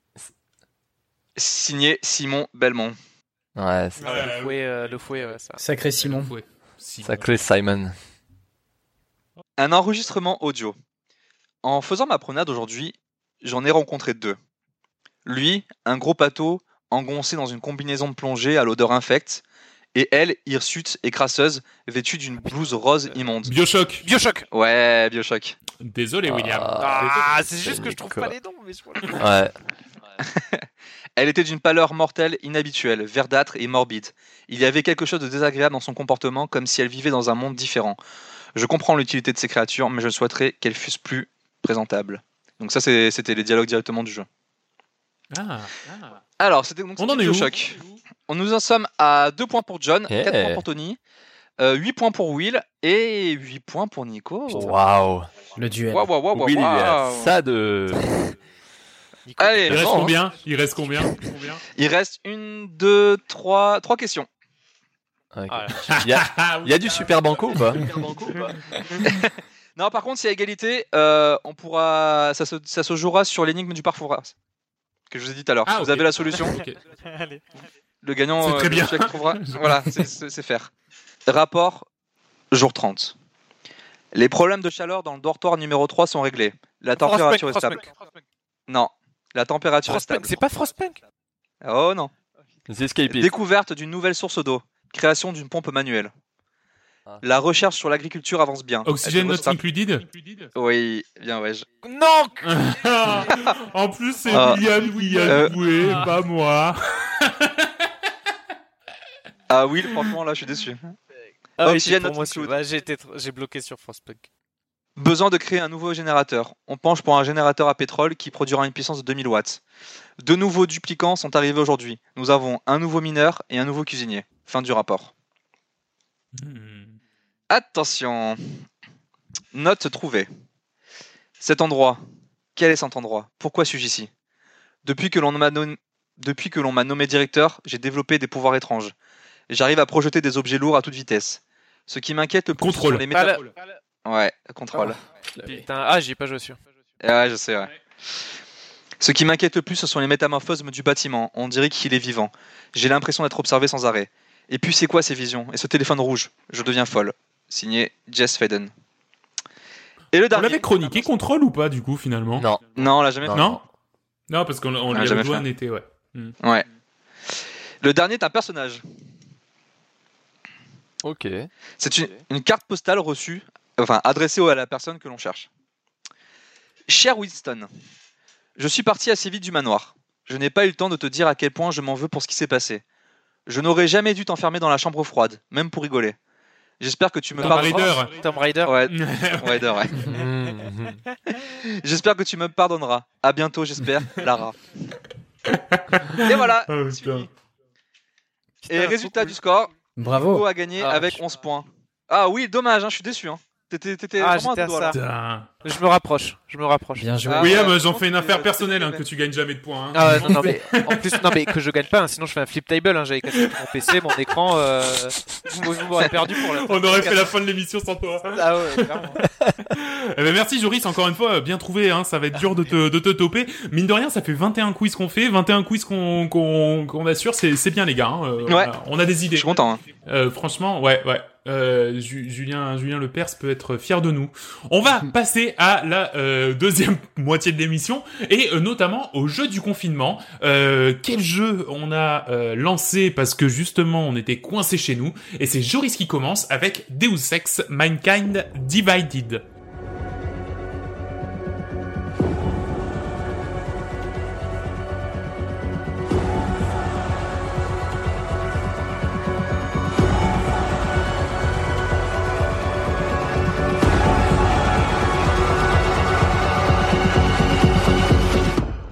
Signé Simon Belmont. Ouais, c'est Ouais, le fouet, euh, le fouet, ouais, ça. Sacré Simon. Ouais. Si, sacré Simon. Un enregistrement audio. En faisant ma promenade aujourd'hui, j'en ai rencontré deux. Lui, un gros pâteau engoncé dans une combinaison de plongée à l'odeur infecte, et elle, hirsute et crasseuse, vêtue d'une blouse rose immonde. Bioshock. Bioshock. Ouais, Bioshock. Désolé, William. Ah, c'est c'est juste que je trouve Nico. pas les noms, mais voilà. Ouais. Elle était d'une pâleur mortelle inhabituelle, verdâtre et morbide. Il y avait quelque chose de désagréable dans son comportement, comme si elle vivait dans un monde différent. Je comprends l'utilité de ces créatures, mais je souhaiterais qu'elles fussent plus présentables. Donc ça, c'est- c'était les dialogues directement du jeu. Ah. Alors, c'était donc On en c'était est où? Bioshock. On nous en sommes à deux points pour John, Yeah. quatre points pour Tony, euh, huit points pour Will et huit points pour Nico. Waouh. Le duel. Waouh, waouh, waouh, Will, il est à waouh. ça de. Allez, Il reste bon, hein. combien? Il reste combien? Combien? il reste une, deux, trois, trois questions. Ok. Ah, Il y a, Ah, il y a du Super Banco ou pas? Non, par contre, s'il y a égalité, euh, on pourra, ça se, ça se jouera sur l'énigme du parcours que je vous ai dit tout à l'heure. Ah, Vous ok. avez la solution. Ok. Allez. Le gagnant, C'est euh, très bien. celui qui trouvera. Voilà, c'est- c'est c'est faire. Rapport jour trente. Les problèmes de chaleur dans le dortoir numéro trois sont réglés. La température est stable. Frostpunk. Non, la température est Frostpunk. stable. C'est pas Frostpunk. Oh non. The Escapist. Découverte d'une nouvelle source d'eau. Création d'une pompe manuelle. Ah. La recherche sur l'agriculture avance bien. Oxygen Elle not devrait se- included? Oui, bien ouais. je- Non. En plus, c'est Ah. William qui a Euh. joué, pas moi. Ah oui, franchement là, je suis déçu. Ah oui, Oxygen c'est pour not moi, c'est- included. ouais, j'ai été tr- j'ai bloqué sur Frostpunk. Besoin de créer un nouveau générateur. On penche pour un générateur à pétrole qui produira une puissance de deux mille watts. Deux nouveaux duplicants sont arrivés aujourd'hui. Nous avons un nouveau mineur et un nouveau cuisinier. Fin du rapport. Hmm. Attention. Note trouvée. Cet endroit. Quel est cet endroit? Pourquoi suis-je ici? Depuis que l'on m'a nom- Depuis que l'on m'a nommé directeur, j'ai développé des pouvoirs étranges. J'arrive à projeter des objets lourds à toute vitesse. Ce qui m'inquiète le plus, ce Contrôle. sont les Pas méta... la- Ouais, contrôle. Putain, ah, j'y ai pas joué dessus. Ouais, je sais, ouais. Ce qui m'inquiète le plus, ce sont les métamorphoses du bâtiment. On dirait qu'il est vivant. J'ai l'impression d'être observé sans arrêt. Et puis, c'est quoi ces visions? Et ce téléphone rouge? Je deviens folle. Signé Jess Faden. Et le On dernier. l'avait chroniqué contrôle ou pas, du coup, finalement? Non. Non, on l'a jamais Non. fait. Non? Non, parce qu'on on Ah, lui jamais avait joué fait. un été, ouais. Ouais. Le dernier est un personnage. Ok. C'est une, une carte postale reçue, enfin adressée à la personne que l'on cherche. Cher Winston, je suis parti assez vite du manoir. Je n'ai pas eu le temps de te dire à quel point je m'en veux pour ce qui s'est passé. Je n'aurais jamais dû t'enfermer dans la chambre froide, même pour rigoler. J'espère que tu me Tomb pardonneras. Raider. Oh, Tomb Raider. Ouais, Raider, ouais. Mhm. J'espère que tu me pardonneras. À bientôt, j'espère, Lara. Et voilà. Oh, c'est putain. fini. Et résultat du score, Nico Bravo. a gagné Ah, avec je- onze points. Ah oui, dommage, hein, je suis déçu. Hein. T'étais, t'étais Ah, vraiment à j'étais deux à doigts, ça. là. Putain. Je me rapproche. Je me rapproche. Bien joué. Ah, William, ouais, j'en je fais une pense affaire que- personnelle, hein, c'est- que tu gagnes jamais de points. hein. Ah ouais, non, non, mais en plus, non, mais que je gagne pas, hein, sinon je fais un flip table, hein, j'avais cassé mon P C, mon écran, euh, vous, vous m'aurez perdu pour le. On aurait fait la fin de l'émission sans toi. Ah ouais, clairement. Eh ben merci Joris, encore une fois, bien trouvé, hein, ça va être dur de te, de te toper. Mine de rien, ça fait vingt et un quiz qu'on fait, vingt et un quiz qu'on qu'on qu'on assure, c'est c'est bien les gars. Hein, euh, Ouais. on a- On a des Je idées. suis content. Hein. Euh, franchement, ouais, ouais. Euh, Ju- Julien, Julien Lepers peut être fier de nous. On va passer à la euh, deuxième moitié de l'émission et euh, notamment au jeu du confinement. Euh, quel jeu on a euh, lancé parce que justement on était coincé chez nous et c'est Joris qui commence avec Deus Ex Mankind Divided.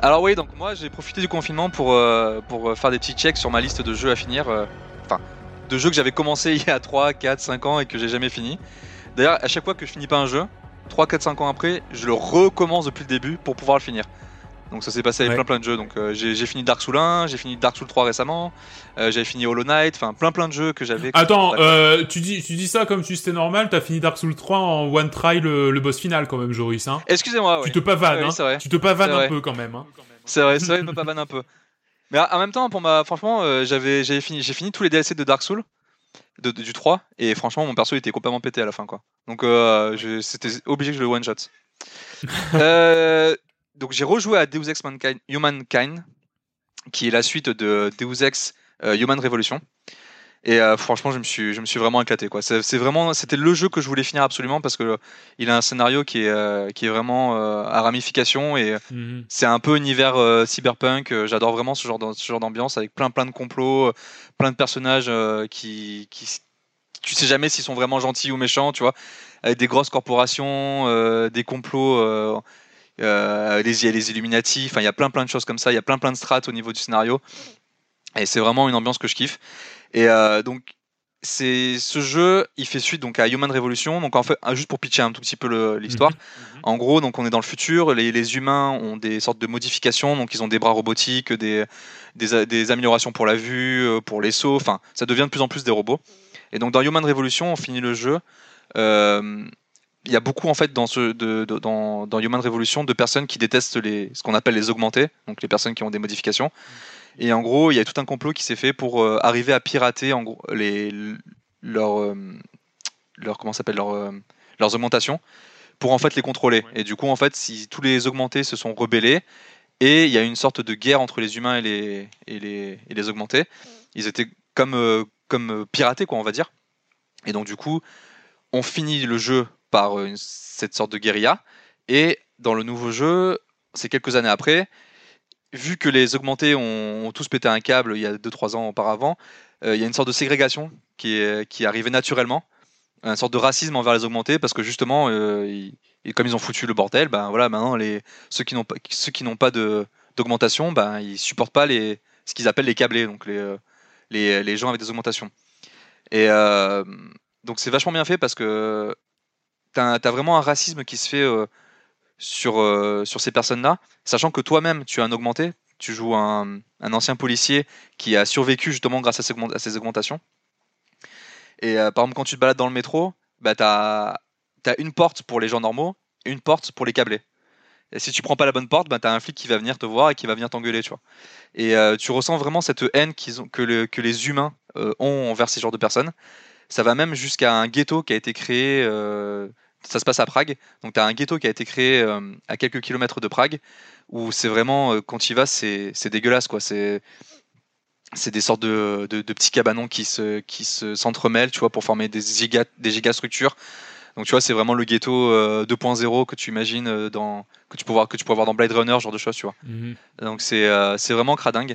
Alors oui, donc moi j'ai profité du confinement pour, euh, pour faire des petits checks sur ma liste de jeux à finir. euh, Enfin, de jeux que j'avais commencé il y a trois, quatre, cinq ans et que j'ai jamais fini. D'ailleurs, à chaque fois que je finis pas un jeu, trois, quatre, cinq ans après, je le recommence depuis le début pour pouvoir le finir. Donc ça s'est passé avec Ouais. plein plein de jeux. Donc euh, j'ai, j'ai fini Dark Souls un, j'ai fini Dark Souls trois récemment, euh, j'avais fini Hollow Knight, enfin plein plein de jeux que j'avais. Attends, euh, tu dis, tu dis ça comme si c'était normal, t'as fini Dark Souls trois en one try le, le boss final quand même, Joris, hein. Excusez-moi, Tu oui. te pavanes, Oui, hein. c'est vrai. Tu te pavanes C'est un vrai. peu quand même, hein. C'est vrai, c'est vrai, je me pavane un peu. Mais en même temps, pour ma, franchement, euh, j'avais, j'avais fini, j'ai fini tous les D L C de Dark Souls, de, de- du trois, et franchement, mon perso il était complètement pété à la fin, quoi. Donc, euh, je, c'était obligé que je le one shot. euh, donc, j'ai rejoué à Deus Ex Mankind, Humankind, qui est la suite de Deus Ex euh, Human Revolution. Et euh, franchement, je me suis, je me suis vraiment éclaté, quoi. C'est, c'est vraiment, c'était le jeu que je voulais finir absolument parce que euh, il a un scénario qui est, euh, qui est vraiment euh, à ramification et Mhm. c'est un peu univers euh, cyberpunk. euh, J'adore vraiment ce genre, d'am- ce genre d'ambiance avec plein plein de complots, euh, plein de personnages euh, qui, qui, tu sais jamais s'ils sont vraiment gentils ou méchants, tu vois, avec des grosses corporations, euh, des complots, euh, euh, les, il y a les Illuminati, enfin il y a plein plein de choses comme ça, il y a plein plein de strates au niveau du scénario et c'est vraiment une ambiance que je kiffe. Et euh, donc c'est ce jeu, il fait suite donc à Human Revolution. Donc en fait, ah, juste pour pitcher un tout petit peu le- l'histoire. Mhm. En gros, donc on est dans le futur. Les, les humains ont des sortes de modifications. Donc ils ont des bras robotiques, des, des, des améliorations pour la vue, euh, pour les sauts. Enfin, ça devient de plus en plus des robots. Et donc dans Human Revolution, on finit le jeu. euh, Il y a beaucoup en fait dans ce de, de- dans, dans Human Revolution de personnes qui détestent les ce qu'on appelle les augmentés, donc les personnes qui ont des modifications. Et en gros, il y a tout un complot qui s'est fait pour euh, arriver à pirater en gros les leurs euh, leurs comment ça s'appelle leurs euh, leurs augmentations pour en fait les contrôler. Et du coup, en fait, si tous les augmentés se sont rebellés et il y a une sorte de guerre entre les humains et les et les et les augmentés. Ils étaient comme euh, comme euh, piratés quoi, on va dire. Et donc du coup, on finit le jeu par euh, une- cette sorte de guérilla et dans le nouveau jeu, c'est quelques années après, vu que les augmentés ont, ont tous pété un câble il y a deux trois ans auparavant, euh, il y a une sorte de ségrégation qui est, qui est arrivée naturellement, une sorte de racisme envers les augmentés, parce que justement, euh, ils- et comme ils ont foutu le bordel, ben voilà, maintenant les, ceux qui n'ont pas, ceux qui n'ont pas de, d'augmentation, ben ils supportent pas les, ce qu'ils appellent les câblés, donc les, euh, les, les gens avec des augmentations. Et euh, donc c'est vachement bien fait parce que t'as, as vraiment un racisme qui se fait euh, sur, euh, sur ces personnes-là, sachant que toi-même, tu es un augmenté, tu joues un, un ancien policier qui a survécu justement grâce à ces, augment- à ces augmentations. Et euh, par exemple, quand tu te balades dans le métro, bah, tu as une porte pour les gens normaux et une porte pour les câblés. Et si tu prends pas la bonne porte, bah, tu as un flic qui va venir te voir et qui va venir t'engueuler, tu vois. Et euh, tu ressens vraiment cette haine qu'ils ont, que, le- que les humains euh, ont envers ces genres de personnes. Ça va même jusqu'à un ghetto qui a été créé. euh, ça se passe à Prague. Donc, tu as un ghetto qui a été créé euh, à quelques kilomètres de Prague, où c'est vraiment, euh, quand tu y vas, c'est c'est dégueulasse, quoi. C'est c'est des sortes de, de, de petits cabanons qui se qui se s'entremêlent, tu vois, pour former des giga des gigastructures. Donc, tu vois, c'est vraiment le ghetto euh, deux point zéro que tu imagines euh, dans que tu peux voir que tu peux voir dans Blade Runner, ce genre de choses, tu vois. Mhm. Donc, c'est euh, c'est vraiment cradingue.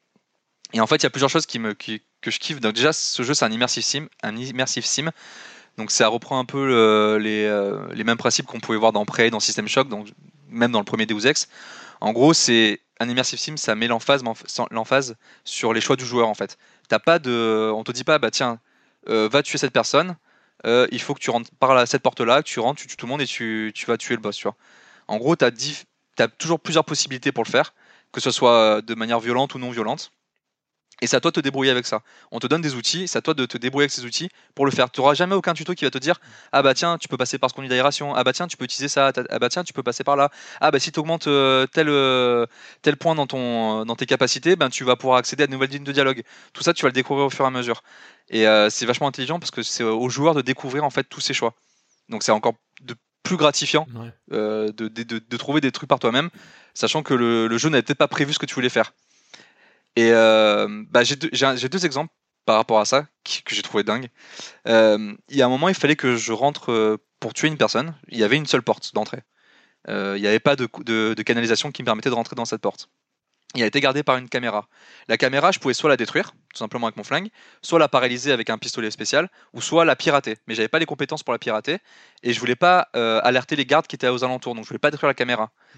Et en fait, il y a plusieurs choses qui me qui, que je kiffe. Donc, déjà, ce jeu, c'est un immersive sim, un immersive sim. Donc ça reprend un peu le- les, euh, les mêmes principes qu'on pouvait voir dans Prey, dans System Shock, donc même dans le premier Deus Ex. En gros, c'est un immersive sim, ça met l'emphase, l'emphase sur les choix du joueur en fait. T'as pas de, on te dit pas bah tiens, euh, va tuer cette personne. euh, il faut que tu rentres par la, cette porte-là, que tu rentres, tu tues tout le monde et tu, tu vas tuer le boss. Tu vois. En gros, t'as dix- t'as toujours plusieurs possibilités pour le faire, que ce soit de manière violente ou non violente. Et c'est à toi de te débrouiller avec ça. On te donne des outils, c'est à toi de te débrouiller avec ces outils pour le faire. Tu n'auras jamais aucun tuto qui va te dire ah bah tiens, tu peux passer par ce conduit d'aération, ah bah tiens, tu peux utiliser ça, ah bah tiens, tu peux passer par là, ah bah si tu augmentes euh, tel, euh, tel point dans, ton, euh, dans tes capacités, ben, tu vas pouvoir accéder à de nouvelles lignes de dialogue. Tout ça, tu vas le découvrir au fur et à mesure. Et euh, c'est vachement intelligent parce que c'est aux joueurs de découvrir en fait tous ces choix. Donc c'est encore de plus gratifiant Ouais. euh, de, de, de, de trouver des trucs par toi-même, sachant que le, le jeu n'avait peut-être pas prévu ce que tu voulais faire. Et euh, bah, j'ai deux, j'ai un- j'ai deux exemples par rapport à ça qui- que j'ai trouvé dingue. Euh, il y a un moment, il fallait que je rentre euh, pour tuer une personne. Il y avait une seule porte d'entrée. Euh, il n'y avait pas de, cou- de, de canalisation qui me permettait de rentrer dans cette porte. Il a été gardé par une caméra. La caméra, je pouvais soit la détruire, tout simplement avec mon flingue, soit la paralyser avec un pistolet spécial, ou soit la pirater. Mais j'avais pas les compétences pour la pirater, et je voulais pas euh, alerter les gardes qui étaient aux alentours, donc je voulais pas détruire la caméra.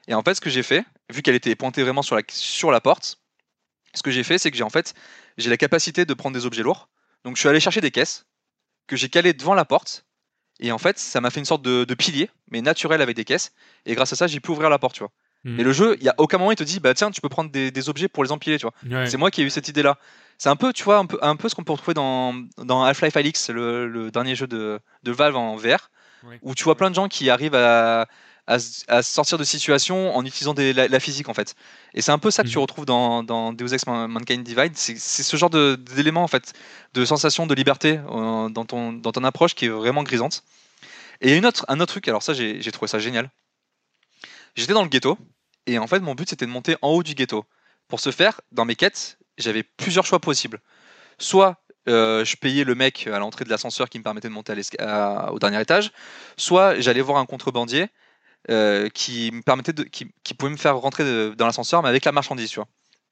Et en fait, ce que j'ai fait, vu qu'elle était pointée vraiment sur la, sur la porte, ce que j'ai fait, c'est que j'ai en fait, j'ai la capacité de prendre des objets lourds. Donc je suis allé chercher des caisses que j'ai calées devant la porte. Et en fait, ça m'a fait une sorte de, de pilier, mais naturel avec des caisses. Et grâce à ça, j'ai pu ouvrir la porte, tu vois. Mhm. Mais le jeu, il y a aucun moment il te dit, bah tiens, tu peux prendre des, des objets pour les empiler, tu vois. Ouais. C'est moi qui ai eu cette idée-là. C'est un peu, tu vois, un peu, un peu ce qu'on peut retrouver dans, dans Half-Life Alyx, le, le dernier jeu de, de Valve en V R, Ouais. où tu vois plein de gens qui arrivent à, à, s- à sortir de situations en utilisant des- la, la physique, en fait. Et c'est un peu ça que tu Mhm. retrouves dans, dans Deus Ex Man- Mankind Divide. C'est c'est ce genre de- d'éléments, en fait, de sensation de liberté euh, dans, ton, dans ton approche qui est vraiment grisante. Et une autre, un autre truc, alors ça, j'ai j'ai trouvé ça génial. J'étais dans le ghetto, et en fait, mon but, c'était de monter en haut du ghetto. Pour ce faire, dans mes quêtes, j'avais plusieurs choix possibles. Soit euh, je payais le mec à l'entrée de l'ascenseur qui me permettait de monter à l'esca- à- au dernier étage, soit j'allais voir un contrebandier euh, qui me permettait de, qui, qui pouvait me faire rentrer de- dans l'ascenseur, mais avec la marchandise, tu vois.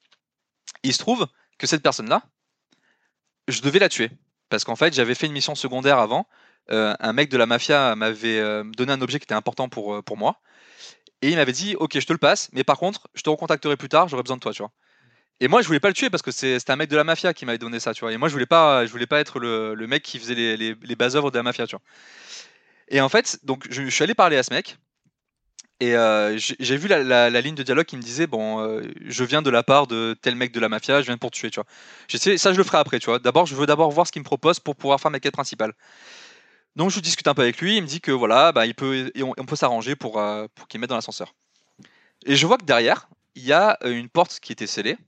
Il se trouve que cette personne-là, je devais la tuer. Parce qu'en fait, j'avais fait une mission secondaire avant. Euh, un mec de la mafia m'avait euh, donné un objet qui était important pour, euh, pour moi. Et il m'avait dit, ok, je te le passe, mais par contre, je te recontacterai plus tard, j'aurai besoin de toi, tu vois. Et moi, je voulais pas le tuer parce que c'est- c'était un mec de la mafia qui m'avait donné ça, tu vois. Et moi, je voulais pas, je voulais pas être le, le mec qui faisait les, les, les bases œuvres de la mafia, tu vois. Et en fait, donc, je, je suis allé parler à ce mec. Et euh, j'ai j'ai vu la, la- la ligne de dialogue qui me disait, bon, euh, je viens de la part de tel mec de la mafia, je viens pour te tuer, tu vois. J'ai dit, ça, je le ferai après, tu vois. D'abord, je veux d'abord voir ce qu'il me propose pour pouvoir faire ma quête principale. Donc, je discute un peu avec lui. Il me dit que voilà, bah, il peut, et on, on peut s'arranger pour, euh, pour qu'il me mette dans l'ascenseur. Et je vois que derrière, il y a euh, une porte qui était scellée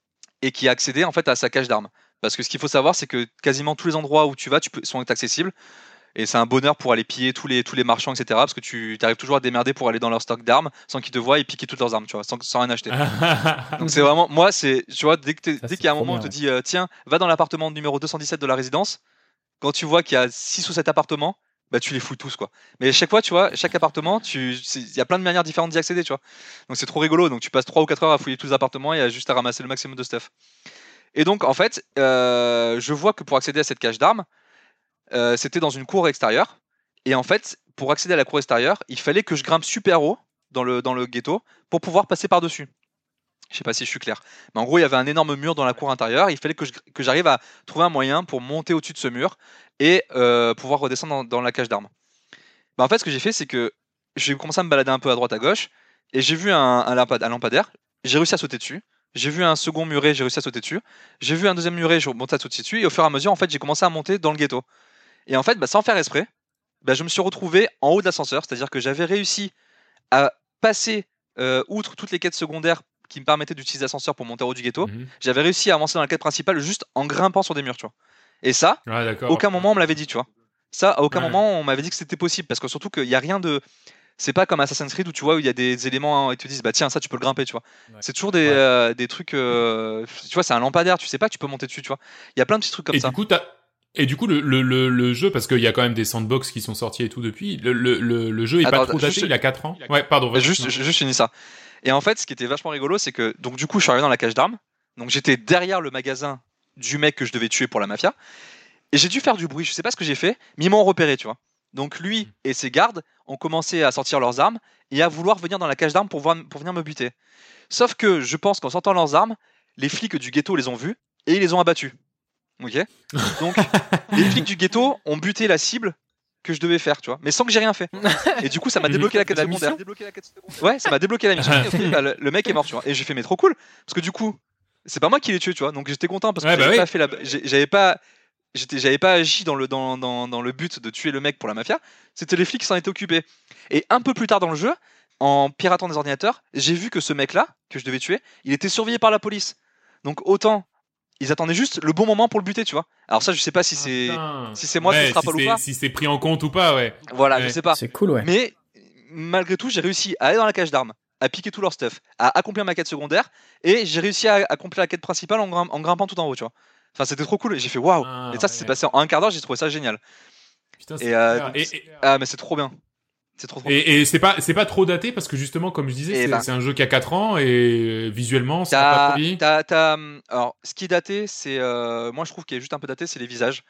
et qui a accédé en fait à sa cage d'armes. Parce que ce qu'il faut savoir, c'est que quasiment tous les endroits où tu vas tu peux, sont accessibles. Et c'est un bonheur pour aller piller tous les, tous les marchands, et cetera. Parce que tu arrives toujours à te démerder pour aller dans leur stock d'armes sans qu'ils te voient et piquer toutes leurs armes, tu vois, sans, sans rien acheter. Donc c'est vraiment, moi, c'est, tu vois, dès que t'es- Ça, dès c'est qu'il y a un trop moment où on bien, te ouais. dit, euh, tiens, va dans l'appartement numéro deux cent dix-sept de la résidence, quand tu vois qu'il y a six ou sept appartements, bah tu les fous tous, quoi. Mais chaque fois, tu vois, chaque appartement, tu, c'est- il y a plein de manières différentes d'y accéder, tu vois. Donc c'est trop rigolo. Donc tu passes trois ou quatre heures à fouiller tous les appartements et à juste à ramasser le maximum de stuff. Et donc, en fait, euh, je vois que pour accéder à cette cage d'armes, euh, c'était dans une cour extérieure. Et en fait, pour accéder à la cour extérieure, il fallait que je grimpe super haut dans le, dans le ghetto pour pouvoir passer par-dessus. Je sais pas si je suis clair. Mais en gros, il y avait un énorme mur dans la cour intérieure. Il fallait que je- que j'arrive à trouver un moyen pour monter au-dessus de ce mur et euh, pouvoir redescendre dans, dans la cage d'armes. Bah, en fait, ce que j'ai fait, c'est que j'ai commencé à me balader un peu à droite à gauche et j'ai vu un, un lampad- un lampadaire. J'ai réussi à sauter dessus. J'ai vu un second muret, j'ai réussi à sauter dessus. J'ai vu un deuxième muret, j'ai monté à sauter dessus. Et au fur et à mesure, en fait, j'ai commencé à monter dans le ghetto. Et en fait, bah, sans faire exprès, bah, je me suis retrouvé en haut de l'ascenseur. C'est-à-dire que j'avais réussi à passer euh, outre toutes les quêtes secondaires qui me permettaient d'utiliser l'ascenseur pour monter en haut du ghetto. Mhm. J'avais réussi à avancer dans la quête principale juste en grimpant sur des murs, tu vois. Et ça, Ah, d'accord. aucun moment on me l'avait dit, tu vois. Ça, à aucun Ouais. moment on m'avait dit que c'était possible parce que surtout qu'il n'y a rien de. C'est pas comme Assassin's Creed où tu vois où il y a des éléments et ils te disent bah tiens ça tu peux le grimper, tu vois. Ouais. C'est toujours des, Ouais. euh, des trucs, euh, tu vois, c'est un lampadaire, tu sais pas que tu peux monter dessus, tu vois. Il y a plein de petits trucs comme Et ça. du coup, t'as... Et du coup, le, le, le, le jeu, parce qu'il y a quand même des sandbox qui sont sortis et tout depuis, le, le, le, le jeu est Attends, pas trop daté, juste- il a quatre ans. Ouais, pardon. Bah, vas-y. juste, je- juste finis ça. Et en fait, ce qui était vachement rigolo, c'est que donc du coup, je suis arrivé dans la cage d'armes. Donc j'étais derrière le magasin du mec que je devais tuer pour la mafia. Et j'ai dû faire du bruit. Je sais pas ce que j'ai fait, mais ils m'ont repéré, tu vois. Donc lui et ses gardes ont commencé à sortir leurs armes et à vouloir venir dans la cage d'armes pour, voir- pour venir me buter. Sauf que je pense qu'en sortant leurs armes, les flics du ghetto les ont vus et ils les ont abattus. Ok. Donc les flics du ghetto ont buté la cible que je devais faire, tu vois, mais sans que j'ai rien fait. Et du coup, ça m'a débloqué la quête La secondaire. mission Ouais, ça m'a débloqué la mission. Et au final, bah, le, le mec est mort, tu vois. Et j'ai fait mais trop cool parce que du coup, c'est pas moi qui l'ai tué, tu vois. Donc j'étais content parce que Ouais, bah j'avais oui. pas fait la, j'ai- j'avais pas, j'étais, j'avais pas agi dans le dans, dans, dans le but de tuer le mec pour la mafia. C'était les flics qui s'en étaient occupés. Et un peu plus tard dans le jeu, en piratant des ordinateurs, j'ai vu que ce mec-là que je devais tuer, il était surveillé par la police. Donc autant ils attendaient juste le bon moment pour le buter, tu vois. Alors ça, je sais pas si Ah, c'est putain. si c'est moi qui Ouais, me frappe si ou c'est- pas. Si c'est pris en compte ou pas, ouais. Voilà, Ouais. je sais pas. C'est cool, ouais. Mais malgré tout, j'ai réussi à aller dans la cage d'armes, à piquer tout leur stuff, à accomplir ma quête secondaire, et j'ai réussi à accomplir la quête principale en, grim- en grimpant tout en haut, tu vois. Enfin, c'était trop cool. Et j'ai fait waouh. Ah, Et ça, ça s'est ouais. passé en un quart d'heure. J'ai trouvé ça génial. Putain, c'est Et, euh, clair. donc, Et- et- Ah, mais c'est trop bien. C'est trop trop. bien. Et, et c'est pas c'est pas trop daté parce que justement comme je disais Eh c'est ben. c'est un jeu qui a quatre ans et visuellement ça a pas T'as, trop vieilli. t'as, t'as, hum, alors, ce qui est daté, c'est, euh, moi, je trouve qu'il est juste un peu daté, c'est les visages.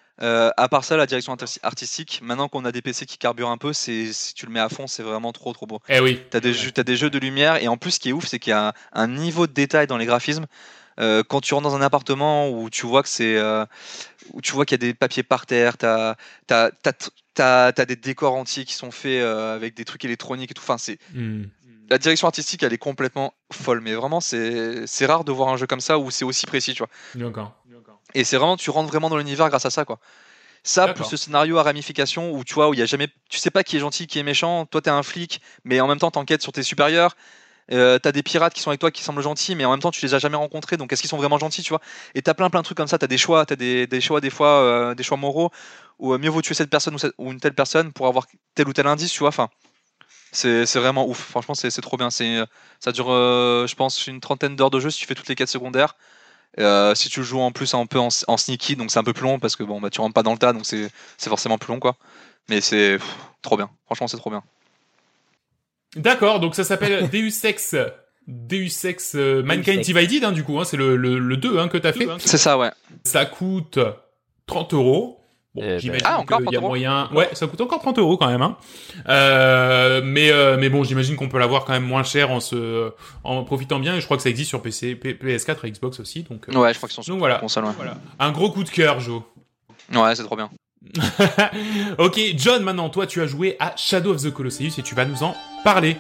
Euh, à part ça, la direction arti- artistique, maintenant qu'on a des P C qui carburent un peu, c'est, si tu le mets à fond, c'est vraiment trop trop beau. Eh oui. T'as des, jeux, t'as des jeux de lumière, et en plus, ce qui est ouf, c'est qu'il y a un, un niveau de détail dans les graphismes. Euh, quand tu rentres dans un appartement où tu vois que c'est, euh, où tu vois qu'il y a des papiers par terre, t'as, t'as, t'as, t'as, t'as des décors entiers qui sont faits euh, avec des trucs électroniques et tout. Enfin, c'est Hmm. la direction artistique, elle est complètement folle. Mais vraiment, c'est, c'est rare de voir un jeu comme ça où c'est aussi précis, tu vois. D'accord. Et c'est vraiment, tu rentres vraiment dans l'univers grâce à ça, quoi. Ça, D'accord. plus ce scénario à ramification où tu vois, où il y a jamais, tu sais pas qui est gentil, qui est méchant. Toi, t'es un flic, mais en même temps, t'enquêtes sur tes supérieurs. Euh, t'as des pirates qui sont avec toi qui semblent gentils, mais en même temps tu les as jamais rencontrés, donc est-ce qu'ils sont vraiment gentils, tu vois? Et t'as plein plein de trucs comme ça, t'as des choix, t'as des, des choix des fois, euh, des choix moraux, où euh, mieux vaut tuer cette personne ou, cette- ou une telle personne pour avoir tel ou tel indice, tu vois? Enfin, c'est c'est vraiment ouf. Franchement, c'est c'est trop bien. C'est ça dure, euh, je pense, une trentaine d'heures de jeu si tu fais toutes les quêtes secondaires. Euh, si tu le joues en plus un peu en, en sneaky, donc c'est un peu plus long parce que bon, bah tu rentres pas dans le tas, donc c'est c'est forcément plus long, quoi. Mais c'est pff, trop bien. Franchement, c'est trop bien. D'accord, donc ça s'appelle Deus Ex, Deus Ex euh, Mankind Ex. Divided, hein, du coup, hein, c'est le, le, le deux hein, que t'as fait. C'est ça, ouais. Ça coûte trente euros. Bon, Eh ben. j'imagine Ah, encore qu'il y a trente euros. moyen... Ouais, ça coûte encore trente euros quand même. Hein. Euh, mais, euh, mais bon, j'imagine qu'on peut l'avoir quand même moins cher en se, en profitant bien. Et je crois que ça existe sur P C, P- PS4 et Xbox aussi. Donc, euh, Ouais, je crois qu'ils sont sur donc voilà. console, ouais. Un gros coup de cœur, Joe. Ouais, c'est trop bien. Ok, John, maintenant, toi, tu as joué à Shadow of the Colosseus et tu vas nous en parler.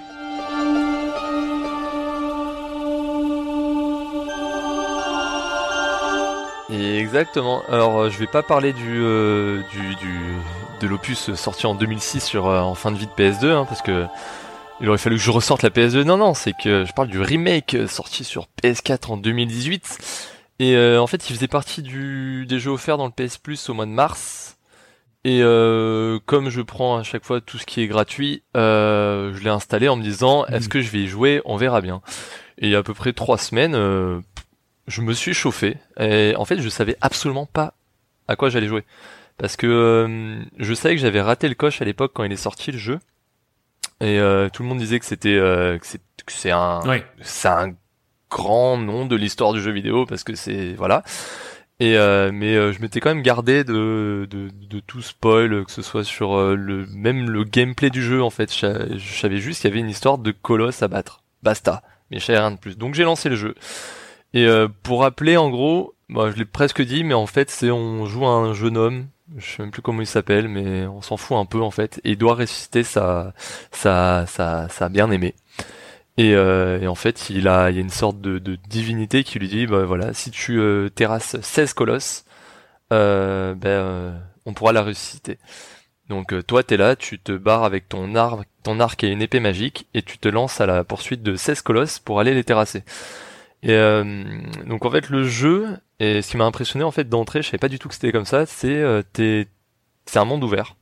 Et exactement. Alors, euh, je vais pas parler du, euh, du, du de l'opus sorti en deux mille six sur euh, en fin de vie de P S deux, hein, parce que il aurait fallu que je ressorte la P S deux. Non, non, c'est que je parle du remake euh, sorti sur P S quatre en deux mille dix-huit. Et euh, en fait, il faisait partie du des jeux offerts dans le P S Plus au mois de mars. Et euh, comme je prends à chaque fois tout ce qui est gratuit, euh, je l'ai installé en me disant est-ce que je vais y jouer, on verra bien. Et il y a à peu près trois semaines. Euh, je me suis chauffé et en fait je savais absolument pas à quoi j'allais jouer parce que euh, je savais que j'avais raté le coche à l'époque quand il est sorti le jeu et euh, tout le monde disait que c'était euh, que c'est que c'est un Ouais. c'est un grand nom de l'histoire du jeu vidéo parce que c'est voilà et euh, mais euh, je m'étais quand même gardé de de, de tout spoil que ce soit sur euh, le même le gameplay du jeu en fait je, je savais juste qu'il y avait une histoire de colosse à battre basta mais je savais rien de plus donc j'ai lancé le jeu. Et euh, pour rappeler, en gros, bah, je l'ai presque dit, mais en fait, c'est on joue à un jeune homme, je sais même plus comment il s'appelle, mais on s'en fout un peu en fait, et il doit ressusciter sa sa sa, sa bien-aimée. Et, euh, et en fait, il a il y a une sorte de, de divinité qui lui dit, bah voilà, si tu euh, terrasses seize colosses, euh, ben euh, on pourra la ressusciter. Donc euh, toi, t'es là, tu te barres avec ton arc, ton arc et une épée magique, et tu te lances à la poursuite de seize colosses pour aller les terrasser. Et euh, donc en fait le jeu, et ce qui m'a impressionné en fait d'entrée, je savais pas du tout que c'était comme ça, c'est euh, t'es c'est un monde ouvert.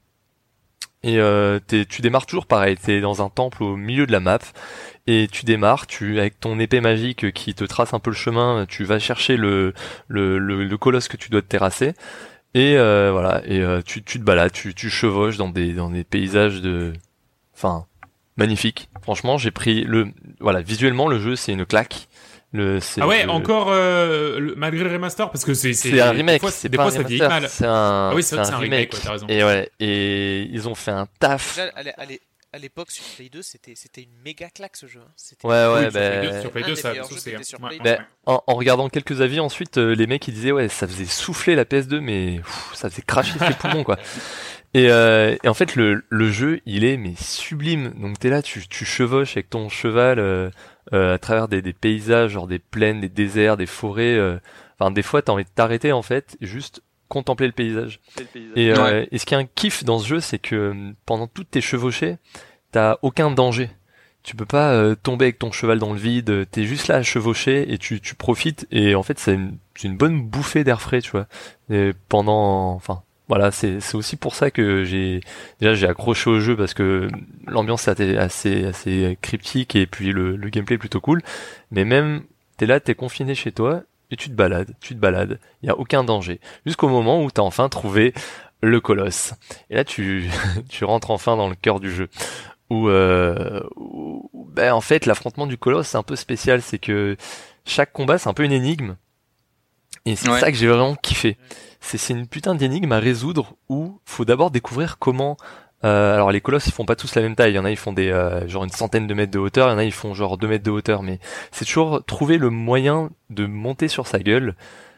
Et euh, t'es, tu démarres toujours pareil, t'es dans un temple au milieu de la map, et tu démarres, tu avec ton épée magique qui te trace un peu le chemin, tu vas chercher le le, le, le colosse que tu dois te terrasser, et euh, voilà, et euh, tu, tu te balades, tu, tu chevauches dans des dans des paysages de, enfin magnifiques. Franchement, j'ai pris le, voilà, visuellement le jeu c'est une claque. Le, c'est Ah ouais, le- encore euh, le- malgré le remaster, parce que c'est c'est un remake, Des fois, c'est des pas fois un ça vieillit remaster, mal. c'est un, Ah oui, c'est vrai que c'est un remake, remake. ouais, t'as raison. Et ouais, et ils ont fait un taf. Déjà, à l'é- à l'é- à l'époque sur Play deux, c'était c'était une méga claque ce jeu. hein. C'était Ouais, ouais, Oui, sur bah, Play deux, sur Play un deux, des ça, meilleurs ça, jeux c'est- qui était sur ouais, Play ouais. deux. bah, en, en regardant quelques avis ensuite, euh, les mecs ils disaient ouais, ça faisait souffler la P S deux, mais pff, ça faisait cracher les poumons quoi. Et, euh, et en fait le, le jeu il est mais sublime. Donc t'es là, tu, tu chevauches avec ton cheval euh, euh, à travers des, des paysages, genre des plaines, des déserts, des forêts. euh, Enfin des fois t'as envie de t'arrêter en fait, et juste contempler le paysage. Et, euh, Ouais. et ce qui est un kiff dans ce jeu, c'est que euh, pendant toutes tes chevauchées, t'as aucun danger. Tu peux pas euh, tomber avec ton cheval dans le vide, t'es juste là à chevaucher et tu, tu profites, et en fait c'est une, c'est une bonne bouffée d'air frais, tu vois. Et pendant, enfin voilà, c'est c'est aussi pour ça que j'ai déjà j'ai accroché au jeu, parce que l'ambiance est assez assez cryptique et puis le, le gameplay est plutôt cool. Mais même t'es là, t'es confiné chez toi et tu te balades, tu te balades, il y a aucun danger, jusqu'au moment où t'as enfin trouvé le colosse. Et là tu tu rentres enfin dans le cœur du jeu. Où, euh, où ben en fait l'affrontement du colosse c'est un peu spécial, c'est que chaque combat c'est un peu une énigme, Et c'est Ouais. ça que j'ai vraiment kiffé. C'est, c'est une putain d'énigme à résoudre où faut d'abord découvrir comment. Euh, alors les colosses ils font pas tous la même taille. Il y en a ils font des euh, genre une centaine de mètres de hauteur. Il y en a ils font genre deux mètres de hauteur. Mais c'est toujours trouver le moyen de monter sur sa gueule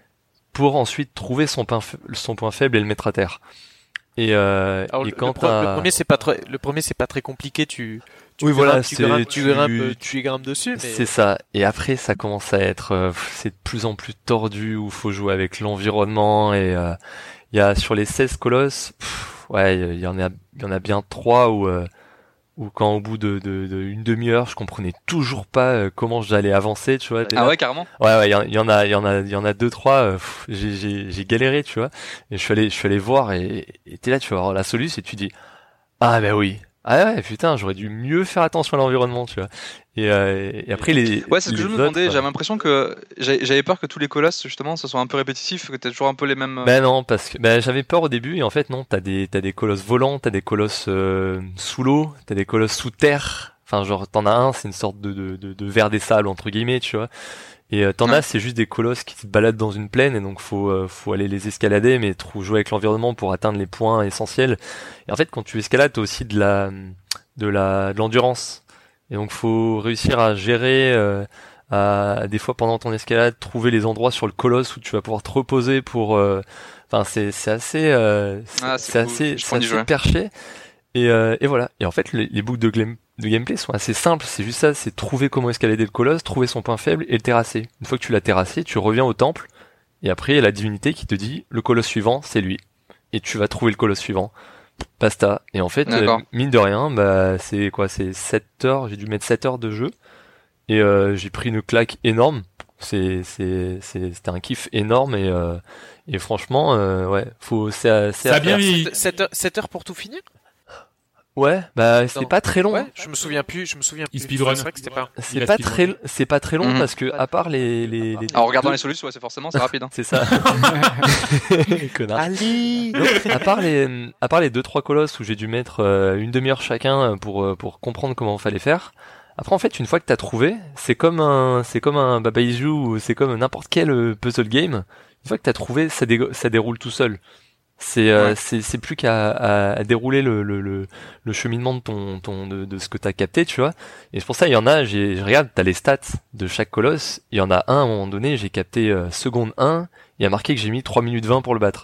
pour ensuite trouver son point fa- son point faible et le mettre à terre. Et, euh, Alors, et le, quand le, pre- t'as- le premier c'est pas très, le premier c'est pas très compliqué. Tu, tu Oui, grimpes, voilà, tu c'est- grimpes, tu tu- grimpes, tu y grimpes dessus. Mais... C'est ça. Et après, ça commence à être, euh, c'est de plus en plus tordu où faut jouer avec l'environnement et euh, il y a sur les seize colosses, pff, ouais, il y en a, il y en a bien trois où, euh, où quand au bout de, de, de une demi-heure, je comprenais toujours pas euh, comment j'allais avancer, tu vois. t'es Ah là. ouais, carrément. Ouais, ouais, il y, en- il y en a, il y en a, il y en a deux, trois. euh, pff, j'ai, j'ai, j'ai galéré, tu vois. Et je suis allé, je suis allé voir et, et t'es là, tu vas voir la solution et tu dis, ah ben oui. Ah ouais, putain, j'aurais dû mieux faire attention à l'environnement, tu vois. Et, euh, et après les. Ouais, c'est ce que les je me autres, demandais. euh, J'avais l'impression que j'avais j'avais peur que tous les colosses, justement, ce soit un peu répétitif, que t'as toujours un peu les mêmes. euh, Ben non, parce que ben j'avais peur au début et en fait non, t'as des t'as des colosses volants, t'as des colosses euh, sous l'eau, t'as des colosses sous terre. Enfin genre t'en as un, c'est une sorte de de de, de ver des sables entre guillemets, tu vois. Et euh, t'en Ouais. as, c'est juste des colosses qui se baladent dans une plaine et donc faut euh, faut aller les escalader, mais trop jouer avec l'environnement pour atteindre les points essentiels. Et en fait quand tu escalades, t'as aussi de la de la de l'endurance. Et donc faut réussir à gérer. Euh, à des fois pendant ton escalade trouver les endroits sur le colosse où tu vas pouvoir te reposer pour euh, enfin c'est c'est assez euh, c'est, Ah, c'est c'est cool. assez Je c'est prends du assez jeu. perché et euh, et voilà et en fait les, les boucles de, glam- de gameplay sont assez simples, c'est juste ça, c'est trouver comment escalader le colosse, trouver son point faible et le terrasser. Une fois que tu l'as terrassé, tu reviens au temple et après il y a la divinité qui te dit le colosse suivant c'est lui et tu vas trouver le colosse suivant. Basta. Et en fait, D'accord. euh, mine de rien, bah c'est quoi, c'est sept heures, j'ai dû mettre sept heures de jeu. Et euh, j'ai pris une claque énorme. C'est c'est c'est c'était un kiff énorme et euh, et franchement euh, ouais, faut c'est c'est Ça à a bien faire. vieilli. sept heures, sept heures pour tout finir? Ouais, bah c'est Non. pas très long. Ouais, je me souviens plus, je me souviens Il plus. speedrun. C'est vrai que c'était pas. C'est Il a pas speedrun. très c'est pas très long Mhm. parce que à part les les, les En regardant deux- les solutions, ouais, c'est forcément, c'est rapide. Hein. c'est ça. Connard. Allez. à part les à part les deux trois colosses où j'ai dû mettre euh, une demi-heure chacun pour euh, pour comprendre comment fallait faire. Après en fait une fois que t'as trouvé, c'est comme un c'est comme un Baba Is You ou c'est comme n'importe quel euh, puzzle game. Une fois que t'as trouvé, ça dé- ça déroule tout seul. C'est euh, Ouais. c'est c'est plus qu'à à, à dérouler le, le le le cheminement de ton ton de, de ce que t'as capté, tu vois. Et c'est pour ça il y en a, j'ai je regarde, t'as les stats de chaque colosse. Il y en a un à un moment donné, j'ai capté euh, seconde un, il y a marqué que j'ai mis trois minutes vingt pour le battre.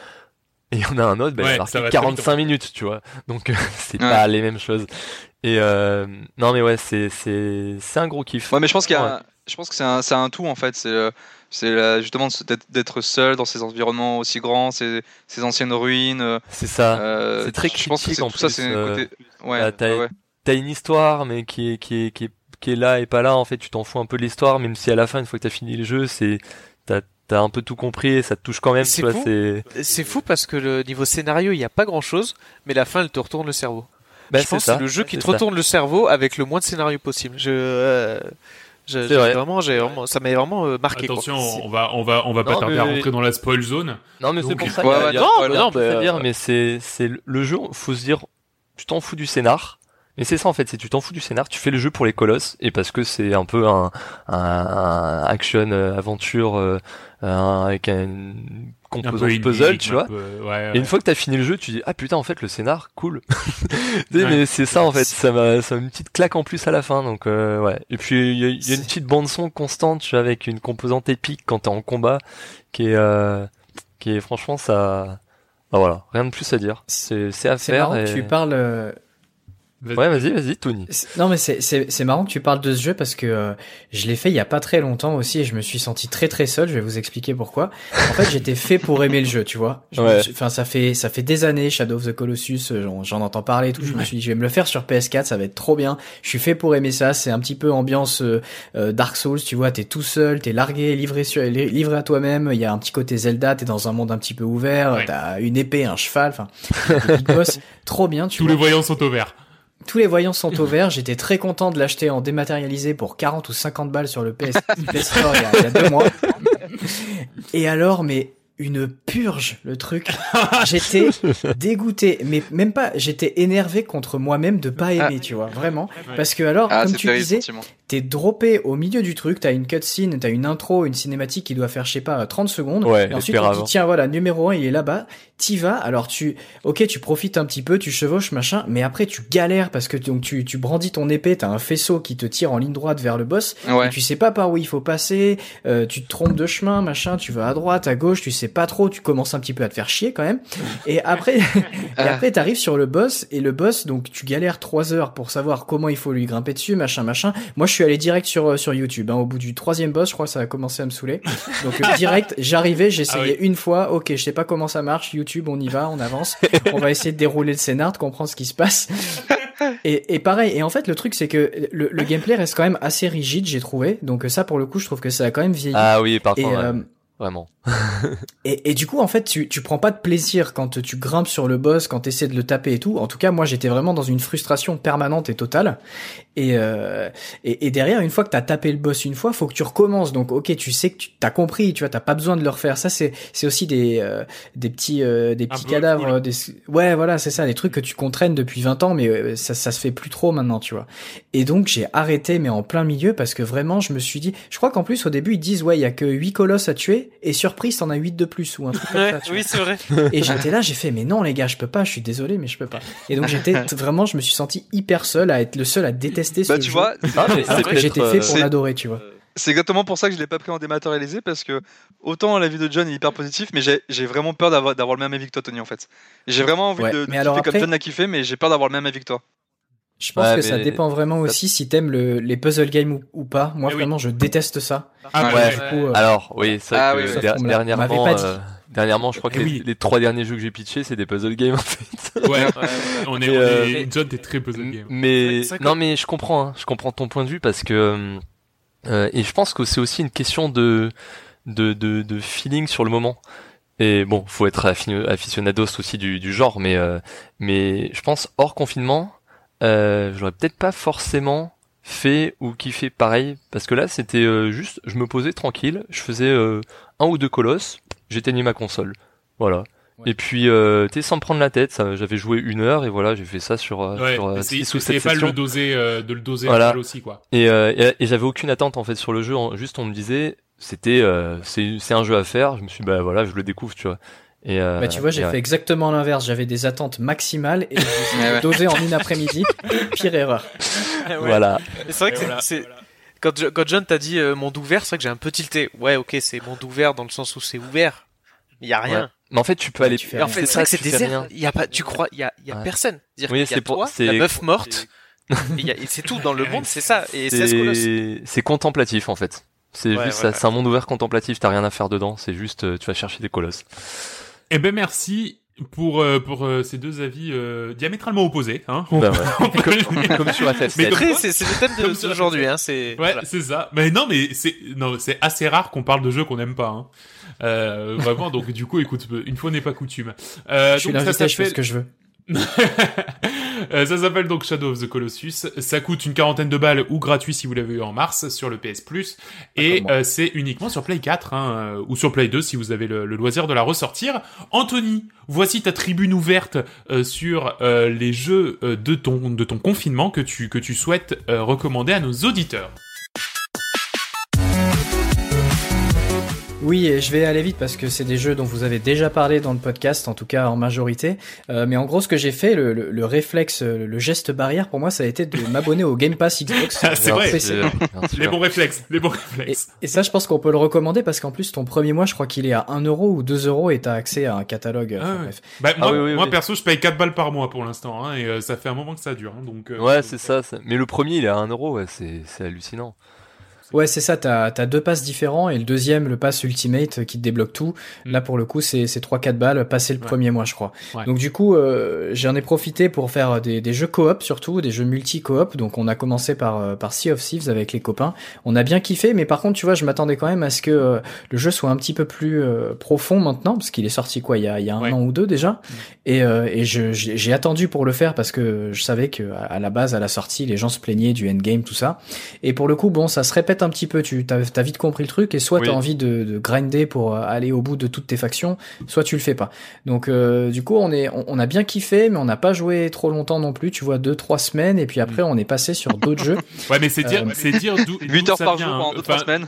Et il y en a un autre, bah, il Ouais, y a marqué ça va très vite, quarante-cinq minutes, tu vois. Donc euh, c'est Ouais. pas les mêmes choses. Et euh, non mais ouais, c'est c'est c'est un gros kiff. Ouais, mais je pense qu'il y a, Ouais. un- je pense que c'est un, c'est un tout en fait. C'est, euh, c'est la- justement de se- d'être, d'être seul dans ces environnements aussi grands, ces, ces anciennes ruines. euh, C'est ça. euh, c'est très je pense que critique c'est en tout ça, plus, c'est un euh, côté. Ouais, bah, t'as- ouais, ouais. T'as une histoire, mais qui est, qui est, qui est, qui est là et pas là. En fait, tu t'en fous un peu de l'histoire, même si à la fin, une fois que t'as fini le jeu, c'est, t'as, t'as un peu tout compris et ça te touche quand même, C'est tu vois, fou. c'est, C'est fou parce que le niveau scénario, il y a pas grand chose, mais la fin, elle te retourne le cerveau. bah, je c'est pense que ça. c'est le jeu qui c'est te ça. retourne le cerveau avec le moins de scénario possible. Je, euh, je- C'est j'ai vrai. vraiment, j'ai vraiment, ça m'a vraiment euh, marqué. quoi. Attention, on va, on va, on va pas Non, tarder mais- à rentrer dans la spoil zone. Non, mais c'est Donc- pour ça Ouais, qu'il y a, ouais, il y a- non, il y a non, un truc mais, à dire, euh, mais c'est, c'est le- le jeu, faut se dire, tu t'en fous du scénar. Mais c'est ça en fait, c'est tu t'en fous du scénar, tu fais le jeu pour les colosses et parce que c'est un peu un, un, un action euh, aventure euh, un- avec un- une Un peu composante énigme, puzzle, tu un vois. peu, ouais, ouais. Et une fois que t'as fini le jeu, tu dis ah putain en fait le scénar cool. Tu sais, Ouais. Mais c'est ça en fait, ça m'a ça m'a une petite claque en plus à la fin donc euh, ouais. Et puis il y a, il y a une C'est- petite bande son constante, tu vois, avec une composante épique quand t'es en combat qui est euh, qui est franchement ça. Bah voilà, rien de plus à dire. C'est c'est à C'est faire. marrant que et- tu parles. euh, Ouais vas-y vas-y Tony. c'est- Non mais c'est c'est c'est marrant que tu parles de ce jeu parce que euh, je l'ai fait il y a pas très longtemps aussi et je me suis senti très très seul. Je vais vous expliquer pourquoi. En fait, j'étais fait pour aimer le jeu, tu vois. Je me Ouais. suis- Enfin, ça fait ça fait des années Shadow of the Colossus. euh, J'en, j'en entends parler et tout. Je me suis dit, je vais me le faire sur P S quatre. Ça va être trop bien. Je suis fait pour aimer ça. C'est un petit peu ambiance euh, euh, Dark Souls, tu vois. T'es tout seul, t'es largué, livré sur li- livré à toi-même. Il y a un petit côté Zelda. T'es dans un monde un petit peu ouvert. Ouais. T'as une épée, un cheval. Enfin, des big boss. Trop bien, tu Tous vois. les voyants sont au vert. Tous les voyants sont au vert. J'étais très content de l'acheter en dématérialisé pour quarante ou cinquante balles sur le P S, P S Store il y, a, il y a deux mois. Et alors, mais une purge, le truc. J'étais dégoûté, mais même pas, j'étais énervé contre moi-même de pas aimer, ah. tu vois, vraiment. Parce que alors, ah, comme tu disais, sentiment. T'es droppé au milieu du truc, t'as une cutscene, t'as une intro, une cinématique qui doit faire, je sais pas, trente secondes. Ouais, et ensuite, on te dit, tiens, voilà, numéro un, il est là-bas. T'y vas, alors tu, ok, tu profites un petit peu, tu chevauches, machin, mais après, tu galères parce que donc, tu, tu brandis ton épée, t'as un faisceau qui te tire en ligne droite vers le boss. Ouais. Et tu sais pas par où il faut passer, euh, tu te trompes de chemin, machin, tu vas à droite, à gauche, tu sais pas trop, tu commences un petit peu à te faire chier quand même. Et après, et après, t'arrives sur le boss, et le boss, donc, tu galères trois heures pour savoir comment il faut lui grimper dessus, machin, machin. Moi, je suis allé direct sur, sur YouTube, hein. Au bout du troisième boss, je crois que ça a commencé à me saouler. Donc, euh, direct, j'arrivais, j'essayais ah oui. une fois, ok, je sais pas comment ça marche, YouTube, on y va, on avance, on va essayer de dérouler le scénar, de comprendre ce qui se passe. Et, et pareil, et en fait, le truc, c'est que le, le gameplay reste quand même assez rigide, j'ai trouvé. Donc, ça, pour le coup, je trouve que ça a quand même vieilli. Ah oui, par et, contre, euh, ouais. Vraiment. et, et du coup, en fait, tu, tu prends pas de plaisir quand tu grimpes sur le boss, quand t'essaies de le taper et tout. En tout cas, moi, j'étais vraiment dans une frustration permanente et totale. Et, euh, et, et derrière, une fois que t'as tapé le boss une fois, faut que tu recommences. Donc, ok, tu sais que tu t'as compris, tu vois, t'as pas besoin de le refaire. Ça, c'est, c'est aussi des, euh, des petits, euh, des petits cadavres. Cool. Des, ouais, voilà, c'est ça, des trucs que tu contraignes depuis vingt ans, mais ça, ça se fait plus trop maintenant, tu vois. Et donc, j'ai arrêté, mais en plein milieu, parce que vraiment, je me suis dit, je crois qu'en plus, au début, ils disent, ouais, il y a que huit colosses à tuer. Et surprise, t'en as huit de plus ou un truc comme ouais, ça. Tu oui, vois. c'est vrai. Et j'étais là, j'ai fait, mais non, les gars, je peux pas, je suis désolé, mais je peux pas. Et donc, j'étais vraiment, je me suis senti hyper seul à être le seul à détester ce bah, jeu. tu vois, ah, mais alors que j'étais fait pour l'adorer, tu vois. C'est exactement pour ça que je l'ai pas pris en dématérialisé, parce que autant la vie de John est hyper positif, mais j'ai, j'ai vraiment peur d'avoir, d'avoir le même avis que toi, Tony, en fait. J'ai vraiment envie ouais, de, de kiffer après... comme John l'a kiffé, mais j'ai peur d'avoir le même avis que toi. Je pense ouais, que ça dépend vraiment aussi si t'aimes le, les puzzle games ou, ou pas. Moi, eh vraiment, oui. je déteste ça. Ah ouais. ouais. Du coup, euh... Alors, oui, c'est ah, que oui, oui. Der- dernièrement, euh, dernièrement, je crois eh que oui. les, les trois derniers jeux que j'ai pitchés, c'est des puzzle games, en fait. Ouais, ouais, ouais. on est, on euh, est, John, t'es très puzzle game. Mais, non, mais je comprends, hein, je comprends ton point de vue parce que, euh, et je pense que c'est aussi une question de, de, de, de feeling sur le moment. Et bon, faut être aficionados aussi du, du genre, mais, euh, mais je pense hors confinement, Euh, j'aurais peut-être pas forcément fait ou kiffé pareil, parce que là c'était euh, juste, je me posais tranquille, je faisais euh, un ou deux colosses, j'éteignais ma console, voilà. Ouais. Et puis euh, tu sais, sans me prendre la tête, ça, j'avais joué une heure et voilà, j'ai fait ça sur euh, ouais, sur euh, six ou sept pas sessions. le doser, euh, de le doser voilà. aussi quoi. Et, euh, et, et j'avais aucune attente en fait sur le jeu, juste on me disait c'était euh, c'est c'est un jeu à faire, je me suis dit, bah voilà, je le découvre, tu vois. Et euh, bah tu vois, j'ai fait ouais. exactement l'inverse. J'avais des attentes maximales et j'ai dosé en une après-midi. Pire erreur. Ouais. Voilà. Mais c'est vrai que c'est, voilà. c'est... Quand, quand John t'a dit euh, monde ouvert, c'est vrai que j'ai un peu tilté. Ouais, ok, c'est monde ouvert dans le sens où c'est ouvert. Il y a rien. Ouais. Mais en fait, tu peux aller. Tu fais en fait, c'est vrai que c'est désert. Il y a pas. Tu crois, il y a, il y a ouais. personne. Dire oui, qu'il y a c'est toi, pour, c'est... la meuf morte. et, y a, et c'est tout dans le monde, c'est ça. Et c'est seize colosses. C'est contemplatif en fait. C'est ouais, juste, ouais, ça, ouais. c'est un monde ouvert contemplatif. T'as rien à faire dedans. C'est juste, tu vas chercher des colosses. Eh ben merci pour euh, pour euh, ces deux avis euh, diamétralement opposés, hein. Bah ouais. comme, comme sur F F sept. Mais après, c'est, c'est le thème de, d'aujourd'hui, hein. C'est. Ouais, voilà. c'est ça. Mais non, mais c'est non, c'est assez rare qu'on parle de jeux qu'on n'aime pas, hein. Euh, vraiment. Donc du coup, écoute, une fois n'est pas coutume. Euh, je suis donc, l'invité, ça je fais ce que je veux. euh, ça s'appelle donc Shadow of the Colossus. Ça coûte une quarantaine de balles ou gratuit si vous l'avez eu en mars sur le P S Plus. Et euh, c'est uniquement sur Play quatre hein, euh, ou sur Play deux si vous avez le, le loisir de la ressortir. Anthony, voici ta tribune ouverte euh, sur euh, les jeux euh, de ton de ton confinement que tu que tu souhaites euh, recommander à nos auditeurs. Oui, et je vais aller vite parce que c'est des jeux dont vous avez déjà parlé dans le podcast, en tout cas en majorité. Euh, mais en gros, ce que j'ai fait, le, le, le réflexe, le geste barrière pour moi, ça a été de m'abonner au Game Pass Xbox. Ah, c'est vrai, c'est... les bons réflexes, les bons réflexes. Et, et ça, je pense qu'on peut le recommander parce qu'en plus, ton premier mois, je crois qu'il est à un euro ou deux euros et t'as accès à un catalogue. Ah, enfin, ouais. bref. Bah, moi, ah, oui, oui, moi oui. perso, je paye quatre balles par mois pour l'instant, hein, et euh, ça fait un moment que ça dure. Hein, donc, euh, ouais, donc, c'est ça, ça. Mais le premier, il est à un euro, ouais, c'est, c'est hallucinant. Ouais, c'est ça, t'as, t'as deux passes différents et le deuxième, le pass Ultimate qui te débloque tout. Mm. Là, pour le coup, c'est, c'est trois quatre balles passé le ouais. premier mois, je crois. Ouais. Donc, du coup, euh, j'en ai profité pour faire des, des jeux coop surtout, des jeux multi-coop. Donc, on a commencé par, par Sea of Thieves avec les copains. On a bien kiffé, mais par contre, tu vois, je m'attendais quand même à ce que euh, le jeu soit un petit peu plus euh, profond maintenant, parce qu'il est sorti quoi, il y a, il y a un ouais. an ou deux déjà. Mm. Et, euh, et je, j'ai, j'ai attendu pour le faire parce que je savais que à la base, à la sortie, les gens se plaignaient du endgame, tout ça. Et pour le coup, bon, ça se répète t'arrêtes un petit peu, tu t'as, t'as vite compris le truc, et soit Oui. t'as envie de, de grinder pour aller au bout de toutes tes factions, soit tu le fais pas. Donc euh, du coup, on est, on, on a bien kiffé, mais on n'a pas joué trop longtemps non plus. Tu vois, deux trois semaines, et puis après, on est passé sur d'autres jeux. Ouais, mais c'est dire, Euh, c'est dire d'où. huit d'où heures ça par vient, jour hein. pendant deux trois Enfin, semaines.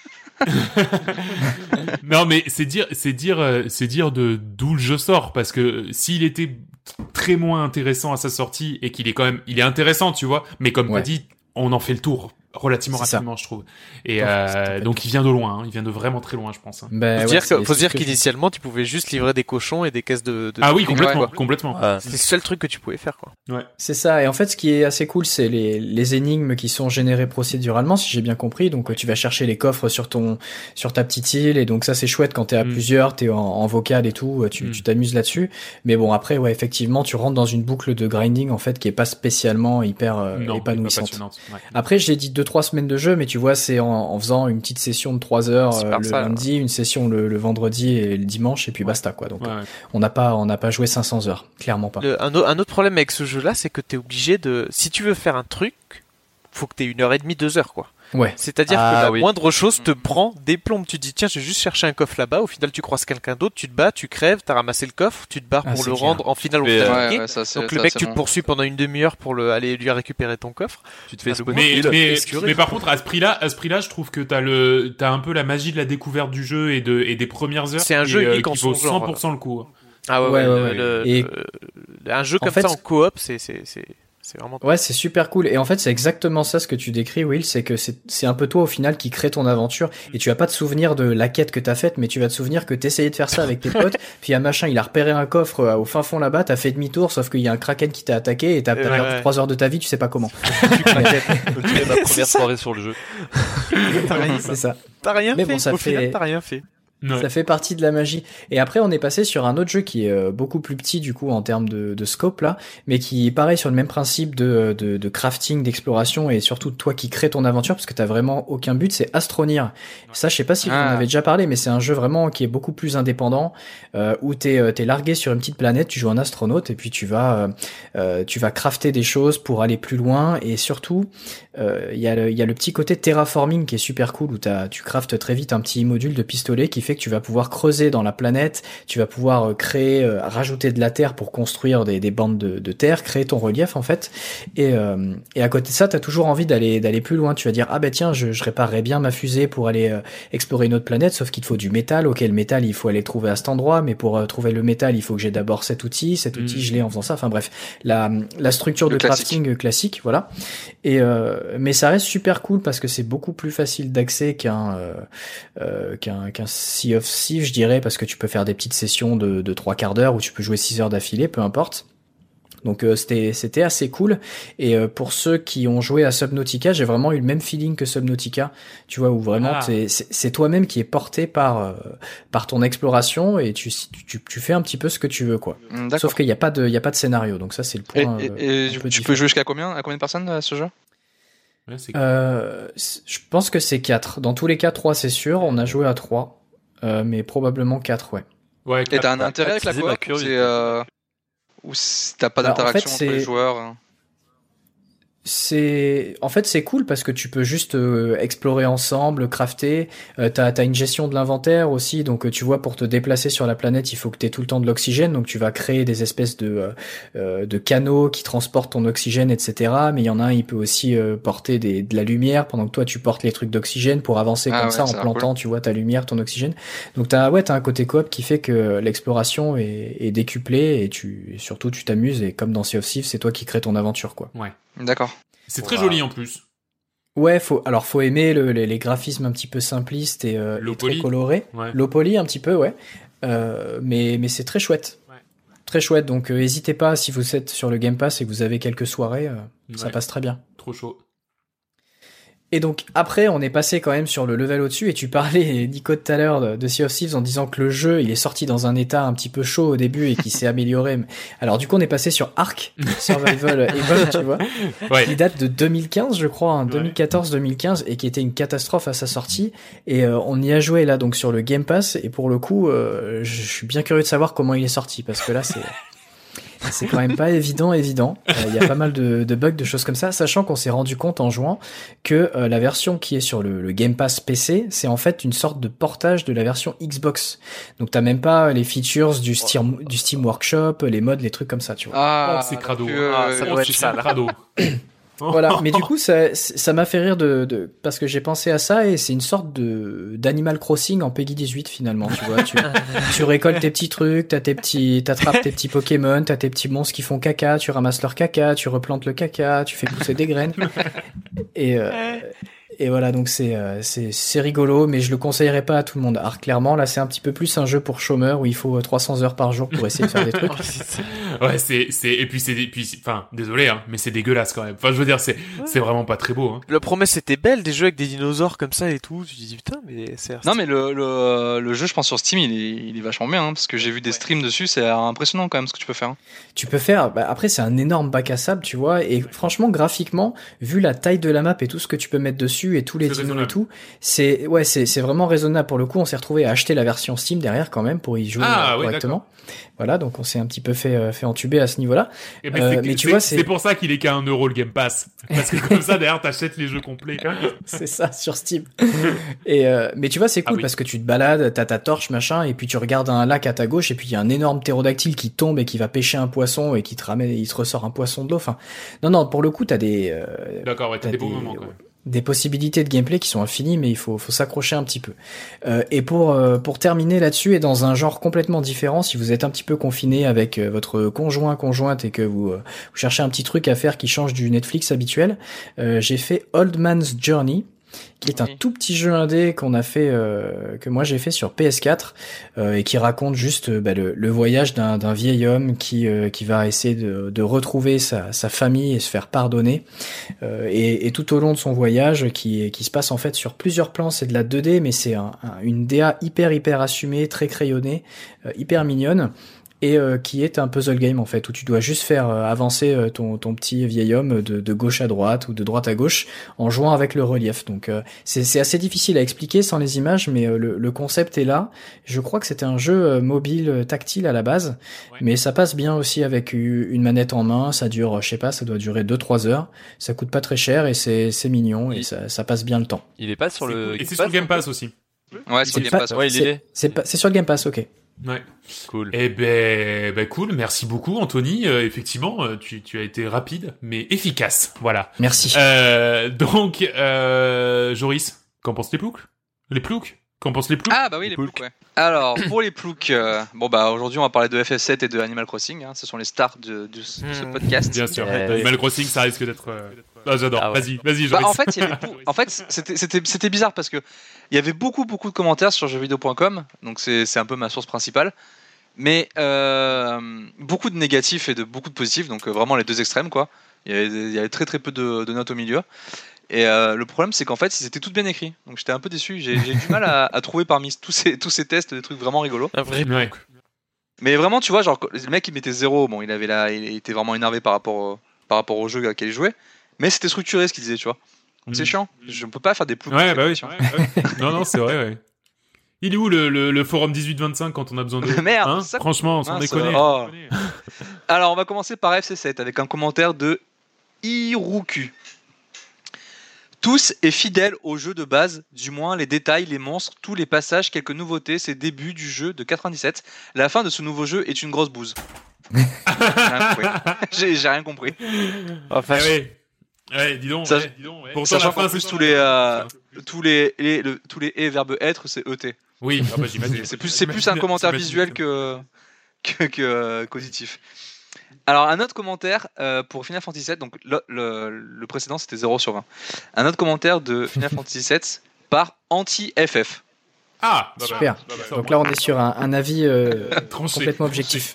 Non, mais c'est dire, c'est dire, euh, c'est dire de d'où le jeu sort, parce que s'il était très moins intéressant à sa sortie et qu'il est quand même, il est intéressant, tu vois, mais comme Ouais. t'as dit, on en fait le tour relativement C'est ça. rapidement, je trouve. Et Ouais, euh, c'est tout à fait. donc il vient de loin, hein, il vient de vraiment très loin, je pense. hein. Ben, Faut ouais, dire, c'est- que- faut c'est dire ce que je- qu'initialement, tu pouvais juste livrer des cochons et des caisses de. de Ah oui, trucs, complètement, quoi. complètement. Ouais. C'est le seul truc que tu pouvais faire, quoi. C'est ça. Et en fait, ce qui est assez cool, c'est les, les énigmes qui sont générées procéduralement, si j'ai bien compris. Donc, euh, tu vas chercher les coffres sur ton, sur ta petite île. Et donc, ça, c'est chouette quand t'es à Mm. plusieurs, t'es en, en vocal et tout, tu, Mm. tu t'amuses là-dessus. Mais bon, après, ouais, effectivement, tu rentres dans une boucle de grinding, en fait, qui est pas spécialement hyper euh, Non, épanouissante. pas passionnante. Ouais. Après, j'ai dit deux trois semaines de jeu, mais tu vois, c'est en, en faisant une petite session de trois heures C'est euh, super le ça, là. lundi, une session le, le vendredi et le dimanche, et puis Ouais. basta, quoi. Donc, Ouais, ouais. on n'a pas, on n'a pas joué cinq cents heures, clairement pas. Le- un, au- un autre problème avec ce jeu-là, c'est que t'es obligé de. Si tu veux faire un truc, faut que t'aies une heure et demie, deux heures, quoi. Ouais. C'est-à-dire Ah, que la oui. moindre chose te prend des plombes. Tu te dis, tiens, je vais juste chercher un coffre là-bas. Au final, tu croises quelqu'un d'autre, tu te bats, tu crèves, t'as ramassé le coffre, tu te barres Ah, pour c'est le clair. rendre. En finale, on Mais, fait euh, attaquer. Ouais, ouais, ça, c'est- Donc ça, le mec, c'est tu long. te poursuis pendant une demi-heure pour le, aller lui récupérer ton coffre. Tu te fais Ah, spoiler. Mais, Il a mais, escuré. mais par contre, à ce prix-là, à ce prix-là, je trouve que t'as le, t'as un peu la magie de la découverte du jeu et de, et des premières heures. C'est un qui, jeu euh, unique en qui vaut son genre, cent pour cent le coup. Ah ouais, Ouais, ouais, ouais, le- ouais. le- Et- le- un jeu en comme fait, ça en coop, c'est, c'est, c'est, c'est vraiment. Ouais, c'est super cool. Et en fait, c'est exactement ça ce que tu décris, Will. C'est que c'est, c'est un peu toi au final qui crée ton aventure. Et tu vas pas te souvenir de la quête que t'as faite, mais tu vas te souvenir que t'essayais de faire ça avec tes potes. Puis un machin, il a repéré un coffre euh, au fin fond là-bas. T'as fait demi-tour, sauf qu'il y a un kraken qui t'a attaqué et t'as, t'as Ouais, perdu ouais. trois heures de ta vie. Tu sais pas comment. C'était ma première soirée sur le jeu. T'as rien, C'est ça. t'as rien Mais fait. bon, ça Au fait- final, t'as rien fait. Ouais. Ça fait partie de la magie. Et après, on est passé sur un autre jeu qui est euh, beaucoup plus petit du coup en termes de, de scope là, mais qui est pareil sur le même principe de, de, de crafting, d'exploration et surtout toi qui crée ton aventure parce que t'as vraiment aucun but. C'est Astroneer. Ça, je sais pas si vous en Ah. avez déjà parlé, mais c'est un jeu vraiment qui est beaucoup plus indépendant euh, où t'es euh, t'es largué sur une petite planète, tu joues un astronaute et puis tu vas euh, euh, tu vas crafter des choses pour aller plus loin et surtout euh, il y a le il y a le petit côté terraforming qui est super cool où t'as tu craftes très vite un petit module de pistolet qui fait que tu vas pouvoir creuser dans la planète, tu vas pouvoir euh, créer, euh, rajouter de la terre pour construire des, des bandes de, de terre, créer ton relief en fait. Et, euh, et à côté de ça, t'as toujours envie d'aller d'aller plus loin. Tu vas dire ah ben tiens, je, je réparerais bien ma fusée pour aller euh, explorer une autre planète, sauf qu'il te faut du métal. Ok, le métal, il faut aller le trouver à cet endroit, mais pour euh, trouver le métal, il faut que j'ai d'abord cet outil. Cet outil, Mm. je l'ai en faisant ça. Enfin bref, la la structure Le de classique. crafting euh, classique, voilà. Et euh, mais ça reste super cool parce que c'est beaucoup plus facile d'accès qu'un euh, euh, qu'un qu'un Sea of Thieves, je dirais, parce que tu peux faire des petites sessions de, de trois quarts d'heure où tu peux jouer six heures d'affilée, peu importe. Donc euh, c'était c'était assez cool. Et euh, pour ceux qui ont joué à Subnautica, j'ai vraiment eu le même feeling que Subnautica, tu vois, où vraiment Ah. t'es- c'est c'est toi-même qui est porté par euh, par ton exploration et tu, tu tu fais un petit peu ce que tu veux quoi. Hum, D'accord. Sauf qu'il n'y a pas de il y a pas de scénario, donc ça c'est le Et, point. et- euh, et un peu tu peux différent. jouer jusqu'à combien à combien de personnes à ce jeu? Ouais, c'est- Euh, c- je pense que c'est quatre. Dans tous les cas, trois c'est sûr. On a joué à trois, euh, mais probablement quatre, ouais. Ouais, Et t'as un T'as intérêt avec la attisé ma coop? curiosité. C'est euh... ou si t'as pas Bah, en fait, d'interaction entre les c'est- joueurs? hein. C'est en fait c'est cool parce que tu peux juste euh, explorer ensemble, crafter. Euh, t'as t'as une gestion de l'inventaire aussi, donc euh, tu vois pour te déplacer sur la planète, il faut que t'aies tout le temps de l'oxygène, donc tu vas créer des espèces de euh, euh, de canaux qui transportent ton oxygène, et cetera. Mais il y en a un, il peut aussi euh, porter des, de la lumière pendant que toi tu portes les trucs d'oxygène pour avancer Ah comme ouais, ça en ça a l'air plantant, tu vois ta lumière, ton oxygène. Donc t'as ouais t'as un côté coop qui fait que l'exploration est, est décuplée et tu et surtout tu t'amuses et comme dans Sea of Thieves, c'est toi qui crée ton aventure quoi. D'accord. C'est très Wow. joli en plus. Ouais, faut alors faut aimer le, les, les graphismes un petit peu simplistes et, euh, Low et très poly. colorés. Ouais. Low poly un petit peu, ouais. Euh, mais mais c'est très chouette. Ouais. Très chouette. Donc euh, hésitez pas si vous êtes sur le Game Pass et que vous avez quelques soirées, euh, ça Ouais. passe très bien. Trop chaud. Et donc après, on est passé quand même sur le level au-dessus. Et tu parlais, Nico, tout à l'heure de, de Sea of Thieves en disant que le jeu, il est sorti dans un état un petit peu chaud au début et qui s'est amélioré. Alors du coup, on est passé sur Ark Survival Evolved, tu vois, Ouais. qui date de deux mille quinze, je crois, hein, Ouais. deux mille quatorze deux mille quinze, et qui était une catastrophe à sa sortie. Et euh, on y a joué là, donc sur le Game Pass. Et pour le coup, euh, je suis bien curieux de savoir comment il est sorti, parce que là, c'est C'est quand même pas évident, évident. Il euh, y a pas mal de, de bugs, de choses comme ça, sachant qu'on s'est rendu compte en jouant que euh, la version qui est sur le, le Game Pass P C, c'est en fait une sorte de portage de la version Xbox. Donc t'as même pas les features du Steam, du Steam Workshop, les mods, les trucs comme ça, tu vois. Ah, Oh, c'est crado. euh, Ah, ça Oh, doit c'est être ça, là. crado. Voilà, mais du coup, ça, ça m'a fait rire de, de parce que j'ai pensé à ça et c'est une sorte de d'Animal Crossing en Peggy dix-huit finalement, tu vois. Tu, tu récoltes tes petits trucs, t'as tes petits, t'attrapes tes petits Pokémon, t'as tes petits monstres qui font caca, tu ramasses leur caca, tu replantes le caca, tu fais pousser des graines. Et euh, et voilà, donc c'est euh, c'est c'est rigolo, mais je le conseillerais pas à tout le monde. Alors clairement, là, c'est un petit peu plus un jeu pour chômeurs où il faut trois cents heures par jour pour essayer de faire des trucs. Ouais, c'est, c'est, et puis c'est, et puis, enfin, désolé, hein, mais c'est dégueulasse quand même. Enfin, je veux dire, c'est, c'est vraiment pas très beau, hein. La promesse était belle, des jeux avec des dinosaures comme ça et tout. Tu te dis putain, mais c'est. Non mais le, le, le jeu je pense sur Steam il est, il est vachement bien hein, parce que j'ai vu des streams dessus, c'est impressionnant quand même ce que tu peux faire. Hein. Tu peux faire, bah après c'est un énorme bac à sable, tu vois, et franchement graphiquement, vu la taille de la map et tout ce que tu peux mettre dessus et tous les C'est dinos et raisonnable. tout, c'est ouais c'est c'est vraiment raisonnable. Pour le coup, on s'est retrouvé à acheter la version Steam derrière quand même pour y jouer Ah, euh, oui, correctement. Voilà, donc on s'est un petit peu fait euh, fait entuber à ce niveau-là. Et ben, Euh, c'est, mais tu c'est- vois, c'est c'est- pour ça qu'il est qu'à un euro le Game Pass. Parce que comme ça, derrière, t'achètes les jeux complets. C'est ça sur Steam. Et euh, mais tu vois, c'est cool Ah oui. parce que tu te balades, t'as ta torche machin, et puis tu regardes un lac à ta gauche, et puis il y a un énorme ptérodactyle qui tombe et qui va pêcher un poisson et qui te ramène, il te ressort un poisson de l'eau. Enfin, non non, pour le coup, t'as des euh, D'accord, ouais, t'as T'as des beaux des- moments quand même. des possibilités de gameplay qui sont infinies, mais il faut, faut s'accrocher un petit peu. Euh, et pour euh, pour terminer là-dessus, et dans un genre complètement différent, si vous êtes un petit peu confiné avec euh, votre conjoint, conjointe, et que vous, euh, vous cherchez un petit truc à faire qui change du Netflix habituel, euh, j'ai fait Old Man's Journey, qui est un Oui. tout petit jeu indé qu'on a fait, euh, que moi j'ai fait sur P S quatre, euh, et qui raconte juste euh, bah, le, le voyage d'un, d'un vieil homme qui euh, qui va essayer de, de retrouver sa, sa famille et se faire pardonner. Euh, et, et tout au long de son voyage, qui qui se passe en fait sur plusieurs plans, c'est de la deux D, mais c'est un, un- une D A hyper hyper assumée, très crayonnée, euh, hyper mignonne. Et euh, qui est un puzzle game en fait, où tu dois juste faire euh, avancer euh, ton, ton petit vieil homme de, de gauche à droite ou de droite à gauche en jouant avec le relief. Donc euh, c'est, c'est assez difficile à expliquer sans les images, mais euh, le, le concept est là. Je crois que c'était un jeu euh, mobile euh, tactile à la base, Ouais. mais ça passe bien aussi avec u- une manette en main. Ça dure, euh, je sais pas, ça doit durer deux trois heures. Ça coûte pas très cher et c'est, c'est mignon et Il- ça, ça passe bien le temps. Il est pas sur C'est le. cool. Et Game c'est sur le Pass, Game en Pass aussi. Ouais c'est C'est Game pas- Pass. Ouais. Ouais, il c'est, y est. c'est, pas, c'est sur le Game Pass, ok. Ouais. Cool. Eh ben, ben cool, merci beaucoup Anthony. Euh, effectivement, euh, tu, tu as été rapide, mais efficace. Voilà. Merci. Euh, donc, euh, Joris, qu'en pensent les ploucs Les ploucs Qu'en pensent les ploucs Ah bah oui les Ploucs. ploucs ouais. Alors pour les ploucs, euh, bon bah aujourd'hui on va parler de F F sept et de Animal Crossing, hein, ce sont les stars de, de ce, de ce Hmm. podcast. Bien sûr. Euh, Animal Crossing, ça risque d'être. euh, Ah, j'adore. Ah ouais. Vas-y, vas-y, Bah, Joris. en fait, il y avait pou- en fait c'était, c'était, c'était bizarre parce que il y avait beaucoup beaucoup de commentaires sur jeuxvideo point com, donc c'est, c'est un peu ma source principale. Mais euh, beaucoup de négatifs et de beaucoup de positifs, donc euh, vraiment les deux extrêmes quoi. Il y avait, il y avait très très peu de, de notes au milieu. Et euh, le problème c'est qu'en fait ils étaient toutes bien écrits, donc j'étais un peu déçu. J'ai, j'ai du mal à, à trouver parmi tous ces, tous ces tests des trucs vraiment rigolos. Un vrai. Ouais. Mais vraiment tu vois genre le mec il mettait zéro, bon il avait là, il était vraiment énervé par rapport au, par rapport au jeu auquel il jouait. Mais c'était structuré ce qu'il disait tu vois. Donc c'est Mm. chiant. Je ne peux pas faire des ploucs. Ouais, bah oui. Ouais, ouais. Non, non, c'est vrai, ouais. Il est où le, le, le forum dix-huit vingt-cinq quand on a besoin de. Merde, Hein ça- Franchement, sans mince, déconner. oh. Alors on va commencer par F C sept avec un commentaire de Iruku. Tous est fidèle au jeu de base, du moins les détails, les monstres, tous les passages, quelques nouveautés, c'est début du jeu de quatre-vingt-dix-sept. La fin de ce nouveau jeu est une grosse bouse. J'ai rien compris. J'ai, j'ai rien compris. Enfin, Ah ouais. Ouais, dis donc. Ça- ouais, dis donc ouais. Pourtant, Pourtant, Sachant qu'en plus c'est- tous les euh, tous les, les- le- tous les et verbes être c'est E T. Oui, ah bah, j'imagine. C'est plus c'est plus un commentaire J'imagine. visuel que que, que euh, qu'auditif. Alors un autre commentaire euh, pour Final Fantasy sept, donc le, le, le précédent c'était zéro sur vingt. Un autre commentaire de Final Fantasy sept par anti-F F. Ah, bah, Super. bah, bah, bah, Donc là, on est sur un, un avis euh, Tranché, complètement tranché. objectif.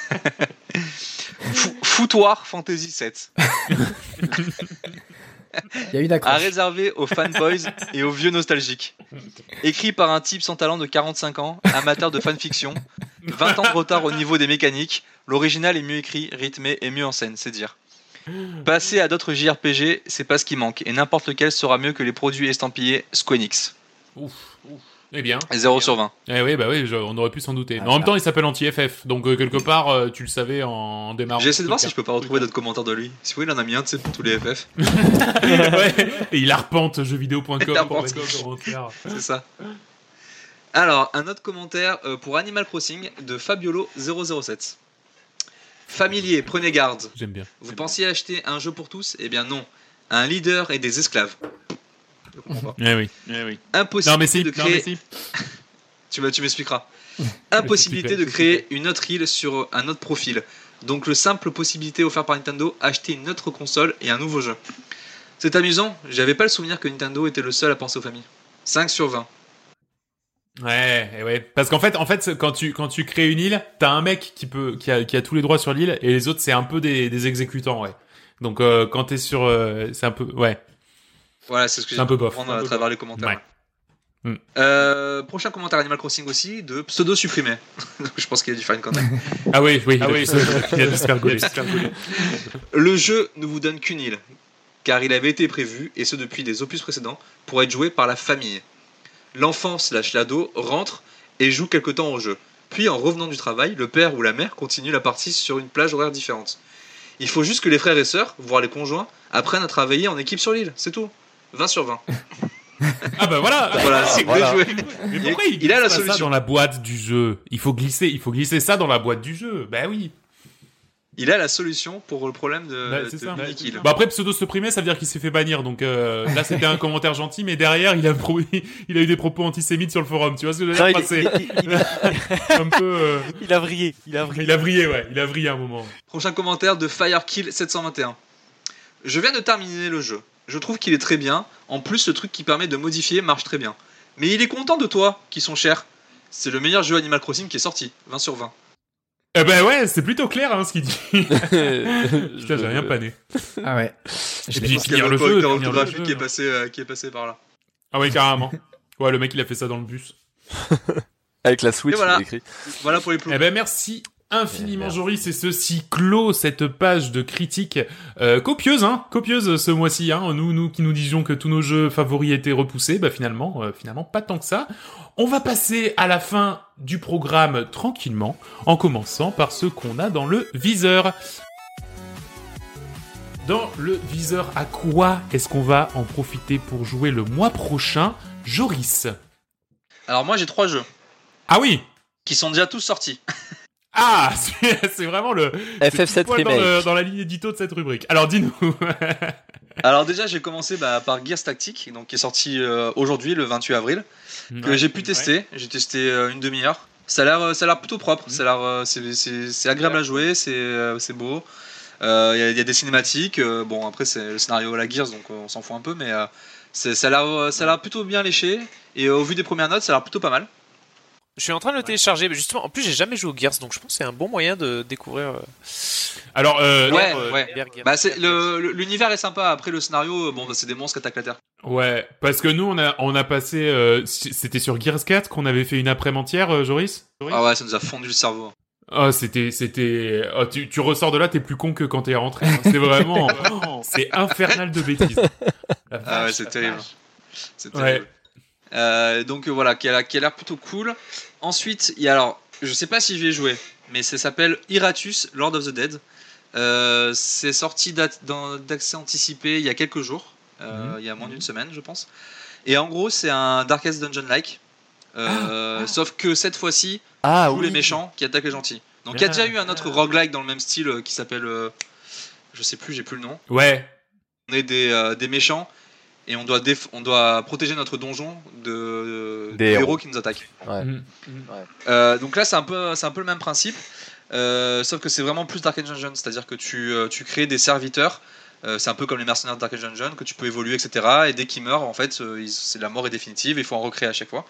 Fou- Foutoir Fantasy sept. Il y a eu À d'accroche. réserver aux fanboys et aux vieux nostalgiques. Écrit par un type sans talent de quarante-cinq ans, amateur de fanfiction, vingt ans de retard au niveau des mécaniques, l'original est mieux écrit, rythmé et mieux en scène, c'est dire. Passer à d'autres J R P G, c'est pas ce qui manque, et n'importe lequel sera mieux que les produits estampillés Square Enix. Ouf, ouf. Eh bien. Et zéro sur vingt. Eh oui, bah oui, je- on aurait pu s'en douter. Ah, Mais en même ah. temps, il s'appelle anti-F F, donc euh, quelque part, euh, tu le savais en démarrant. J'ai essayé de voir si Truc, je peux pas retrouver d'autres commentaires de lui. Si oui, il en a mis un, tu sais, pour tous les F F. ouais. Et il arpente jeuxvideo point com Il pour arpente. mettre en commentaire. C'est ça. Alors, un autre commentaire euh, pour Animal Crossing de Fabiolo zéro zéro sept. Familier, prenez garde. J'aime bien. Vous pensiez acheter un jeu pour tous? Eh bien non. Un leader et des esclaves. Je comprends pas. Eh oui. Eh oui. Impossibilité Non mais si, de non mais créer. si. Tu, m'as- tu m'expliqueras. Impossibilité de créer une autre île sur un autre profil. Donc le simple possibilité offerte par Nintendo, acheter une autre console et un nouveau jeu. C'est amusant, j'avais pas le souvenir que Nintendo était le seul à penser aux familles. cinq sur vingt. Ouais, eh ouais. Parce qu'en fait, en fait, quand tu quand tu crées une île, t'as un mec qui peut qui a qui a tous les droits sur l'île et les autres c'est un peu des des exécutants, ouais. Donc euh, quand t'es sur, euh, c'est un peu, ouais. Voilà, c'est ce que C'est j'ai un peu pu bof. comprendre Un à peu travers les commentaires. Ouais. Mm. Euh, prochain commentaire Animal Crossing aussi, de pseudo supprimé. Donc je pense qu'il y a du fine quand même. Ah oui, oui, Ah il a oui, dû se- il a dû se faire gauler. Le jeu ne vous donne qu'une île, car il avait été prévu, et ce depuis des opus précédents, pour être joué par la famille. L'enfant slash l'ado rentre et joue quelque temps au jeu. Puis en revenant du travail, le père ou la mère continue la partie sur une plage horaire différente. Il faut juste que les frères et sœurs, voire les conjoints, apprennent à travailler en équipe sur l'île, c'est tout. vingt sur vingt. Ah bah voilà. Voilà, c'est Voilà. bien joué. Mais Il- pourquoi il, il glisse a la pas ça solution. dans la boîte du jeu? Il faut glisser, il faut glisser ça dans la boîte du jeu. Bah oui. Il a la solution pour le problème de, Bah, c'est de ça. Mini Kill. Bah après pseudo supprimé, ça veut dire qu'il s'est fait bannir. Donc euh, là c'était un commentaire gentil, mais derrière il a pro- il a eu des propos antisémites sur le forum. Tu vois ce que je veux Non, dire? il, Enfin, c'est il- il- un peu. euh, il a vrillé, il a vrillé. Il a vrillé, ouais. Il a vrillé un moment. Prochain commentaire de Firekill sept cent vingt et un. Je viens de terminer le jeu. Je trouve qu'il est très bien. En plus, le truc qui permet de modifier marche très bien. Mais il est content de toi, qui sont chers. C'est le meilleur jeu Animal Crossing qui est sorti. vingt sur vingt. Eh ben ouais, c'est plutôt clair hein, ce qu'il dit. Je- Putain, j'ai rien pané. Ah ouais. Et Je puis l'ai- Parce qu'il y finir a le le jeu, correcteur finir le orthographique jeu, qui est hein. passé, euh, qui est passé par là. Ah ouais, carrément. Ouais, le mec il a fait ça dans le bus. Avec la Switch, Et voilà. il a écrit. Voilà pour les plots. Eh ben merci infiniment Eh, merde. Joris, et ceci clôt cette page de critique euh, copieuse, hein, copieuse ce mois-ci. Hein. Nous, nous qui nous disions que tous nos jeux favoris étaient repoussés, bah finalement, euh, finalement pas tant que ça. On va passer à la fin du programme tranquillement, en commençant par ce qu'on a dans le viseur. Dans le viseur, à quoi est-ce qu'on va en profiter pour jouer le mois prochain, Joris? Alors moi j'ai trois jeux Ah oui. qui sont déjà tous sortis. Ah, c'est c'est vraiment le F F sept c'est pile poil dans, Remake. le- dans la ligne édito de cette rubrique. Alors dis-nous. Alors déjà j'ai commencé bah, par Gears Tactics, donc qui est sorti euh, aujourd'hui le vingt-huit avril, que j'ai pu tester. J'ai testé euh, une demi-heure. Ça a l'air, euh, ça a l'air plutôt propre. Ça a l'air, euh, c'est, c'est, c'est agréable à jouer, c'est, euh, c'est beau. Il euh, y, a, y a des cinématiques. euh, bon après c'est le scénario à la Gears, donc euh, on s'en fout un peu, mais euh, c'est, ça a l'air, euh, ça a l'air plutôt bien léché. Et euh, au vu des premières notes, ça a l'air plutôt pas mal. Je suis en train de le télécharger, mais justement, en plus j'ai jamais joué au Gears, donc je pense que c'est un bon moyen de découvrir. euh, Alors euh, Ouais, euh, ouais. l'univers Gears. Bah c'est le, le- l'univers est sympa. Après le scénario, euh, bon bah, c'est des monstres qui attaquent la Terre. ouais, parce que nous on a on a passé euh, c- c'était sur Gears quatre qu'on avait fait une après-midi entière, euh, Joris. Ah ouais, ça nous a fondu le cerveau. Oh, c'était c'était oh, tu, tu ressors de là, t'es plus con que quand t'es rentré. hein. C'est vraiment c'est infernal de bêtises. La Ah ouais, vache, c'est la terrible. vache. C'est Ouais. terrible. Euh, donc euh, voilà, qui a, qui a l'air plutôt cool. Ensuite, il y a alors, je sais pas si je vais jouer, mais ça s'appelle Iratus, Lord of the Dead. Euh, c'est sorti d'a- dans- d'accès anticipé il y a quelques jours, euh, Mhm. il y a moins d'une semaine, je pense. Et en gros, c'est un Darkest Dungeon-like, euh, sauf que cette fois-ci, Ah tous oui. les méchants qui attaquent les gentils. Donc il y a déjà eu un autre roguelike dans le même style euh, qui s'appelle, euh, je sais plus, j'ai plus le nom. Ouais. On est des, euh, des méchants et on doit, déf- on doit protéger notre donjon de, Des des héros. héros qui nous attaquent. Ouais. Mhm. Euh, donc là, c'est un peu, c'est un peu le même principe, euh, sauf que c'est vraiment plus Dark Age Dungeon, c'est-à-dire que tu, euh, tu crées des serviteurs. euh, c'est un peu comme les mercenaires de Dark Age Dungeon que tu peux évoluer, et cetera. Et dès qu'ils meurent, en fait, euh, ils- c'est la mort est définitive. Il faut en recréer à chaque fois.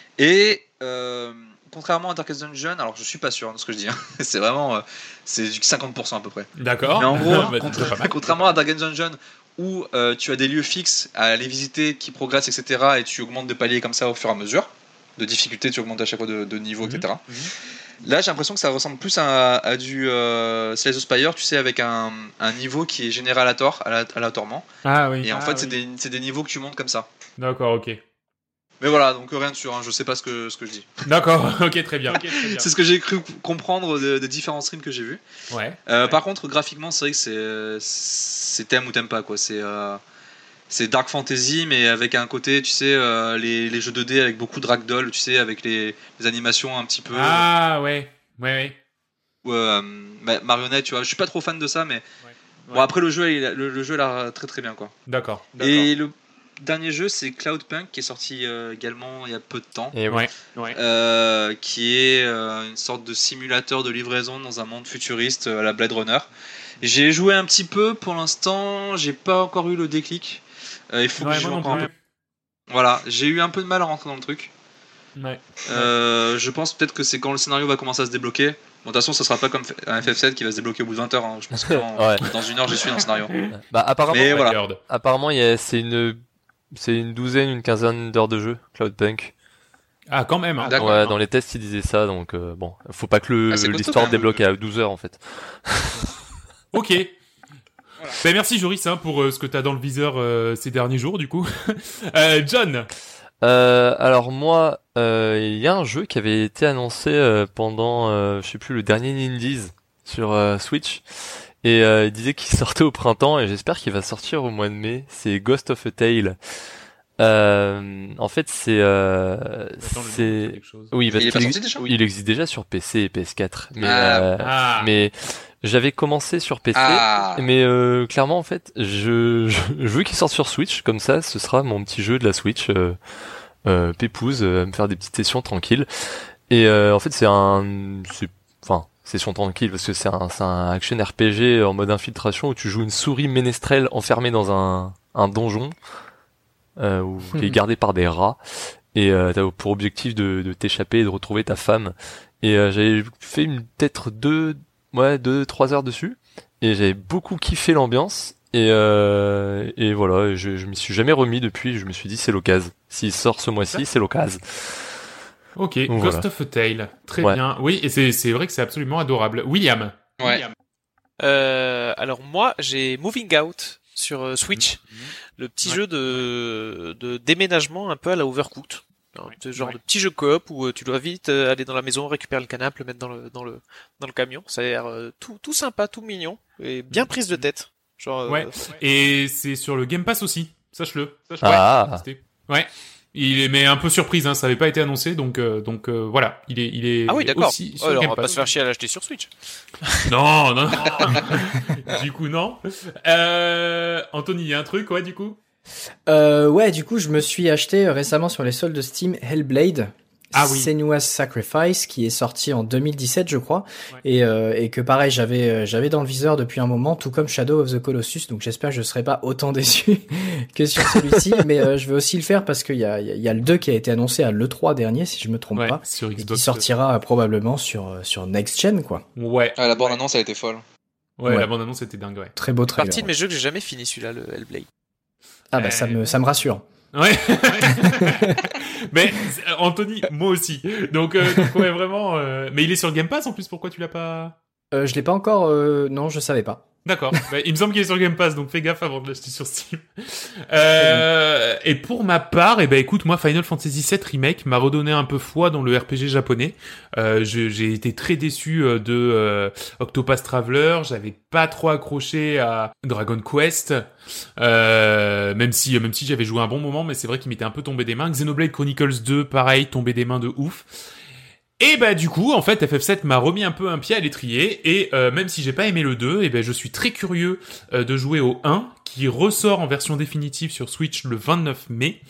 Et euh, contrairement à Dark Age Dungeon, alors je suis pas sûr de ce que je dis. hein, c'est vraiment, euh, c'est du cinquante pour cent à peu près. D'accord. Mais en gros, Bah, c'est contra- déjà pas mal. contrairement à Dark Age Dungeon, où euh, tu as des lieux fixes à aller visiter qui progressent, et cetera. Et tu augmentes de paliers comme ça au fur et à mesure. De difficulté, tu augmentes à chaque fois de, de niveau, Mhm. et cetera. Là, j'ai l'impression que ça ressemble plus à, à du euh, Slay the Spire, tu sais, avec un, un niveau qui est généré aléatoire, alé- aléatoirement. Ah oui. Et en Ah fait, oui. c'est des, c'est des niveaux que tu montes comme ça. D'accord, ok. Mais voilà, donc rien de sûr, hein, je sais pas ce que, ce que je dis. D'accord, ok, très bien. Okay, très bien. C'est ce que j'ai cru comprendre des de différents streams que j'ai vus. Ouais. Euh, ouais. Par contre, graphiquement, c'est vrai que c'est, c'est t'aimes ou t'aimes pas, quoi. C'est, euh, c'est Dark Fantasy, mais avec un côté, tu sais, euh, les, les jeux deux D avec beaucoup de ragdoll, tu sais, avec les, les animations un petit peu. Ah ouais, ouais, ouais. Ou, euh, marionnette, tu vois. Je suis pas trop fan de ça, mais. Ouais. Bon, ouais. après, le jeu, il, le, le jeu, là, très très bien, quoi. D'accord. D'accord. Et le dernier jeu, c'est Cloudpunk, qui est sorti euh, également il y a peu de temps. Et ouais. ouais. Euh, qui est euh, une sorte de simulateur de livraison dans un monde futuriste euh, à la Blade Runner. J'ai joué un petit peu pour l'instant, j'ai pas encore eu le déclic. Euh, il faut ouais, que je joue encore un peu. Voilà, j'ai eu un peu de mal à rentrer dans le truc. Ouais. Euh, je pense peut-être que c'est quand le scénario va commencer à se débloquer. Bon, de toute façon, ça sera pas comme un F F sept qui va se débloquer au bout de vingt heures. Hein. Je pense que dans, ouais. dans une heure, je suis dans le scénario. Bah, apparemment, Mais voilà. apparemment, il y a, c'est une, c'est une douzaine, une quinzaine d'heures de jeu, Cloudpunk. Ah, quand même. Hein. Ouais, dans les tests, ils disaient ça, donc euh, bon, faut pas que le, ah, l'histoire débloque à douze heures en fait. Ok. Voilà. Ben, merci Joris hein, pour euh, ce que t'as dans le viseur euh, ces derniers jours, du coup. euh, John. Euh, alors moi, il euh, y a un jeu qui avait été annoncé euh, pendant, euh, je sais plus, le dernier Indies sur euh, Switch, et euh, il disait qu'il sortait au printemps, et j'espère qu'il va sortir au mois de mai. C'est Ghost of a Tale. Euh, en fait, c'est, euh, Attends, c'est, oui, parce il, qu'il existe, déjà il existe déjà sur P C et P S quatre, mais, ah. Euh, Ah. mais j'avais commencé sur P C, ah. mais euh, clairement en fait, je, je, je veux qu'il sorte sur Switch, comme ça, ce sera mon petit jeu de la Switch, euh, euh, pépouze, euh, me faire des petites sessions tranquilles. Et euh, en fait, c'est un, c'est, enfin, session tranquille parce que c'est un, c'est un action R P G en mode infiltration où tu joues une souris ménestrelle enfermée dans un, un donjon. Euh, où qui est gardé par des rats et euh, t'as pour objectif de, de t'échapper et de retrouver ta femme et euh, j'avais fait une, peut-être deux ouais deux trois heures dessus et j'avais beaucoup kiffé l'ambiance et euh, et voilà je je m'y suis jamais remis depuis. Je me suis dit c'est l'occasion, s'il sort ce mois-ci c'est l'occasion. Ok. Donc, Ghost voilà. of a Tale, très ouais. bien. Oui, et c'est c'est vrai que c'est absolument adorable. William. Ouais. William. Euh, alors moi j'ai Moving Out sur euh, Switch, mmh. le petit ouais. jeu de, de déménagement un peu à la Overcooked, ouais. ce genre ouais. de petit jeu coop où tu dois vite aller dans la maison, récupérer le canapé, le mettre dans le dans le dans le camion. Ça a l'air euh, tout tout sympa, tout mignon et bien prise de tête. Genre. Ouais. Euh... Et c'est sur le Game Pass aussi, sache-le. Sache-le. Ah. Ouais. ouais. Il est mais un peu surprise, hein, ça avait pas été annoncé, donc euh, donc euh, voilà, il est il est. Ah oui d'accord. Aussi sur oh, alors Game on va Pass. pas se faire chier à l'acheter sur Switch. Non non. non. Du coup non. Euh, Anthony, il y a un truc ouais du coup. Euh, ouais du coup je me suis acheté récemment sur les soldes de Steam Hellblade. Ah oui. Senua's Sacrifice qui est sorti en deux mille dix-sept je crois ouais. et euh, et que pareil j'avais j'avais dans le viseur depuis un moment, tout comme Shadow of the Colossus, donc j'espère que je serai pas autant déçu que sur celui-ci mais euh, je vais aussi le faire parce qu'il y a il y a le deux qui a été annoncé à l'E trois dernier si je me trompe ouais, pas sur Xbox et qui sortira euh, probablement sur sur Next Gen quoi. Ouais. Ah, la bande annonce a été folle. Ouais, ouais. la bande annonce était dingue ouais. Très beau trailer. Partie de mes jeux que j'ai jamais fini celui-là le Hellblade. Ah bah euh... ça me ça me rassure. Ouais. Mais Anthony, moi aussi. Donc, euh, donc ouais, vraiment. Euh... Mais il est sur Game Pass en plus. Pourquoi tu l'as pas euh, Je l'ai pas encore. Euh... Non, je savais pas. D'accord. Bah, il me semble qu'il est sur Game Pass, donc fais gaffe avant de l'acheter sur Steam. Euh... Et pour ma part, eh ben écoute, moi Final Fantasy sept Remake m'a redonné un peu foi dans le R P G japonais. Euh, je, j'ai été très déçu de euh, Octopath Traveler. J'avais pas trop accroché à Dragon Quest. Euh, même si même si j'avais joué un bon moment, mais c'est vrai qu'il m'était un peu tombé des mains. Xenoblade Chronicles deux, pareil, tombé des mains de ouf. Et bah du coup, en fait, F F sept m'a remis un peu un pied à l'étrier, et euh, même si j'ai pas aimé le deux, et ben je suis très curieux euh, de jouer au un, qui ressort en version définitive sur Switch le vingt-neuf mai.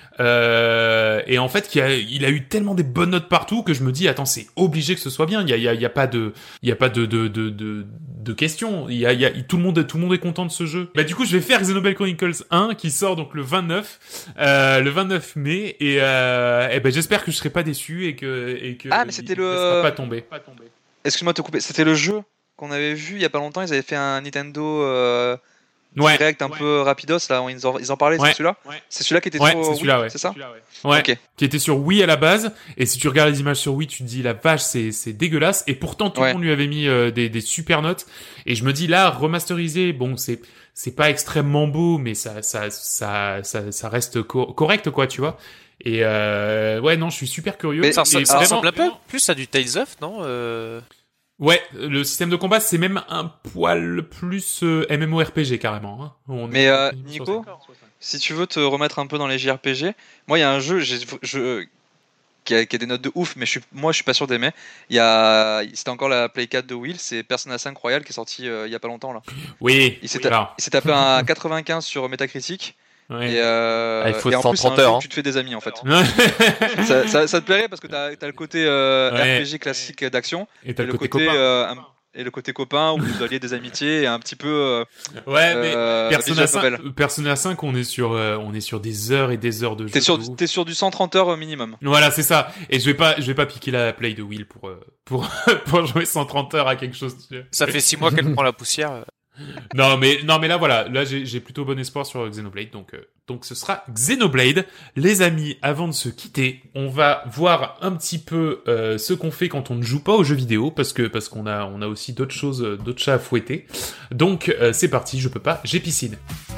Euh, et en fait, il a, il a eu tellement des bonnes notes partout que je me dis, attends, c'est obligé que ce soit bien. Il y a, il y a, il y a pas de, il y a pas de, de, de, de, de questions. Il y a, il y a, tout le monde, tout le monde est content de ce jeu. Bah du coup, je vais faire Xenoblade Chronicles un qui sort donc le vingt-neuf, euh, le vingt-neuf mai, et, euh, et ben j'espère que je serai pas déçu et que, et que. Ah mais c'était il, le. Il sera pas tombé. Pas tombé. Excuse-moi de te couper. C'était le jeu qu'on avait vu il y a pas longtemps. Ils avaient fait un Nintendo. Euh... Ouais. Direct un ouais. peu rapidos là, ils en, ils en parlaient, ouais. c'est celui-là ouais. C'est celui-là qui était ouais, sur c'est celui-là, Wii, ouais. c'est ça ouais. ouais. Okay. Qui était sur Wii à la base, et si tu regardes les images sur Wii, tu te dis la vache, c'est c'est dégueulasse, et pourtant tout ouais. le monde lui avait mis euh, des des super notes, et je me dis là remasterisé, bon c'est c'est pas extrêmement beau, mais ça ça ça ça, ça reste co- correct quoi, tu vois. Et euh, ouais, non, je suis super curieux. Mais Ça, Et ça, ça vraiment- ressemble un peu plus à du Tales of, non euh... Ouais, le système de combat, c'est même un poil plus euh, MMORPG carrément. Hein. On Mais est- euh, sur Nico, ça. si tu veux te remettre un peu dans les J R P G, moi il y a un jeu j'ai- je, qui, a, qui a des notes de ouf, mais je suis, moi je suis pas sûr d'aimer. Il y a, c'était encore la Play quatre de Will, c'est Persona cinq Royal qui est sorti euh, il y a pas longtemps là. Oui, Il s'est, oui, ta- alors, il s'est tapé un quatre-vingt-quinze sur Metacritic. ouais. Et, euh, Ah, il faut et en plus, c'est un cent trente jeu heures, où hein. tu te fais des amis en fait. ça, ça, ça te plairait parce que t'as, t'as le côté euh, Ouais. R P G classique d'action Et t'as et le le côté, côté, copain. euh, un- et le côté copain où vous doit lier des amitiés et un petit peu euh, Ouais, mais euh, Persona visual novel. cinq, Persona cinq, on est sur, euh, on est sur des heures et des heures de jeu. T'es sur, de ouf. t'es sur du cent trente heures minimum. Voilà, c'est ça. Et je vais pas, je vais pas piquer la play de Will pour, euh, pour, pour jouer cent trente heures à quelque chose. Ça fait six mois qu'elle prend la poussière. euh. Non, mais, non, mais là, voilà. Là, j'ai, j'ai plutôt bon espoir sur Xenoblade. Donc, euh, donc ce sera Xenoblade. Les amis, avant de se quitter, on va voir un petit peu, euh, ce qu'on fait quand on ne joue pas aux jeux vidéo. Parce que, parce qu'on a, on a aussi d'autres choses, euh, d'autres chats à fouetter. Donc, euh, c'est parti. Je peux pas. J'ai piscine.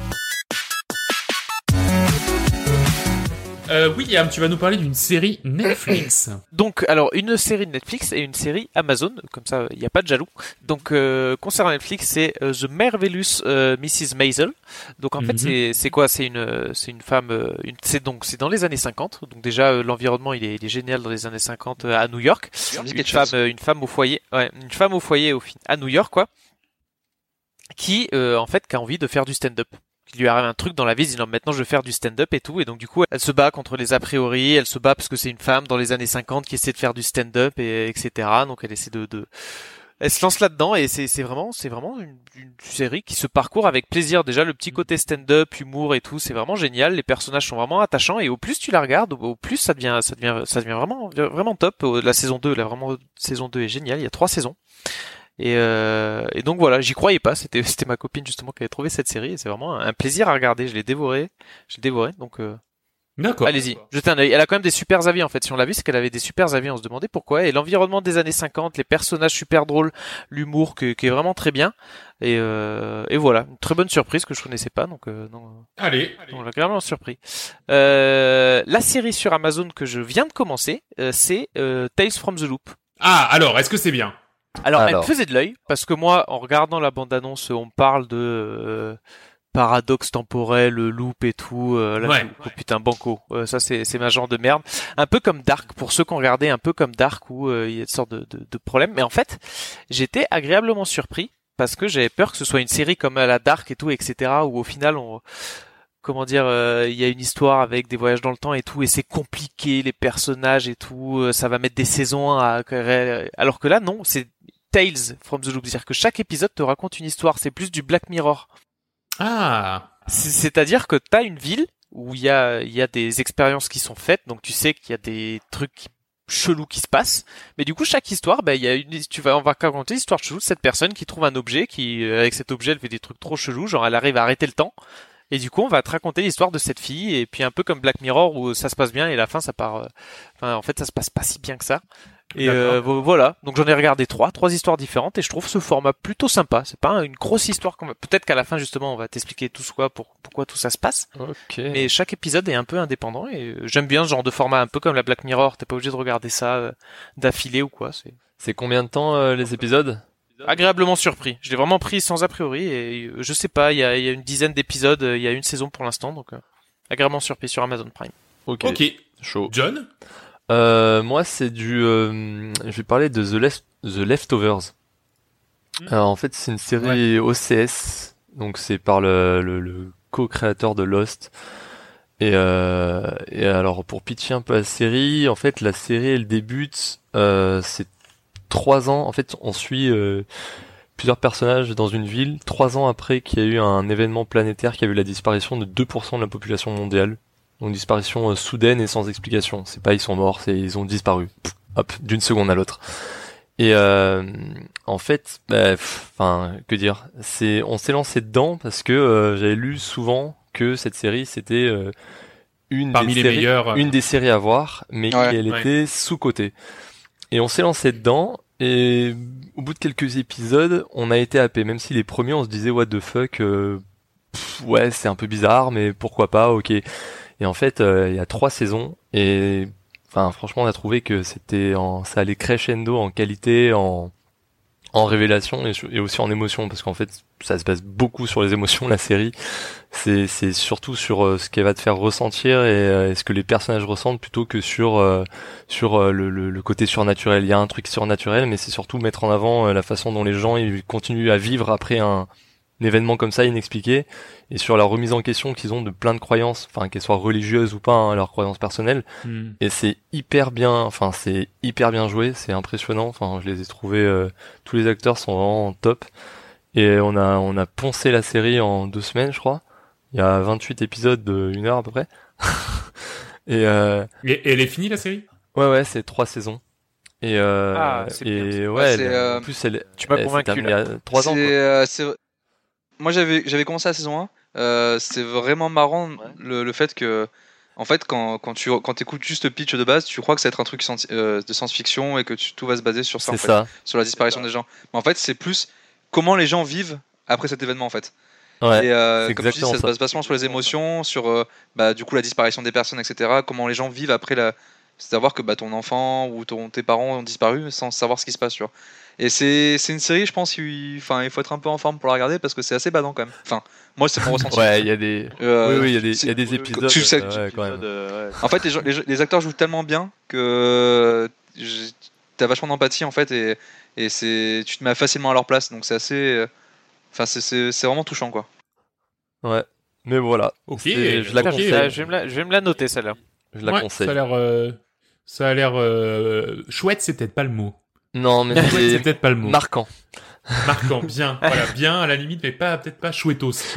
Euh, William, tu vas nous parler d'une série Netflix. Donc, alors, une série de Netflix et une série Amazon, comme ça, il n'y a pas de jaloux. Donc, euh, concernant Netflix, c'est euh, The Marvelous euh, missus Maisel. Donc, en Mhm. fait, c'est c'est quoi? C'est une euh, c'est une femme. euh, Une, c'est donc c'est dans les années cinquante. Donc déjà, euh, l'environnement, il est, il est génial dans les années cinquante euh, à New York. Ça me dit Une quelque femme, chose. euh, une femme au foyer, ouais, une femme au foyer au fin- à New York, quoi, qui euh, en fait, qui a envie de faire du stand-up. Il lui arrive un truc dans la vie, il dit non, maintenant je vais faire du stand-up et tout, et donc du coup elle se bat contre les a priori, elle se bat parce que c'est une femme dans les années cinquante qui essaie de faire du stand-up et etc. Donc elle essaie de, de... elle se lance là-dedans et c'est c'est vraiment c'est vraiment une, une série qui se parcourt avec plaisir. Déjà le petit côté stand-up, humour et tout, c'est vraiment génial. Les personnages sont vraiment attachants et au plus tu la regardes, au plus ça devient ça devient ça devient vraiment vraiment top. La saison deux, la vraiment saison deux est géniale. Il y a trois saisons. Et, euh, et donc voilà, j'y croyais pas. C'était c'était ma copine justement qui avait trouvé cette série et c'est vraiment un plaisir à regarder. Je l'ai dévoré, je l'ai dévoré. Donc euh, D'accord. allez-y, jetez un œil. Elle a quand même des super avis en fait. Si on l'a vu, c'est qu'elle avait des super avis. On se demandait pourquoi. Et l'environnement des années cinquante, les personnages super drôles, l'humour qui, qui est vraiment très bien. Et, euh, et voilà, une très bonne surprise que je connaissais pas. Donc, euh, donc, Allez. donc on l'a vraiment surpris. Euh, la série sur Amazon que je viens de commencer, euh, c'est euh, Tales from the Loop. Ah, alors, est-ce que c'est bien? Alors, Alors. elle faisait de l'œil parce que moi, en regardant la bande-annonce, on parle de euh, paradoxe temporel, loop et tout. Euh, là, Ouais. je- oh, putain, banco. Euh, ça, c'est c'est ma genre de merde. Un peu comme Dark, pour ceux qui ont regardé, un peu comme Dark où euh, il y a une sorte de, de, de problème. Mais en fait, j'étais agréablement surpris parce que j'avais peur que ce soit une série comme à la Dark et tout, et cetera. Où au final, on comment dire, euh, il y a une histoire avec des voyages dans le temps et tout, et c'est compliqué, les personnages et tout, euh, ça va mettre des saisons à... Alors que là, non, c'est Tales from the Loop, c'est-à-dire que chaque épisode te raconte une histoire, c'est plus du Black Mirror. Ah. C'est- C'est-à-dire que t'as une ville où il y a, il y a des expériences qui sont faites, donc tu sais qu'il y a des trucs chelous qui se passent, mais du coup chaque histoire, bah il y a une, tu vas, on va raconter l'histoire chelou de cette personne qui trouve un objet, qui avec cet objet elle fait des trucs trop chelous, genre elle arrive à arrêter le temps. Et du coup, on va te raconter l'histoire de cette fille, et puis un peu comme Black Mirror où ça se passe bien et la fin ça part. euh, Enfin, en fait, ça se passe pas si bien que ça. Et euh, vo- voilà. Donc j'en ai regardé trois, trois histoires différentes, et je trouve ce format plutôt sympa. C'est pas une grosse histoire comme. Peut-être qu'à la fin justement, on va t'expliquer tout ce quoi, pour pourquoi tout ça se passe. Ok. Mais chaque épisode est un peu indépendant, et euh, j'aime bien ce genre de format, un peu comme la Black Mirror. T'es pas obligé de regarder ça euh, d'affilée ou quoi. C'est C'est combien de temps euh, les épisodes? agréablement surpris. Je l'ai vraiment pris sans a priori, et euh, je sais pas. Il y a, il y a une dizaine d'épisodes, euh, il y a une saison pour l'instant, donc euh, agréablement surpris sur Amazon Prime. Ok. Ok. Chaud. John? Euh, moi, c'est du. Euh, je vais parler de The, Left, The Leftovers. Alors, en fait, c'est une série O C S, donc c'est par le, le, le co-créateur de Lost. Et, euh, et alors, pour pitcher un peu la série, en fait, la série, elle débute. Euh, c'est trois ans. En fait, on suit euh, plusieurs personnages dans une ville. Trois ans après qu'il y a eu un événement planétaire qui a eu la disparition de deux pour cent de la population mondiale. Donc disparition euh, soudaine et sans explication. C'est pas ils sont morts, c'est ils ont disparu. Pff, hop, d'une seconde à l'autre. Et euh, en fait, enfin, bah, que dire, c'est, on s'est lancé dedans parce que euh, j'avais lu souvent que cette série c'était euh, une Parmi des les séries, meilleures. une des séries à voir, mais Ouais. qu'elle Ouais. était sous-cotée. Et on s'est lancé dedans. Et au bout de quelques épisodes, on a été happé. Même si les premiers, on se disait what the fuck, euh, pff, ouais, c'est un peu bizarre, mais pourquoi pas, ok. Et en fait, euh, il y a trois saisons et enfin franchement, on a trouvé que c'était en ça allait crescendo en qualité, en en révélation et, et aussi en émotion parce qu'en fait, ça se base beaucoup sur les émotions la série. C'est c'est surtout sur euh, ce qu'elle va te faire ressentir et, euh, et ce que les personnages ressentent plutôt que sur euh, sur euh, le, le le côté surnaturel. Il y a un truc surnaturel mais c'est surtout mettre en avant euh, la façon dont les gens ils continuent à vivre après un un événement comme ça inexpliqué et sur la remise en question qu'ils ont de plein de croyances, enfin qu'elles soient religieuses ou pas, hein, leurs croyances personnelles. Mm. Et c'est hyper bien, enfin c'est hyper bien joué, c'est impressionnant. Enfin je les ai trouvés, euh, tous les acteurs sont vraiment top. Et on a on a poncé la série en deux semaines, je crois. Il y a vingt-huit épisodes de une heure à peu près. et, euh... et et elle est finie la série? Ouais ouais, c'est trois saisons. Et euh, ah, c'est et bien. ouais, ouais elle, euh... en plus elle, tu m'as elle, convaincu il y a trois ans. Quoi. Euh, c'est Moi j'avais j'avais commencé la saison un, euh, c'est vraiment marrant ouais. le, le fait que en fait quand quand tu quand écoutes juste le pitch de base, tu crois que ça va être un truc science, euh, de science-fiction et que tu, tout va se baser sur ça, en fait, ça. sur la disparition des gens. Mais en fait, c'est plus comment les gens vivent après cet événement en fait. Ouais, et euh, comme tu dis, ça, ça se base vachement sur les émotions, sur euh, bah du coup la disparition des personnes, et cetera. Comment les gens vivent après la, savoir que bah ton enfant ou ton tes parents ont disparu sans savoir ce qui se passe, tu vois. Et c'est c'est une série, je pense qu'il enfin il faut être un peu en forme pour la regarder parce que c'est assez badant quand même. Enfin, moi c'est mon ressenti. Ouais, il y a des euh, oui oui, il y a des il y a des épisodes tu sais, euh, ouais, quand même. Euh, ouais. En fait, les, gens, les les acteurs jouent tellement bien que t'as vachement d'empathie en fait et et c'est tu te mets facilement à leur place, donc c'est assez enfin c'est c'est c'est vraiment touchant quoi. Ouais. Mais voilà. OK, je la okay, conseille. Je vais me la je vais me la noter celle-là. Je la ouais, conseille. Ça a l'air euh, ça a l'air euh, chouette, c'est peut-être pas le mot. Non, mais c'est, c'est peut-être pas le mot. Marquant. Marquant, bien, voilà, bien à la limite, mais pas peut-être pas chouettos quoi.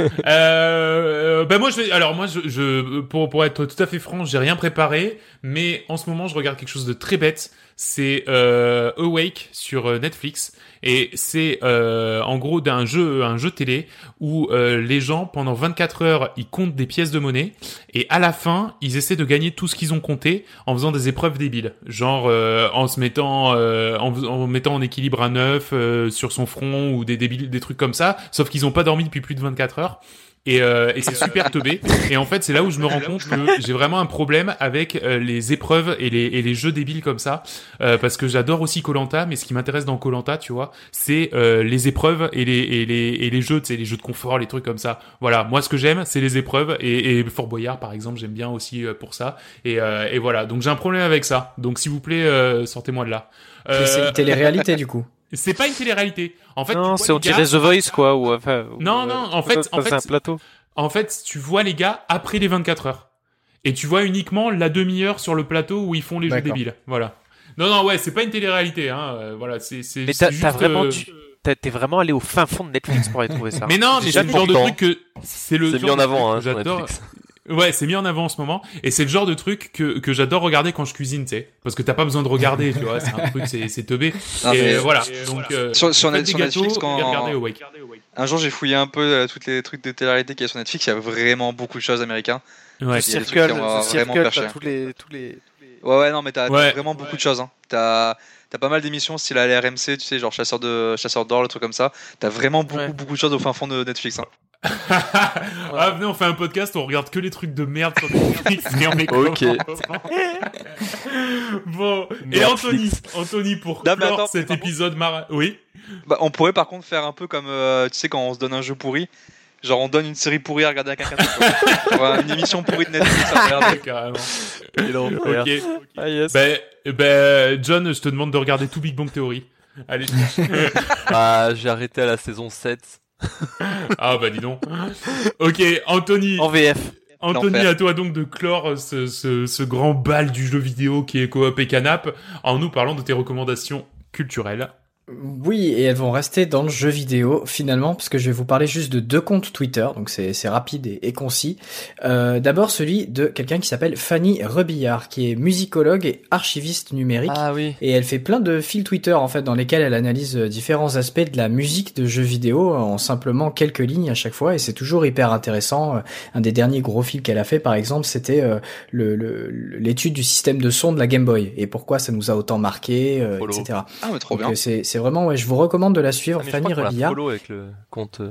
euh, ben moi je vais, alors moi je, je pour pour être tout à fait franc, j'ai rien préparé, mais en ce moment je regarde quelque chose de très bête. C'est euh, Awake sur Netflix et c'est euh, en gros d'un jeu un jeu télé où euh, les gens pendant vingt-quatre heures ils comptent des pièces de monnaie et à la fin ils essaient de gagner tout ce qu'ils ont compté en faisant des épreuves débiles, genre euh, en se mettant euh, en, en mettant en équilibre un œuf euh, sur son front ou des débiles des trucs comme ça, sauf qu'ils ont pas dormi depuis plus de vingt-quatre heures. Et, euh, et c'est super teubé. Et en fait, c'est là où je me rends compte que j'ai vraiment un problème avec euh, les épreuves et les, et les jeux débiles comme ça, euh, parce que j'adore aussi Koh-Lanta, mais ce qui m'intéresse dans Koh-Lanta, tu vois, c'est euh, les épreuves et les et les et les jeux, tu sais, les jeux de confort, les trucs comme ça. Voilà, moi ce que j'aime, c'est les épreuves et, et Fort Boyard, par exemple, j'aime bien aussi euh, pour ça. Et, euh, et voilà, donc j'ai un problème avec ça. Donc s'il vous plaît, euh, sortez-moi de là. Euh... C'est une télé-réalité du coup. C'est pas une télé-réalité. En fait, non, c'est on dirait The Voice quoi ou enfin. Non, ou, non, euh, en fait, en fait, c'est un plateau. En fait, tu vois les gars après les vingt-quatre heures. Et tu vois uniquement la demi-heure sur le plateau où ils font les D'accord. jeux débiles. Voilà. Non, non, ouais, c'est pas une télé-réalité, hein. Euh, voilà, c'est, c'est, mais c'est t'as, juste... t'as vraiment euh... du... T'as, t'es vraiment allé au fin fond de Netflix pour aller trouver ça. Mais non, mais c'est le genre de truc que... C'est le c'est genre mis en avant, hein, que j'adore. Ouais, c'est mis en avant en ce moment, et c'est le genre de truc que que j'adore regarder quand je cuisine, tu sais, parce que t'as pas besoin de regarder, tu vois, c'est un truc, c'est c'est teubé. Ah, et mais... voilà. Donc euh, sur sur, net, sur gâteaux, Netflix quand regardez Awake. Un jour j'ai fouillé un peu euh, toutes les trucs de télé-réalité qu'il y a sur Netflix, il y a vraiment beaucoup de choses américains. Ouais. Il y a des trucs qui ont vraiment perché. Tous les tous les Ouais ouais non mais t'as, ouais. t'as vraiment beaucoup de choses. Hein. T'as T'as pas mal d'émissions style à la R M C, tu sais, genre chasseur de chasseur d'or, le truc comme ça. T'as vraiment beaucoup ouais. beaucoup de choses au fin fond de Netflix. Hein. Ah venez, on fait un podcast, on regarde que les trucs de merde sur Netflix et on est Ok. Bon, et Anthony, Anthony pour non, clore attends, cet épisode mar... Oui. Bah, on pourrait par contre faire un peu comme euh, tu sais quand on se donne un jeu pourri. Genre on donne une série pourrie à regarder à quelqu'un d'autre. Une émission pourrie de Netflix à regarder. Carrément. Ok. Ah, yes. Ben, ben, John, je te demande de regarder tout Big Bang Theory. Allez. Ah, j'ai arrêté à la saison sept. Ah bah dis donc. Ok, Anthony. En V F. Anthony, L'enfer. à toi donc de clore ce, ce, ce grand bal du jeu vidéo qui est Coop et Canap en nous parlant de tes recommandations culturelles. Oui, et elles vont rester dans le jeu vidéo finalement, parce que je vais vous parler juste de deux comptes Twitter, donc c'est, c'est rapide et, et concis. Euh, d'abord celui de quelqu'un qui s'appelle Fanny Rebillard, qui est musicologue et archiviste numérique. Ah oui. Et elle fait plein de fils Twitter en fait, dans lesquels elle analyse différents aspects de la musique de jeux vidéo en simplement quelques lignes à chaque fois, et c'est toujours hyper intéressant. Un des derniers gros fils qu'elle a fait par exemple, c'était euh, le, le, l'étude du système de son de la Game Boy, et pourquoi ça nous a autant marqué, euh, et cetera. Ah mais trop donc, bien. C'est, c'est vraiment, ouais, je vous recommande de la suivre, Ah, Fanny Rebillard. Follow avec le compte. Euh...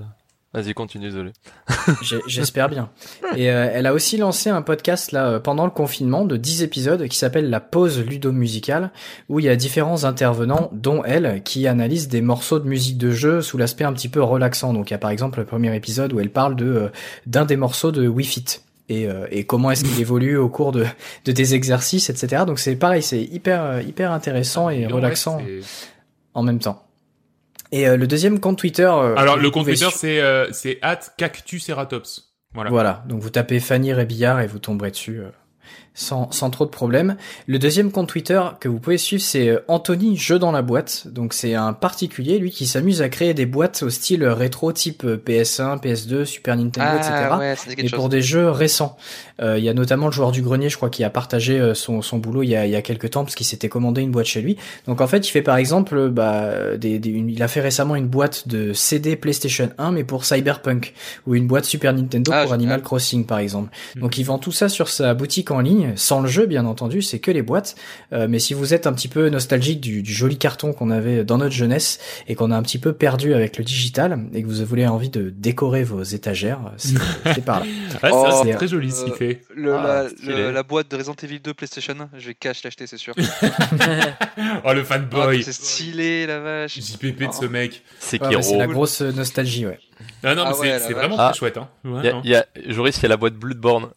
Vas-y, continue, désolé. J'ai- J'espère bien. Et euh, elle a aussi lancé un podcast là euh, pendant le confinement de dix épisodes qui s'appelle La Pause Ludo-Musicale, où il y a différents intervenants, dont elle, qui analysent des morceaux de musique de jeu sous l'aspect un petit peu relaxant. Donc il y a par exemple le premier épisode où elle parle de euh, d'un des morceaux de Wii Fit. Et, euh, et comment est-ce qu'il évolue au cours de, de des exercices, et cetera. Donc c'est pareil, c'est hyper euh, hyper intéressant et Non, relaxant ouais, c'est- en même temps. Et euh, le deuxième compte Twitter. euh, Alors que le vous compte pouvez Twitter su- c'est euh, c'est at cactuceratops. Voilà. Voilà, donc vous tapez Fanny Rébillard et vous tomberez dessus euh, sans, sans trop de problèmes. Le deuxième compte Twitter que vous pouvez suivre, c'est euh, Anthony Jeu dans la boîte. Donc c'est un particulier, lui, qui s'amuse à créer des boîtes au style rétro type euh, P S un, P S deux, Super Nintendo, et cetera. Ah ouais, ça dit Et quelque pour chose. des jeux récents. Euh, Il y a notamment le joueur du grenier, je crois, qui a partagé euh, son, son boulot il y a, il y a quelques temps parce qu'il s'était commandé une boîte chez lui. Donc en fait, il fait par exemple, euh, bah, des, des- une- il a fait récemment une boîte de C D PlayStation un, mais pour Cyberpunk, ou une boîte Super Nintendo Ah, pour Animal génial. Crossing, par exemple. Mhm. Donc il vend tout ça sur sa boutique en ligne, sans le jeu, bien entendu, c'est que les boîtes. Euh, mais si vous êtes un petit peu nostalgique du, du joli carton qu'on avait dans notre jeunesse et qu'on a un petit peu perdu avec le digital, et que vous avez envie de décorer vos étagères, c'est c'est par là. Ah, Oh, ça, c'est euh, très joli ce qu'il euh, fait. Le, Ah, la, stylé. le- la boîte de Resident Evil deux PlayStation, je vais cash l'acheter, c'est sûr. Oh le Oh, fanboy. c'est stylé, la vache. J P P de ce mec. C'est Ouais, qui ouais, c'est la Cool. grosse nostalgie, ouais. Ah non, mais Ah c'est ouais, la c'est vache. vraiment Ah. très chouette. Hein. Ouais, Il y a, non. il y a, Joris, il y a la boîte Bloodborne.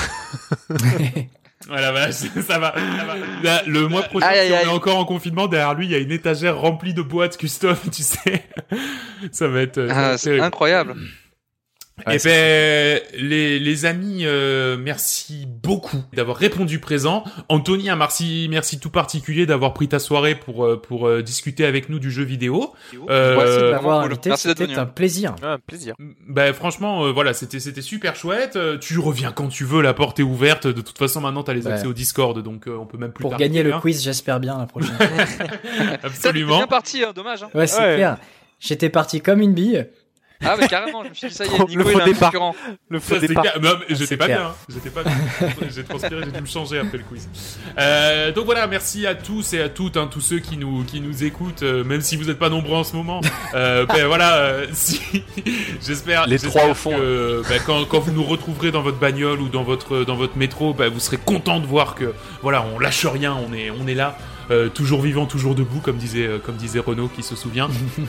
Voilà, vache, ça va. ça va. Là, le mois prochain, Aïe, si aïe, on est aïe. encore en confinement, derrière lui, il y a une étagère remplie de boîtes custom, tu sais. Ça va être. ça va Ah, être c'est terrible. incroyable. Ouais, Eh ben, les, les amis, euh, merci beaucoup d'avoir répondu présent. Anthony, un merci, merci tout particulier d'avoir pris ta soirée pour, euh, pour euh, discuter avec nous du jeu vidéo. Euh, Merci de vraiment m'avoir cool. invité, Merci d'être c'était venu. un plaisir. Ah, un plaisir. Ben franchement, euh, voilà, c'était c'était super chouette. Euh, tu reviens quand tu veux, la porte est ouverte. De toute façon, maintenant, t'as les Ouais. accès au Discord, donc euh, on peut même plus. Pour t'arrêter, gagner le hein. quiz, j'espère bien la prochaine. Ça, t'es Absolument. bien parti, hein, dommage. Hein. Ouais, c'est Ouais. clair. J'étais parti comme une bille. Ah, mais carrément, je me suis dit, ça y est, Le Nico, faux il a un départ. concurrent. Le Ça, faux c'est départ. clair. Non, mais j'étais c'est pas clair. bien. hein. J'étais pas bien. J'ai transpiré, j'ai dû me changer après le quiz. Euh, donc voilà, merci à tous et à toutes, hein, tous ceux qui nous qui nous écoutent, euh, même si vous n'êtes pas nombreux en ce moment. Euh, ben voilà, euh, si j'espère. Les j'espère trois au fond, que, ben, quand quand vous nous retrouverez dans votre bagnole ou dans votre dans votre métro, ben, vous serez content de voir que voilà, on lâche rien, on est on est là. Euh, toujours vivant, toujours debout, comme disait, euh, comme disait Renaud, qui se souvient.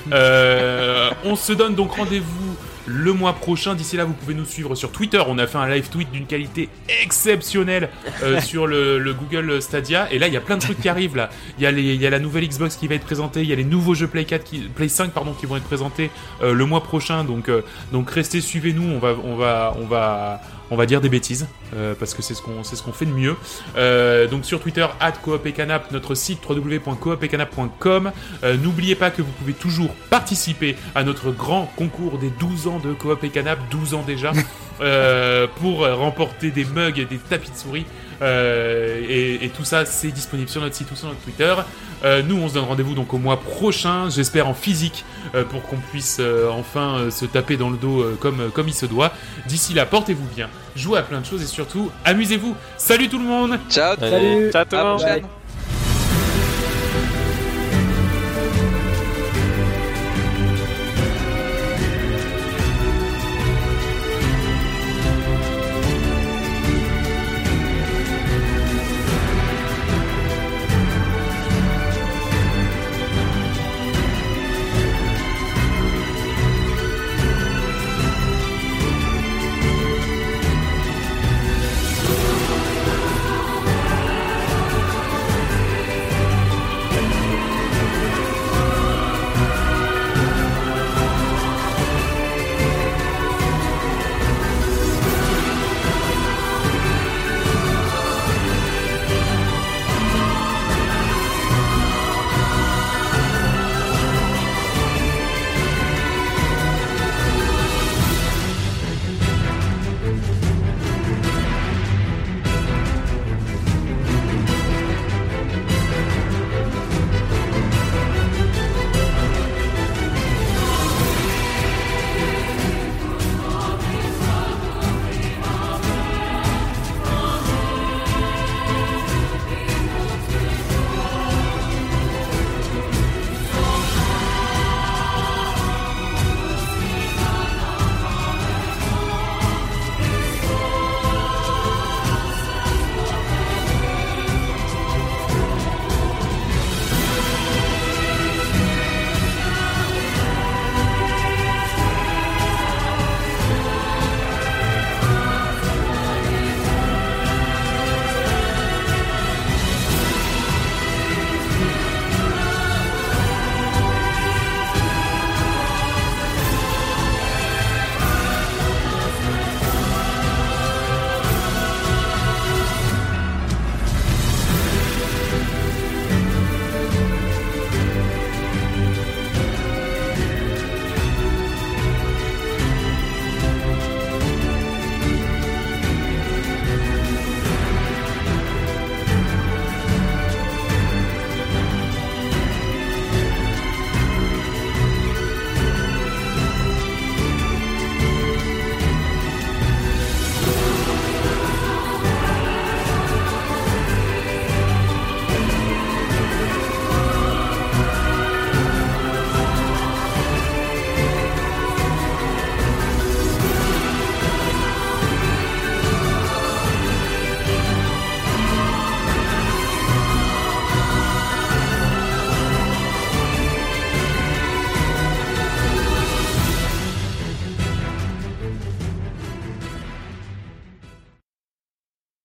Euh, on se donne donc rendez-vous le mois prochain. D'ici là, vous pouvez nous suivre sur Twitter. On a fait un live tweet d'une qualité exceptionnelle euh, sur le, le Google Stadia. Et là, il y a plein de trucs qui arrivent. Là, il y a les, il y a la nouvelle Xbox qui va être présentée. Il y a les nouveaux jeux Play quatre, qui, Play cinq, pardon, qui vont être présentés euh, le mois prochain. Donc, euh, donc restez, suivez-nous. On va, on va, on va. On va dire des bêtises, euh, parce que c'est ce qu'on c'est ce qu'on fait de mieux. Euh, donc sur Twitter, arobase coop et canap, notre site w w w point coop et canap point com. Euh, N'oubliez pas que vous pouvez toujours participer à notre grand concours des douze ans de Coop et Canap, douze ans déjà, euh, pour remporter des mugs et des tapis de souris. Euh, et, et tout ça, c'est disponible sur notre site ou sur notre Twitter. Euh, nous, on se donne rendez-vous donc au mois prochain, j'espère en physique, euh, pour qu'on puisse euh, enfin euh, se taper dans le dos euh, comme, euh, comme il se doit. D'ici là, portez-vous bien, jouez à plein de choses et surtout, amusez-vous. Salut tout le monde! Ciao, Allez. Salut. Ciao tout le à la monde. prochaine.